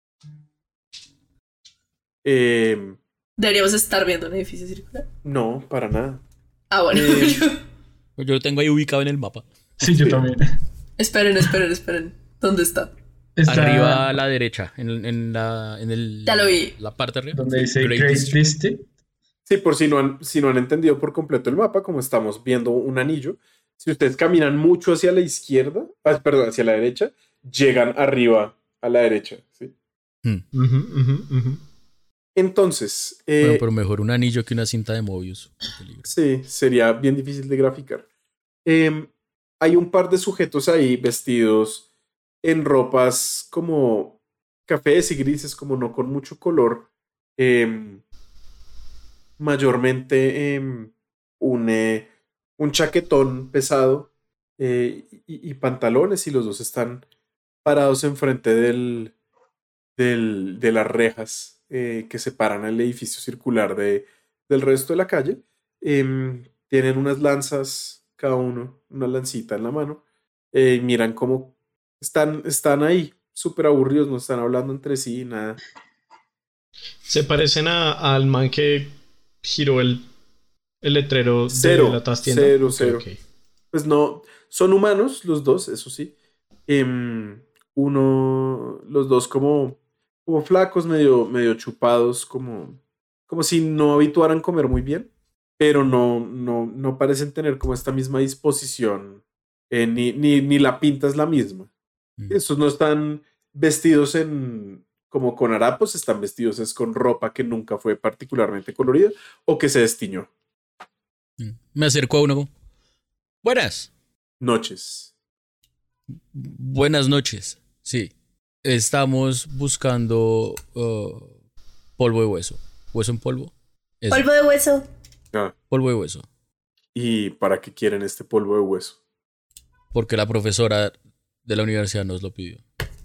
Deberíamos estar viendo un edificio circular. No, para nada. Ah, bueno. Yo lo tengo ahí ubicado en el mapa. Sí, yo Sí. también. Esperen. ¿Dónde está? Está Arriba a la derecha. En el. Ya lo vi. La parte de arriba. donde dice Great Great District. District. Sí, por si no han entendido por completo el mapa, como estamos viendo un anillo, si ustedes caminan mucho hacia la izquierda, hacia la derecha, llegan arriba a la derecha. ¿sí? Entonces, Bueno, pero mejor un anillo que una cinta de Mobius. Qué peligro. sí, sería bien difícil de graficar. Hay un par de sujetos ahí vestidos en ropas como cafés y grises, como no con mucho color. Mayormente un chaquetón pesado y pantalones, y los dos están parados enfrente de las rejas que separan el edificio circular del resto de la calle. Tienen unas lanzas, cada uno, una lancita en la mano. Miran cómo están ahí, súper aburridos, no están hablando entre sí, nada. Se parecen al man que giró el letrero Cero, de la trastienda. cero, Ok, cero. ok. Pues no, son humanos los dos, eso sí. Los dos como flacos, medio chupados, como si no habituaran comer muy bien, pero no parecen tener como esta misma disposición, ni la pinta es la misma. Esos no están vestidos como con harapos, están vestidos es con ropa que nunca fue particularmente colorida o que se destiñó. Me acerco a uno. Buenas. Noches. Buenas noches. Sí. Estamos buscando polvo de hueso. ¿Hueso en polvo? Eso. Polvo de hueso. Ah, Polvo de hueso. ¿y para qué quieren este polvo de hueso? Porque la profesora de la universidad nos lo pidió.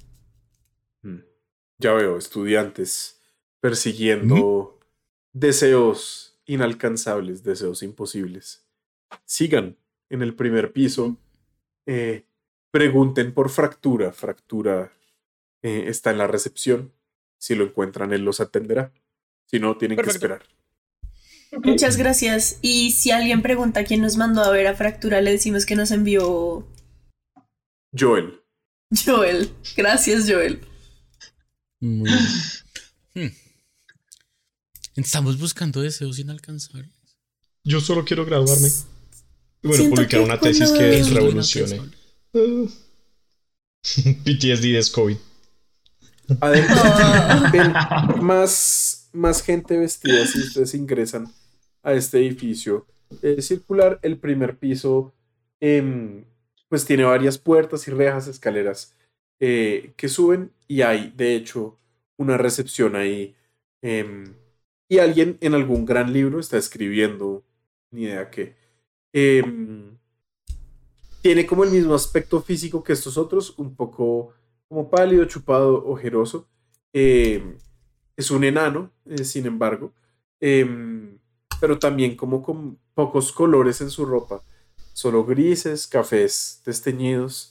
Ya veo, estudiantes persiguiendo deseos inalcanzables, deseos imposibles. Sigan en el primer piso. Pregunten por Fractura. Fractura está en la recepción. Si lo encuentran, él los atenderá. Si no, tienen Perfecto. que esperar. Muchas gracias. Y si alguien pregunta quién nos mandó a ver a Fractura, le decimos que nos envió Joel. Joel. Gracias, Joel. Muy bien. Estamos buscando deseos inalcanzables. Yo solo quiero graduarme. Bueno, Siento publicar que una tesis cuando- que Eso es lo revolucione. PTSD de COVID. Además, Oh. ven más gente vestida si ustedes ingresan a este edificio circular. El primer piso pues tiene varias puertas y rejas, escaleras que suben, y hay de hecho una recepción ahí, y alguien en algún gran libro está escribiendo, ni idea qué. Tiene como el mismo aspecto físico que estos otros, un poco como pálido, chupado, ojeroso. Es un enano, sin embargo, pero también como con pocos colores en su ropa, solo grises, cafés desteñidos.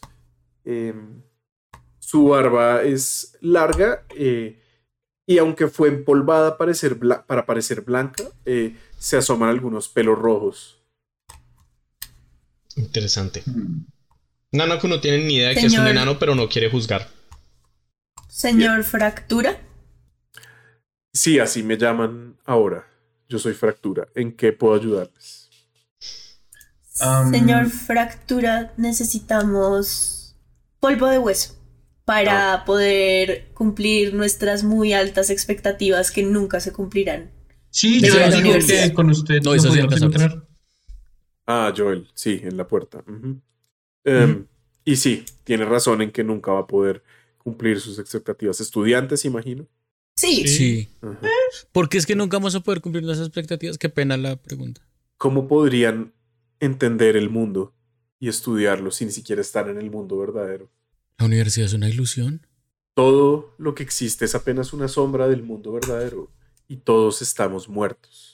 Su barba es larga, y aunque fue empolvada para parecer blanca, se asoman algunos pelos rojos. Interesante. Nanaku no tiene ni idea de que es un Señor. enano, pero no quiere juzgar. Señor Fractura. Sí, así me llaman ahora. Yo soy Fractura. ¿En qué puedo ayudarles? Señor Fractura, necesitamos polvo de hueso para poder cumplir nuestras muy altas expectativas que nunca se cumplirán. Sí, Pero yo en la digo universidad. que con usted No, no eso sí podemos alcanzamos. encontrar. Joel, sí, en la puerta. Ujú. Ujú. Y sí, tiene razón en que nunca va a poder cumplir sus expectativas. Estudiantes, imagino. Sí, Sí. Ajá. Porque es que nunca vamos a poder cumplir las expectativas. Qué pena la pregunta. ¿Cómo podrían entender el mundo y estudiarlo sin siquiera estar en el mundo verdadero? ¿La universidad es una ilusión? Todo lo que existe es apenas una sombra del mundo verdadero, y todos estamos muertos.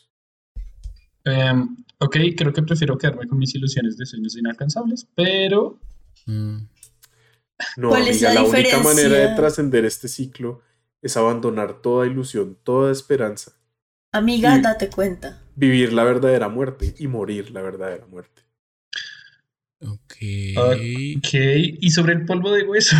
Ok, creo que prefiero quedarme con mis ilusiones de sueños inalcanzables, pero Mm. No, ¿Cuál es amiga, la la única diferencia? manera de trascender este ciclo es abandonar toda ilusión, toda esperanza, amiga, Y- date cuenta. vivir la verdadera muerte y morir la verdadera muerte. Ok. ok. Y sobre el polvo de hueso.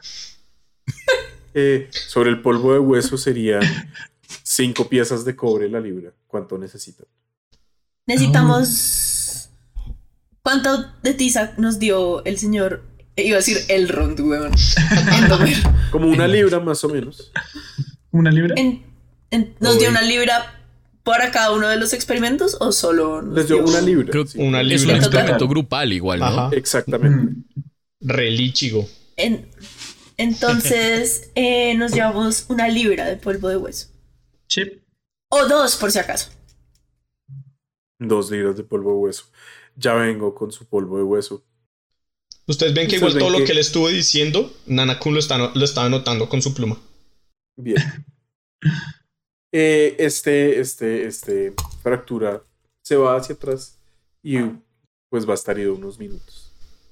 Sobre el polvo de hueso serían 5 piezas de cobre la libra. ¿Cuánto necesitan? Necesitamos... ¿Cuánto de tiza nos dio el señor? Iba a decir Elrond, weón. Endomer. Como una libra más o menos. ¿Una libra? ¿Nos dio Uy. una libra para cada uno de los experimentos o solo nos Les dio una libra. Creo- sí. Una Es un libra. En total. experimento grupal igual, ¿no? Ajá. Exactamente. Relíchigo. Entonces nos llevamos una libra de polvo de hueso. Sí. O 2 por si acaso. 2 libras de polvo de hueso. Ya vengo con su polvo de hueso. Ustedes ven que Ustedes igual ven todo lo que- que le estuvo diciendo, Nanakun lo está anotando con su pluma. Bien. Fractura se va hacia atrás y pues va a estar ido unos minutos.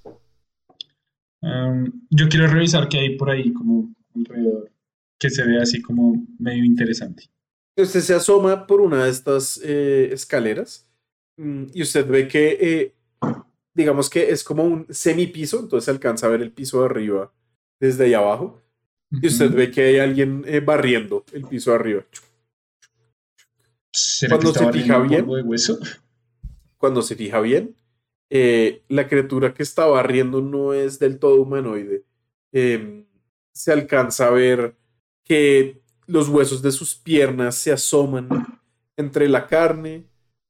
Yo quiero revisar qué hay por ahí como alrededor, que se vea así como medio interesante. Usted se asoma por una de estas escaleras, y usted ve que, digamos que es como un semipiso, entonces se alcanza a ver el piso de arriba desde ahí abajo, y usted ve que hay alguien barriendo el piso de arriba. ¿Será que Cuando está se barriendo fija un bien. polvo de hueso? Cuando se fija bien, la criatura que está barriendo no es del todo humanoide. Se alcanza a ver que los huesos de sus piernas se asoman entre la carne.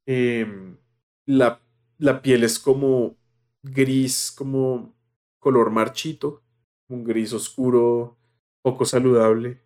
La piel es como gris, como color marchito, un gris oscuro, poco saludable.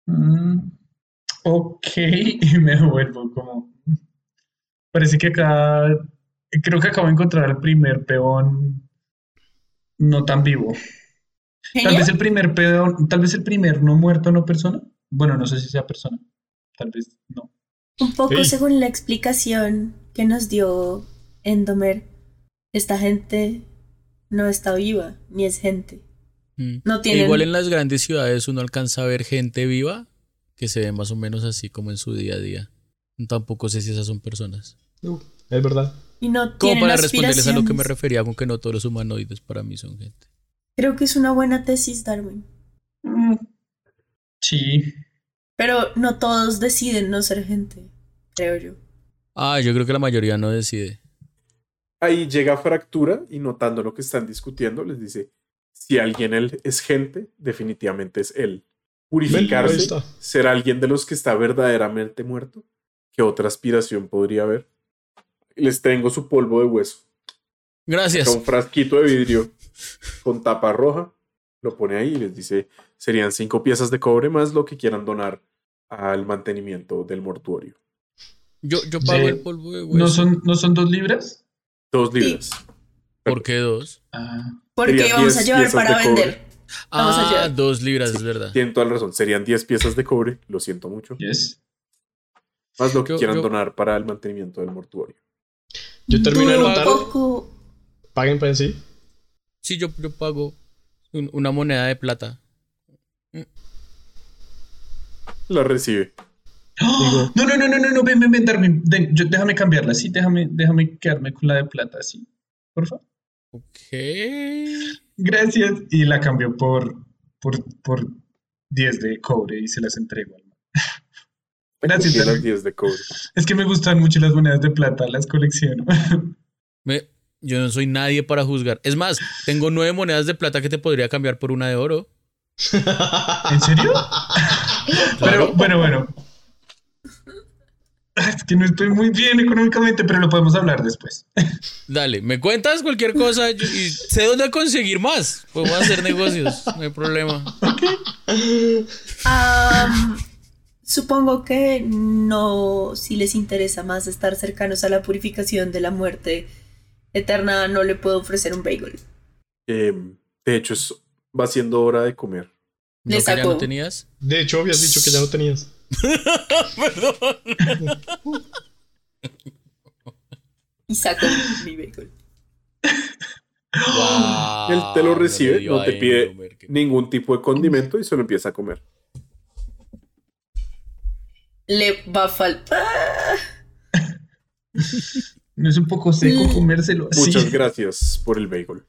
Ok, y me vuelvo como... Parece que acá... Creo que acabo de encontrar al primer peón no tan vivo. Tal ¿Genio? vez el primer peón, tal vez el primer no muerto, no persona. Bueno, no sé si sea persona. Tal vez no. Un poco Ey. según la explicación que nos dio Endomer, esta gente no está viva, ni es gente. Mm. No tienen... Igual en las grandes ciudades uno alcanza a ver gente viva que se ve más o menos así como en su día a día. Tampoco sé si esas son personas. Es verdad. Y no Como tienen para responderles a lo que me aspiraciones. refería con que no todos los humanoides para mí son gente. Creo que es una buena tesis, Darwin. Mm, Sí. Pero no todos deciden no ser gente, creo yo. Yo creo que la mayoría no decide. Ahí llega Fractura y notando lo que están discutiendo, les dice, si alguien él es gente, definitivamente es él. Ahí Purificarse, está. ser alguien de los que está verdaderamente muerto. ¿Qué otra aspiración podría haber? Les tengo su polvo de hueso. Gracias. Un frasquito de vidrio con tapa roja. Lo pone ahí y les dice, serían 5 piezas de cobre más lo que quieran donar al mantenimiento del mortuorio. Yo pago Sí. el polvo de hueso. ¿No son 2 libras? 2 libras. ¿Por qué 2? Ah, Porque Serían vamos a 10 llevar piezas para de cobre. vender. Vamos a llevar. 2 libras, es verdad. Tienen toda la razón. Serían 10 piezas de cobre. Lo siento mucho. yes. Más lo que Yo- quieran yo- donar para el mantenimiento del mortuorio. Yo termino de Dudo un notar. poco. Paguen pues sí. Sí, yo pago una moneda de plata. La recibe. ¡Ah! No, ven, Darwin, déjame cambiarla, sí, déjame quedarme con la de plata, sí, por favor. Ok. Gracias. Y la cambió por 10 de cobre y se las entrego. Gracias, Y las Darwin. 10 de cobre. Es que me gustan mucho las monedas de plata, las colecciono. Yo no soy nadie para juzgar. Es más, tengo 9 monedas de plata que te podría cambiar por una de oro. ¿En serio? Pero, bueno. Es que no estoy muy bien económicamente, pero lo podemos hablar después. Dale, me cuentas cualquier cosa y sé dónde conseguir más. Podemos hacer negocios, no hay problema. Supongo que no, si les interesa más estar cercanos a la purificación de la muerte eterna, no le puedo ofrecer un bagel. De hecho, va siendo hora de comer. ¿No Le que ya sacó. no tenías? De hecho, habías dicho que ya no tenías. Y saco mi bagel. Wow, Él te lo no recibe, le dio no te a pide Engelberg. ningún tipo de condimento y se lo empieza a comer. Le va a faltar. ¿No es un poco seco comérselo así? Muchas gracias por el bagel.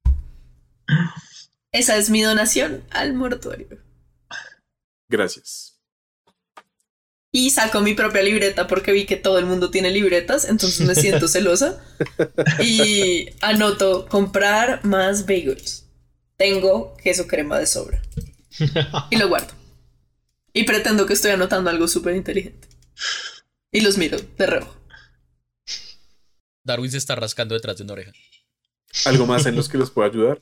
Esa es mi donación al mortuorio. Gracias. Y saco mi propia libreta porque vi que todo el mundo tiene libretas, entonces me siento celosa. Y anoto comprar más bagels. Tengo queso crema de sobra. Y lo guardo. Y pretendo que estoy anotando algo súper inteligente. Y los miro de reojo. Darwin se está rascando detrás de una oreja. ¿Algo más en los que les pueda ayudar?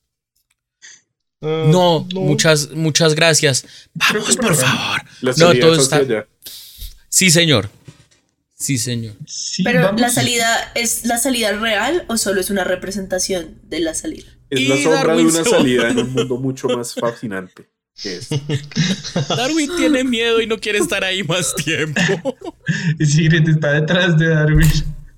No, muchas gracias. Vamos, por favor. La No, salida todo es hacia está. allá. Sí, señor. Sí, señor. Sí, Pero vamos. ¿la salida es la salida real o solo es una representación de la salida? Es Y la sombra Darwin de una se va. salida en un mundo mucho más fascinante que es. Darwin tiene miedo y no quiere estar ahí más tiempo. Y Sigrid está detrás de Darwin.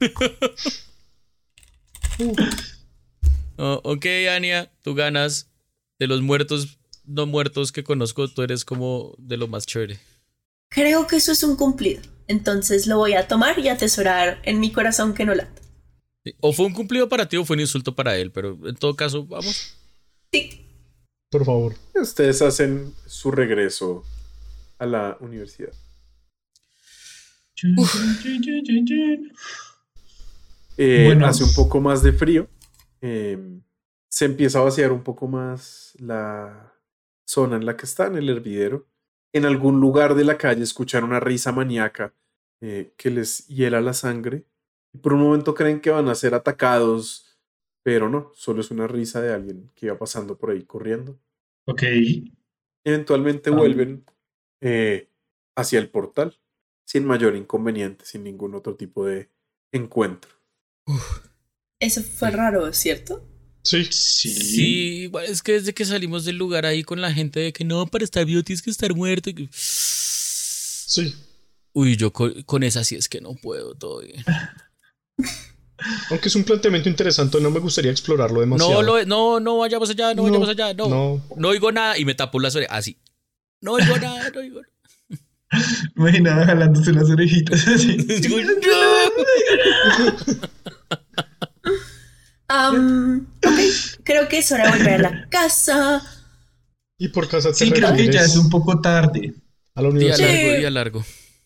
Oh, ok, Anya, tú ganas. De los muertos, no muertos que conozco, tú eres como de lo más chévere. Creo que eso es un cumplido. Entonces lo voy a tomar y atesorar en mi corazón que no lata. O fue un cumplido para ti o fue un insulto para él, pero en todo caso, vamos. Sí. Por favor. Ustedes hacen su regreso a la universidad. Bueno. Hace un poco más de frío. Se empieza a vaciar un poco más la zona en la que están, el hervidero. En algún lugar de la calle escuchan una risa maníaca que les hiela la sangre. Y por un momento creen que van a ser atacados, pero no, solo es una risa de alguien que iba pasando por ahí corriendo. Ok. Eventualmente vuelven hacia el portal, sin mayor inconveniente, sin ningún otro tipo de encuentro. Eso fue raro, ¿cierto? Sí. Sí, igual es que desde que salimos del lugar ahí con la gente de que no, para estar vivo tienes que estar muerto. Sí. Uy, yo con esa sí es que no puedo todavía. Aunque es un planteamiento interesante, no me gustaría explorarlo demasiado. No vayamos allá, no vayamos allá, no. no. No oigo nada y me tapo las orejas, así. No oigo nada, no oigo nada. Imaginaba jalándose las orejitas así. Digo, Ok, creo que es hora de volver a la casa. Y por casa te Sí, creo que ya refieres es un poco tarde. a la día universidad. largo, Sí. día largo.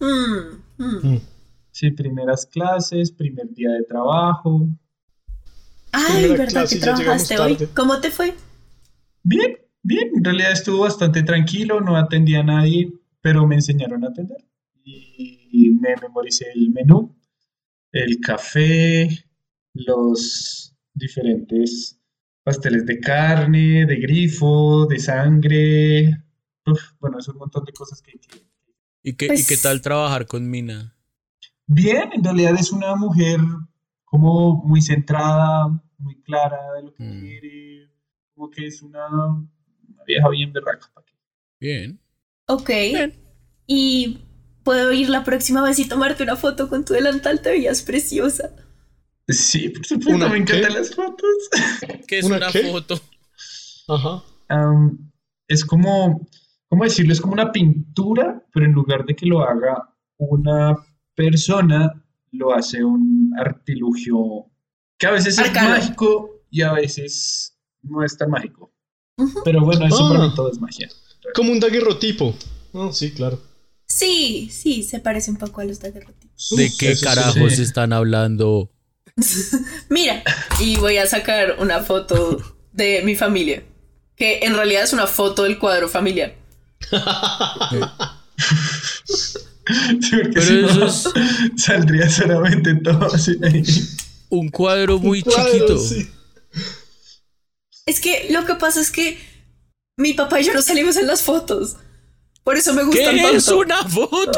Sí, primeras clases, primer día de trabajo. Ay, Primera ¿verdad clase que y ya llegamos trabajaste hoy? tarde. ¿Cómo te fue? Bien, bien. En realidad estuvo bastante tranquilo, no atendí a nadie, pero me enseñaron a atender. Y me memoricé el menú, el café, los diferentes pasteles de carne, de grifo, de sangre. Uf, bueno, es un montón de cosas que... ¿Y qué Pues- tal trabajar con Mina? Bien, en realidad es una mujer como muy centrada, muy clara de lo que Mm. quiere, como que es una vieja bien berraca. ¿pa' qué? Bien. Ok. ¿Y puedo ir la próxima vez y tomarte una foto con tu delantal? Te veías preciosa. Sí, por supuesto, ¿Una me encantan qué? las fotos. ¿Qué es ¿Una una qué? foto? Ajá. Es como, ¿cómo decirlo? Es como una pintura, pero en lugar de que lo haga una persona, lo hace un artilugio que a veces es Arcano. mágico y a veces no es tan mágico. Ujú. Pero bueno, eso para mí Ah. todo es magia. Como un daguerrotipo. Ah, sí, claro. Sí, sí, se parece un poco a los daguerrotipos. ¿De Uf, qué eso sí. carajos Sí. están hablando? Mira, y voy a sacar una foto de mi familia, que en realidad es una foto del cuadro familiar. Sí, porque Pero si no, eso es saldría solamente todo así. un cuadro muy Cuadro, chiquito. sí. Es que lo que pasa es que mi papá y yo no salimos en las fotos. Por eso me gustan ¿Qué tanto. es una foto?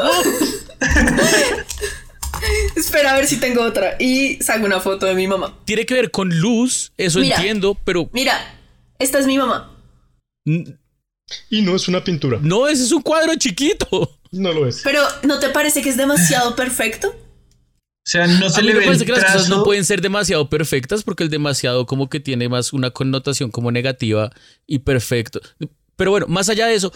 Espera a ver si tengo otra. Y saco una foto de mi mamá. Tiene que ver con luz, eso Mira. entiendo, pero Mira, esta es mi mamá. Y no es una pintura. no, ese es un cuadro chiquito. No lo es. Pero ¿no te parece que es demasiado perfecto? O sea, no se A mí le me ve parece el que las cosas no trazo. pueden ser demasiado perfectas porque el demasiado como que tiene más una connotación como negativa y perfecto. Pero bueno, más allá de eso,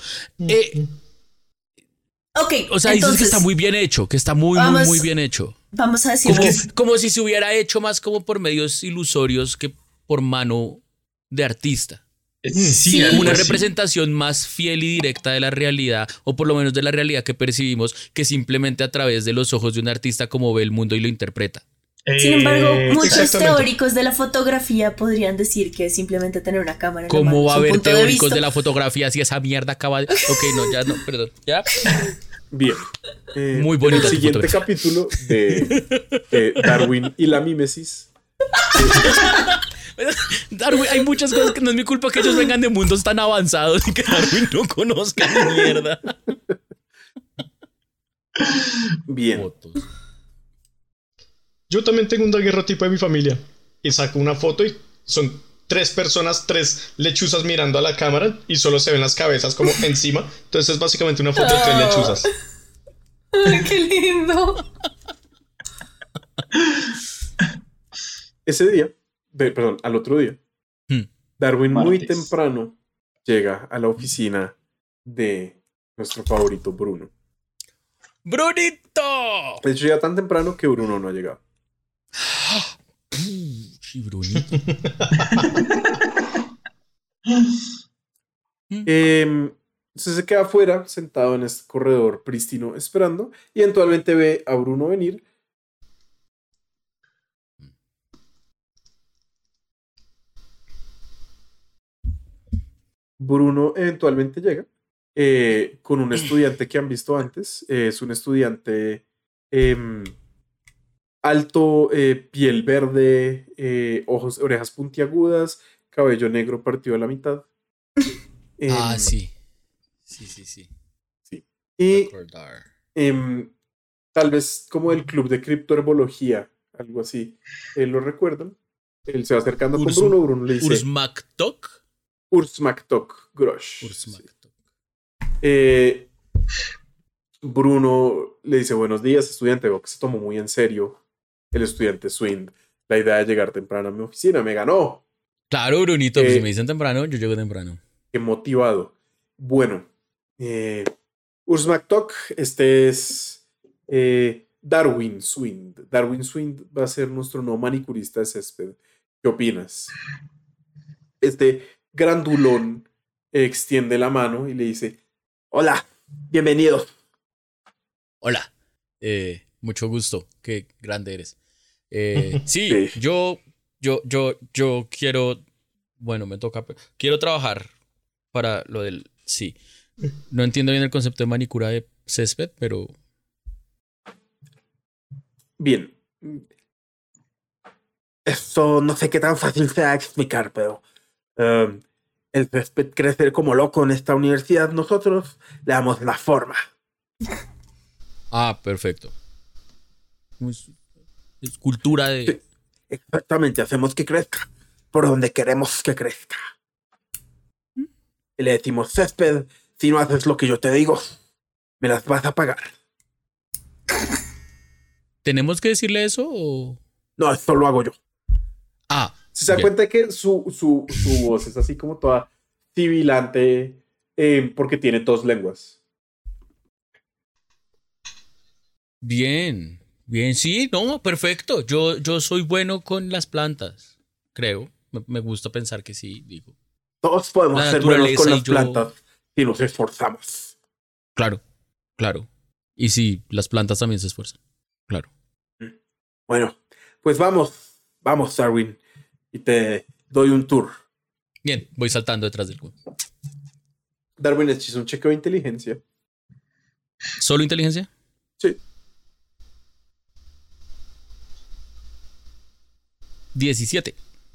Ok, o sea, dices entonces que está muy bien hecho, que está muy, muy, vamos- muy bien hecho. vamos a decir Como, que como si se hubiera hecho más como por medios ilusorios que por mano de artista. Sí, Como algo una así. representación más fiel y directa de la realidad, o por lo menos de la realidad que percibimos, que simplemente a través de los ojos de un artista como ve el mundo y lo interpreta. Sin embargo, muchos Exactamente. teóricos de la fotografía podrían decir que simplemente tener una cámara en la mano ¿Cómo va es a un haber punto de teóricos vista. de la fotografía si esa mierda acaba de... Ok, no, ya no, perdón. ¿Ya? Bien. Muy En bonita el tu siguiente fotografía. capítulo de Darwin y la mímesis. Darwin, hay muchas cosas que no es mi culpa que ellos vengan de mundos tan avanzados y que Darwin no conozca ni mierda. Bien. Fotos. Yo también tengo un daguerrotipo de mi familia. Y saco una foto y son 3 personas, 3 lechuzas mirando a la cámara y solo se ven las cabezas como encima. Entonces es básicamente una foto de 3 lechuzas. Ay, qué lindo. Ese día, perdón, al otro día, Hmm. Darwin muy Martes. temprano llega a la oficina de nuestro favorito Bruno. ¡Brunito! De hecho, ya tan temprano que Bruno no ha llegado. Sí, Brunito. Entonces se queda afuera, sentado en este corredor prístino, esperando, y eventualmente ve a Bruno venir. Bruno eventualmente llega con un estudiante que han visto antes. Es un estudiante alto, piel verde, orejas puntiagudas, cabello negro partido a la mitad. Ah, Em, sí. Sí. sí. Y Recordar. tal vez como el club de criptoherbología, algo así. ¿Lo recuerdan? Él se va acercando con Bruno. Bruno le dice Urs MacToc. Urs MacToc Grosh. Urs Sí. MacToc. Bruno le dice buenos días, estudiante. Veo que se tomó muy en serio el estudiante Swind la idea de llegar temprano a mi oficina. Me ganó. Claro, Brunito, pues si me dicen temprano, yo llego temprano. Qué motivado. Bueno, Ursmactok, este es Darwin Swind. Darwin Swind va a ser nuestro nuevo manicurista de césped. ¿Qué opinas? Este grandulón extiende la mano y le dice: hola, bienvenido. Hola. Mucho gusto. Qué grande eres. Sí. Sí, yo quiero. Bueno, me toca. Quiero trabajar para lo del. Sí. No entiendo bien el concepto de manicura de césped, pero. Bien. Esto no sé qué tan fácil sea explicar, pero el césped crece como loco en esta universidad. Nosotros le damos la forma. Ah, perfecto. Es cultura de. Sí, exactamente, hacemos que crezca por donde queremos que crezca. Y le decimos: césped, si no haces lo que yo te digo, me las vas a pagar. ¿Tenemos que decirle eso o...? No, esto lo hago yo. Ah. Se da cuenta que su voz es así como toda sibilante porque tiene 2 lenguas. Bien, sí, no, perfecto. Yo soy bueno con las plantas, creo. Me gusta pensar que sí, digo. Todos podemos ser buenos con las plantas si nos esforzamos. Claro. Y sí, las plantas también se esfuerzan. Claro. Bueno, pues vamos, Darwin, y te doy un tour. Bien, voy saltando detrás del cubo. Darwin hechiza un chequeo de inteligencia. ¿Solo inteligencia? Sí. 17.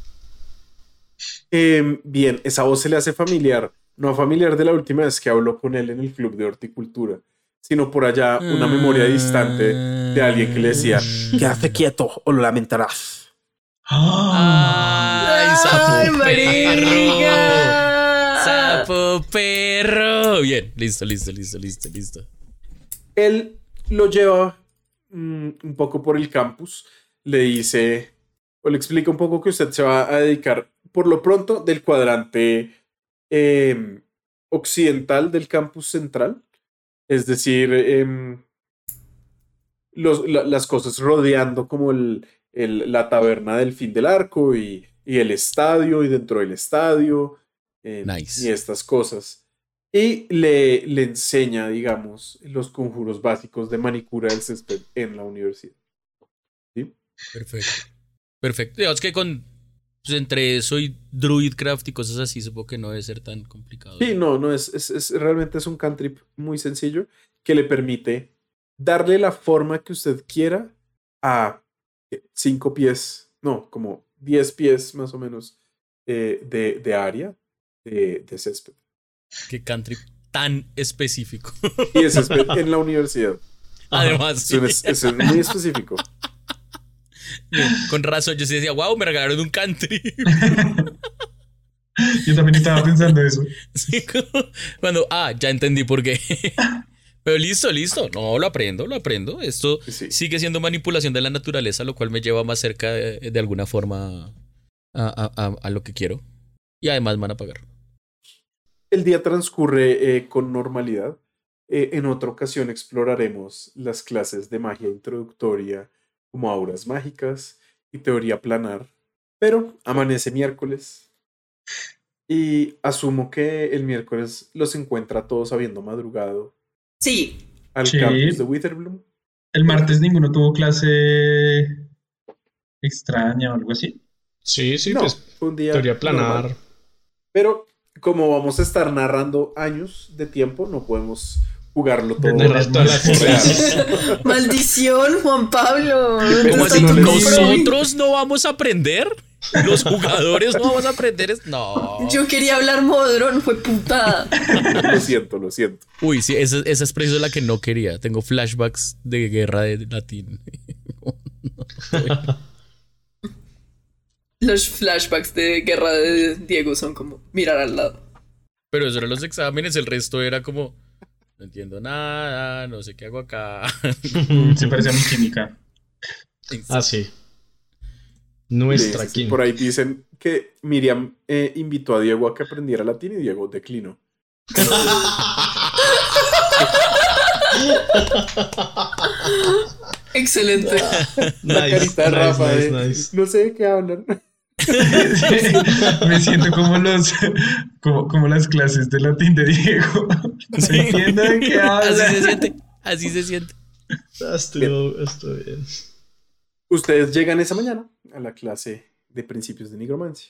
Bien, esa voz se le hace familiar. No familiar de la última vez que habló con él en el club de horticultura, sino por allá una memoria distante de alguien que le decía: quédate quieto o lo lamentarás. ¡Ay, sapo perro! marica! ¡Sapo perro! Bien, listo. Él lo lleva un poco por el campus. Le dice, o le explica un poco que usted se va a dedicar, por lo pronto, del cuadrante occidental del campus central. Es decir, las cosas rodeando como la taberna del fin del arco y el estadio, y dentro del estadio, Nice. y estas cosas. Y le enseña, digamos, los conjuros básicos de manicura del césped en la universidad. ¿Sí? Perfecto. Digamos que pues, entre eso y Druidcraft y cosas así, supongo que no debe ser tan complicado. Sí, no, realmente es un cantrip muy sencillo que le permite darle la forma que usted quiera a 5 pies, no, como 10 pies más o menos de área de césped. Qué cantrip tan específico. Y de césped en la universidad. Además, sí. Es muy específico. Con razón, yo sí decía, wow, me regalaron un country. Yo también estaba pensando eso. Sí, cuando, ya entendí por qué. Pero listo. No, lo aprendo. Esto Sí. sigue siendo manipulación de la naturaleza, lo cual me lleva más cerca de alguna forma a lo que quiero. Y además me van a pagar. El día transcurre con normalidad. En otra ocasión exploraremos las clases de magia introductoria, como auras mágicas y teoría planar. Pero amanece miércoles y asumo que el miércoles los encuentra a todos habiendo madrugado Sí. al Sí. campus de Witherbloom. El martes ninguno tuvo clase extraña o algo así. Sí, No, pues fue un día teoría planar. normal. Pero como vamos a estar narrando años de tiempo, no podemos jugarlo todo. Narrar todas las clases. Maldición, Juan Pablo. ¿Cómo Pero así? no les digo. ¿Nosotros no vamos a aprender? ¿Los jugadores no vamos a aprender? No. Yo quería hablar modrón, fue putada. Lo siento. Uy, sí, esa es precisamente la que no quería. Tengo flashbacks de guerra de latín. Los flashbacks de guerra de Diego son como mirar al lado. Pero eso eran los exámenes, el resto era como, no entiendo nada, no sé qué hago acá. Se parece a mi química. Ah, sí. Nuestra Sí. química. Por ahí dicen que Miriam invitó a Diego a que aprendiera latín y Diego declinó. Excelente. La carita de Rafa. nice. No sé de qué hablan. Me siento como las clases de latín de Diego. No entiendo de qué habla. Así se siente. Estuvo bien. Ustedes llegan esa mañana a la clase de principios de nigromancia.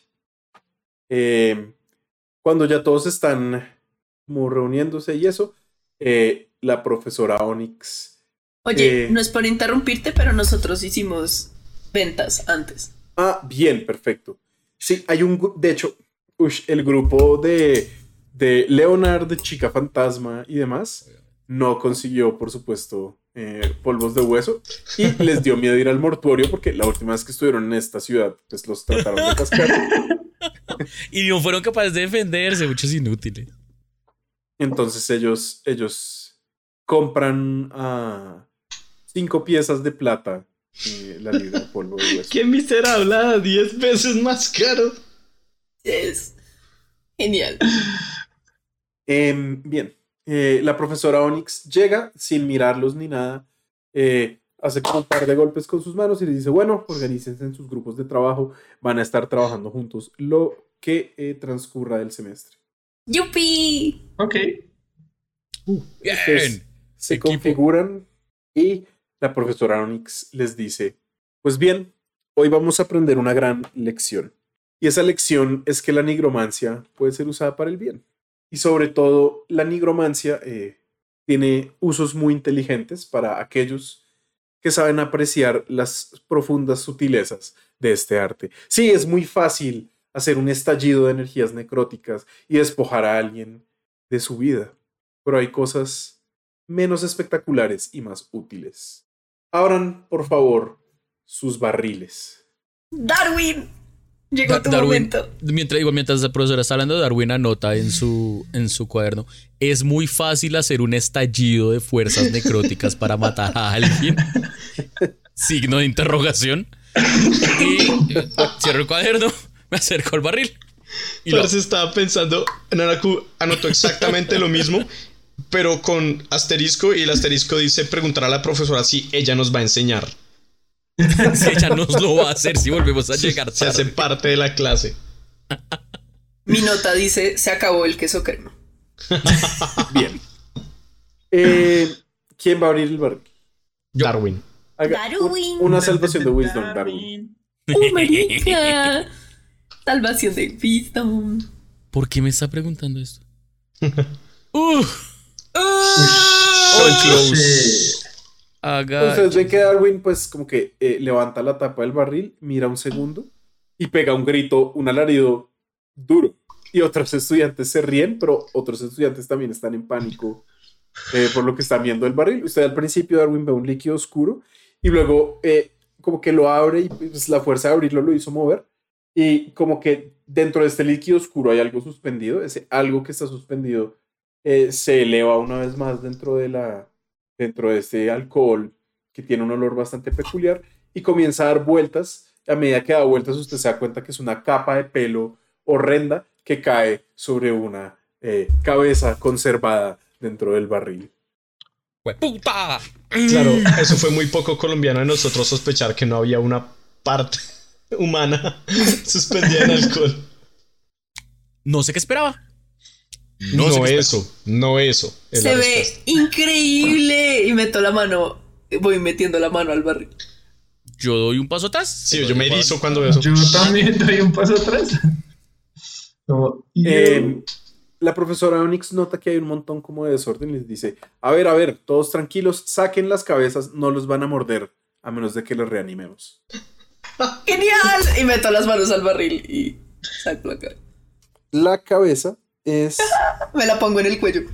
Cuando ya todos están como reuniéndose y eso, la profesora Onyx. Oye, no es por interrumpirte, pero nosotros hicimos ventas antes. Bien, perfecto. Sí, hay de hecho, el grupo de Leonard, Chica Fantasma y demás no consiguió, por supuesto, polvos de hueso y les dio miedo ir al mortuorio porque la última vez que estuvieron en esta ciudad, pues los trataron de cascar. Y no fueron capaces de defenderse, muchos inútiles. Entonces ellos compran 5 piezas de plata la libra de polvo de hueso. ¡Qué miserable! 10 veces más caro. Es genial. Bien. La profesora Onyx llega sin mirarlos ni nada. Hace como un par de golpes con sus manos y les dice, bueno, organícense en sus grupos de trabajo. Van a estar trabajando juntos lo que transcurra del semestre. ¡Yupi! Ok. Ustedes se configuran y la profesora Onyx les dice, pues bien, hoy vamos a aprender una gran lección. Y esa lección es que la nigromancia puede ser usada para el bien. Y sobre todo, la nigromancia tiene usos muy inteligentes para aquellos que saben apreciar las profundas sutilezas de este arte. Sí, es muy fácil hacer un estallido de energías necróticas y despojar a alguien de su vida, pero hay cosas menos espectaculares y más útiles. Abran, por favor, sus barriles. ¡Darwin! Llegó tu momento. Mientras la profesora está hablando, Darwin anota en su cuaderno: es muy fácil hacer un estallido de fuerzas necróticas para matar a alguien. Signo de interrogación. Y cierro el cuaderno, me acerco al barril. Y Parce estaba pensando, Naraku anotó exactamente lo mismo, pero con asterisco, y el asterisco dice preguntar a la profesora si ella nos va a enseñar. Si ella nos lo va a hacer si volvemos a llegar tarde. Se hace parte de la clase. Mi nota dice, se acabó el queso crema. Bien. ¿Quién va a abrir el barril? Darwin. Darwin. Una salvación de Wisdom, Darwin. ¡Oh, marica! Salvación de Wisdom. ¿Por qué me está preguntando esto? Ustedes ven que Darwin pues como que levanta la tapa del barril, mira un segundo y pega un grito, un alarido duro. Y otros estudiantes se ríen, pero otros estudiantes también están en pánico por lo que están viendo el barril. Usted al principio, Darwin, ve un líquido oscuro y luego como que lo abre y pues, la fuerza de abrirlo lo hizo mover. Y como que dentro de este líquido oscuro hay algo suspendido. Ese algo que está suspendido se eleva una vez más dentro de este alcohol que tiene un olor bastante peculiar y comienza a dar vueltas. A medida que da vueltas usted se da cuenta que es una capa de pelo horrenda que cae sobre una cabeza conservada dentro del barril. ¡Puta! Claro, eso fue muy poco colombiano de nosotros sospechar que no había una parte humana suspendida en alcohol. No sé qué esperaba. No eso. Se ve increíble. Y meto la mano, voy metiendo la mano al barril. Yo doy un paso atrás. Sí, yo me erizo cuando veo eso. Yo también doy un paso atrás. La profesora Onyx nota que hay un montón como de desorden y les dice, a ver, todos tranquilos, saquen las cabezas, no los van a morder a menos de que los reanimemos. ¡Genial! Y meto las manos al barril y saco la cabeza. La cabeza es... Me la pongo en el cuello.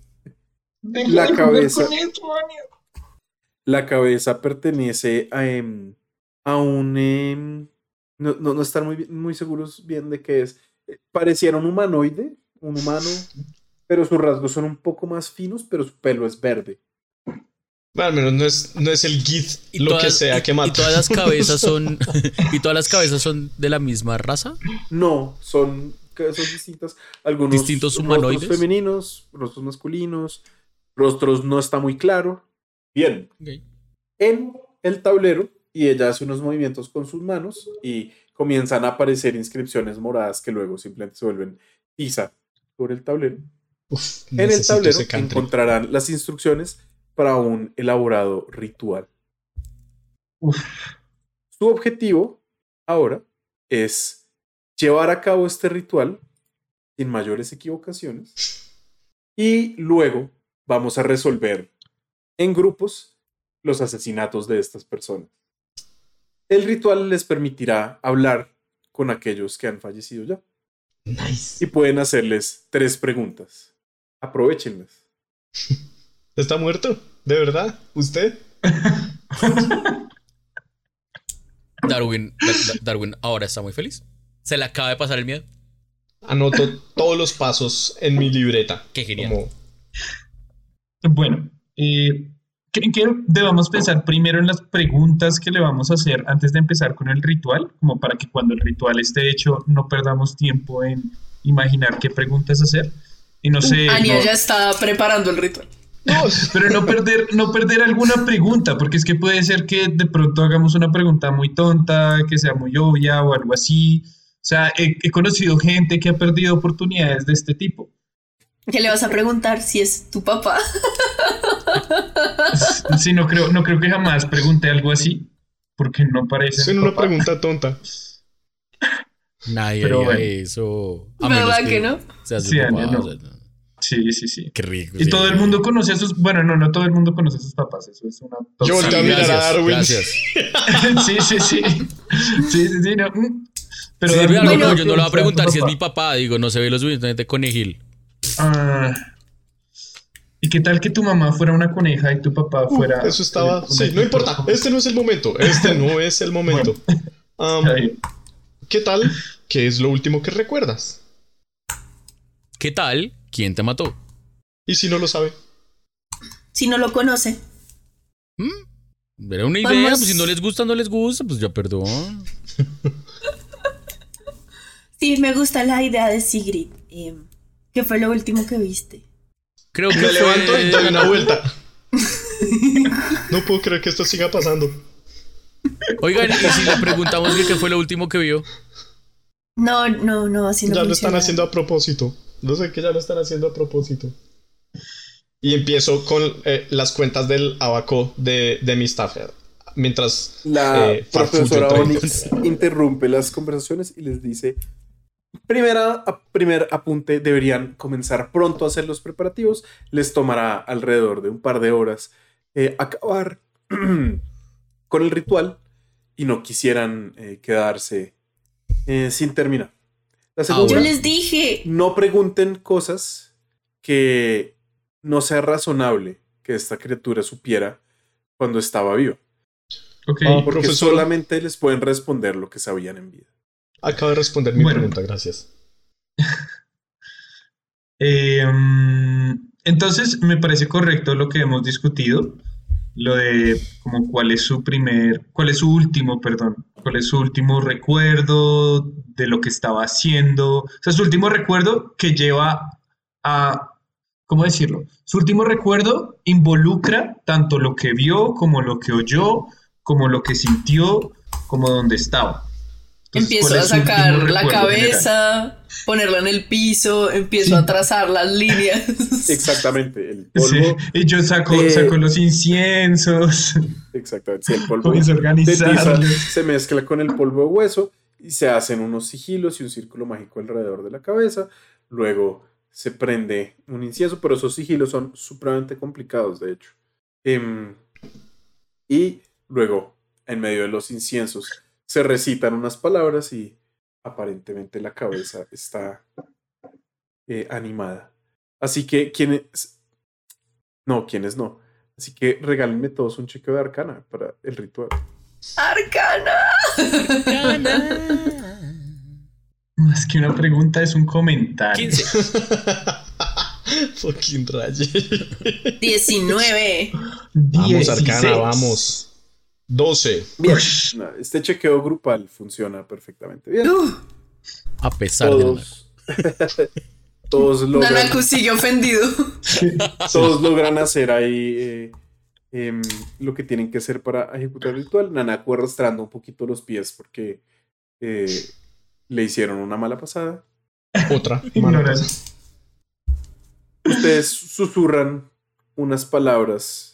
La cabeza pertenece a un... no están muy seguros bien de qué es. Pareciera un humanoide, un humano, pero sus rasgos son un poco más finos, pero su pelo es verde. Bueno, al menos no es el Git, lo que sea que mata. ¿Y todas las cabezas son ¿y todas las cabezas son de la misma raza? No, son distintas. Algunos distintos humanoides, rostros femeninos, rostros masculinos. Rostros no está muy claro. Bien. Ok. En el tablero, y ella hace unos movimientos con sus manos y comienzan a aparecer inscripciones moradas que luego simplemente se vuelven tiza sobre el tablero. Uf, En el necesito tablero ese country. encontrarán las instrucciones para un elaborado ritual. Uf, Su objetivo ahora es llevar a cabo este ritual sin mayores equivocaciones y luego vamos a resolver en grupos los asesinatos de estas personas. El ritual les permitirá hablar con aquellos que han fallecido ya Nice. y pueden hacerles 3 preguntas. Aprovéchenlas. ¿Está muerto? ¿De verdad? ¿Usted? Darwin ahora está muy feliz. Se le acaba de pasar el miedo. Anoto todos los pasos en mi libreta. Qué genial. Como, bueno, ¿creen que debamos pensar primero en las preguntas que le vamos a hacer antes de empezar con el ritual? Como para que cuando el ritual esté hecho no perdamos tiempo en imaginar qué preguntas hacer. Y no sé... Anya no- ya está preparando el ritual. Pero no perder alguna pregunta, porque es que puede ser que de pronto hagamos una pregunta muy tonta, que sea muy obvia o algo así. O sea, he conocido gente que ha perdido oportunidades de este tipo. ¿Qué le vas a preguntar si es tu papá? Sí, no creo que jamás pregunte algo así, porque no parece. es mi una papá. pregunta tonta. Nadie Pero haría bueno. eso. A ¿Verdad menos que no? seas Sí, tu papá, Anya, no. o sea, Sí. qué rico. Y sí. todo el mundo conoce a sus... Bueno, no todo el mundo conoce a sus papás, eso es una... Yo Sí, volteo a mirar a Darwin. gracias. Sí, no. Pero Sí, Darwin, no, Bueno, yo no le voy a preguntar si es papá. mi papá. Digo, no se ve lo suficientemente conejil. Ah, ¿y qué tal que tu mamá fuera una coneja y tu papá fuera... Eso estaba... un Sí, no ejemplo? importa. Este no es el momento. Este no es el momento. Está bien. ¿Qué tal? ¿Qué es lo último que recuerdas? ¿Qué tal? ¿Quién te mató? Y si no lo sabe. Si no lo conoce. Era una idea, Vamos. pues si no les gusta, no les gusta, pues ya perdón. Sí, me gusta la idea de Sigrid. ¿Qué fue lo último que viste? Creo que Me fue- levanto y doy una vuelta. No puedo creer que esto siga pasando. Oigan, y si le preguntamos que qué fue lo último que vio. No, así no Ya lo están funciona. haciendo a propósito. No sé que ya lo están haciendo a propósito. Y empiezo con las cuentas del abaco de mi staff. Mientras La Farfutto profesora entra. Onyx interrumpe las conversaciones y les dice: primer apunte, deberían comenzar pronto a hacer los preparativos. Les tomará alrededor de un par de horas acabar con el ritual y no quisieran quedarse sin terminar. La segunda, Yo les dije. no pregunten cosas que no sea razonable que esta criatura supiera cuando estaba viva. Ok, Porque Profesor. solamente les pueden responder lo que sabían en vida. acaba de responder mi Bueno. pregunta, gracias. Entonces me parece correcto lo que hemos discutido, lo de como cuál es su último recuerdo de lo que estaba haciendo, o sea, su último recuerdo que lleva a, ¿cómo decirlo? Su último recuerdo involucra tanto lo que vio, como lo que oyó, como lo que sintió, como dónde estaba. Entonces, Empiezo ¿cuál a es su sacar último la recuerdo general? cabeza, ponerla en el piso, empiezo Sí. a trazar las líneas. Exactamente, el Sí, polvo. y yo saco los inciensos, Exactamente, sí, el polvo comienzo a de tiza organizarlos. se mezcla con el polvo de hueso y se hacen unos sigilos y un círculo mágico alrededor de la cabeza. Luego se prende un incienso, pero esos sigilos son supremamente complicados, de hecho. Y luego, en medio de los inciensos, se recitan unas palabras y aparentemente la cabeza está animada. Así que quienes no. Así que regálenme todos un chequeo de arcana para el ritual. ¡Arcana! Más que una pregunta, es un comentario. 15. Fucking raye. 19. Vamos, Arcana, 16. vamos. 12. Bien, Ush. este chequeo grupal funciona perfectamente bien. A pesar de nada. Todos, Todos logran, Nanaku sigue ofendido. todos logran hacer ahí lo que tienen que hacer para ejecutar el ritual. Nanaku arrastrando un poquito los pies porque le hicieron una mala pasada. Otra. Ignorante. Ustedes susurran unas palabras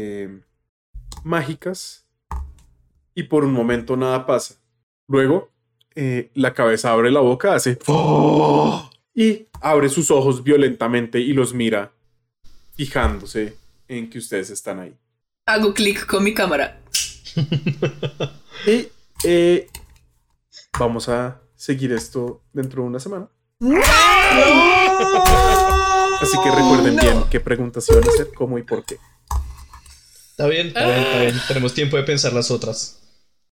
mágicas y por un momento nada pasa. Luego, la cabeza abre la boca, hace ¡oh! Y abre sus ojos violentamente y los mira, fijándose en que ustedes están ahí. Hago clic con mi cámara. Y vamos a seguir esto dentro de una semana. Así que recuerden bien qué preguntas iban a hacer, cómo y por qué. Está bien. Tenemos tiempo de pensar las otras.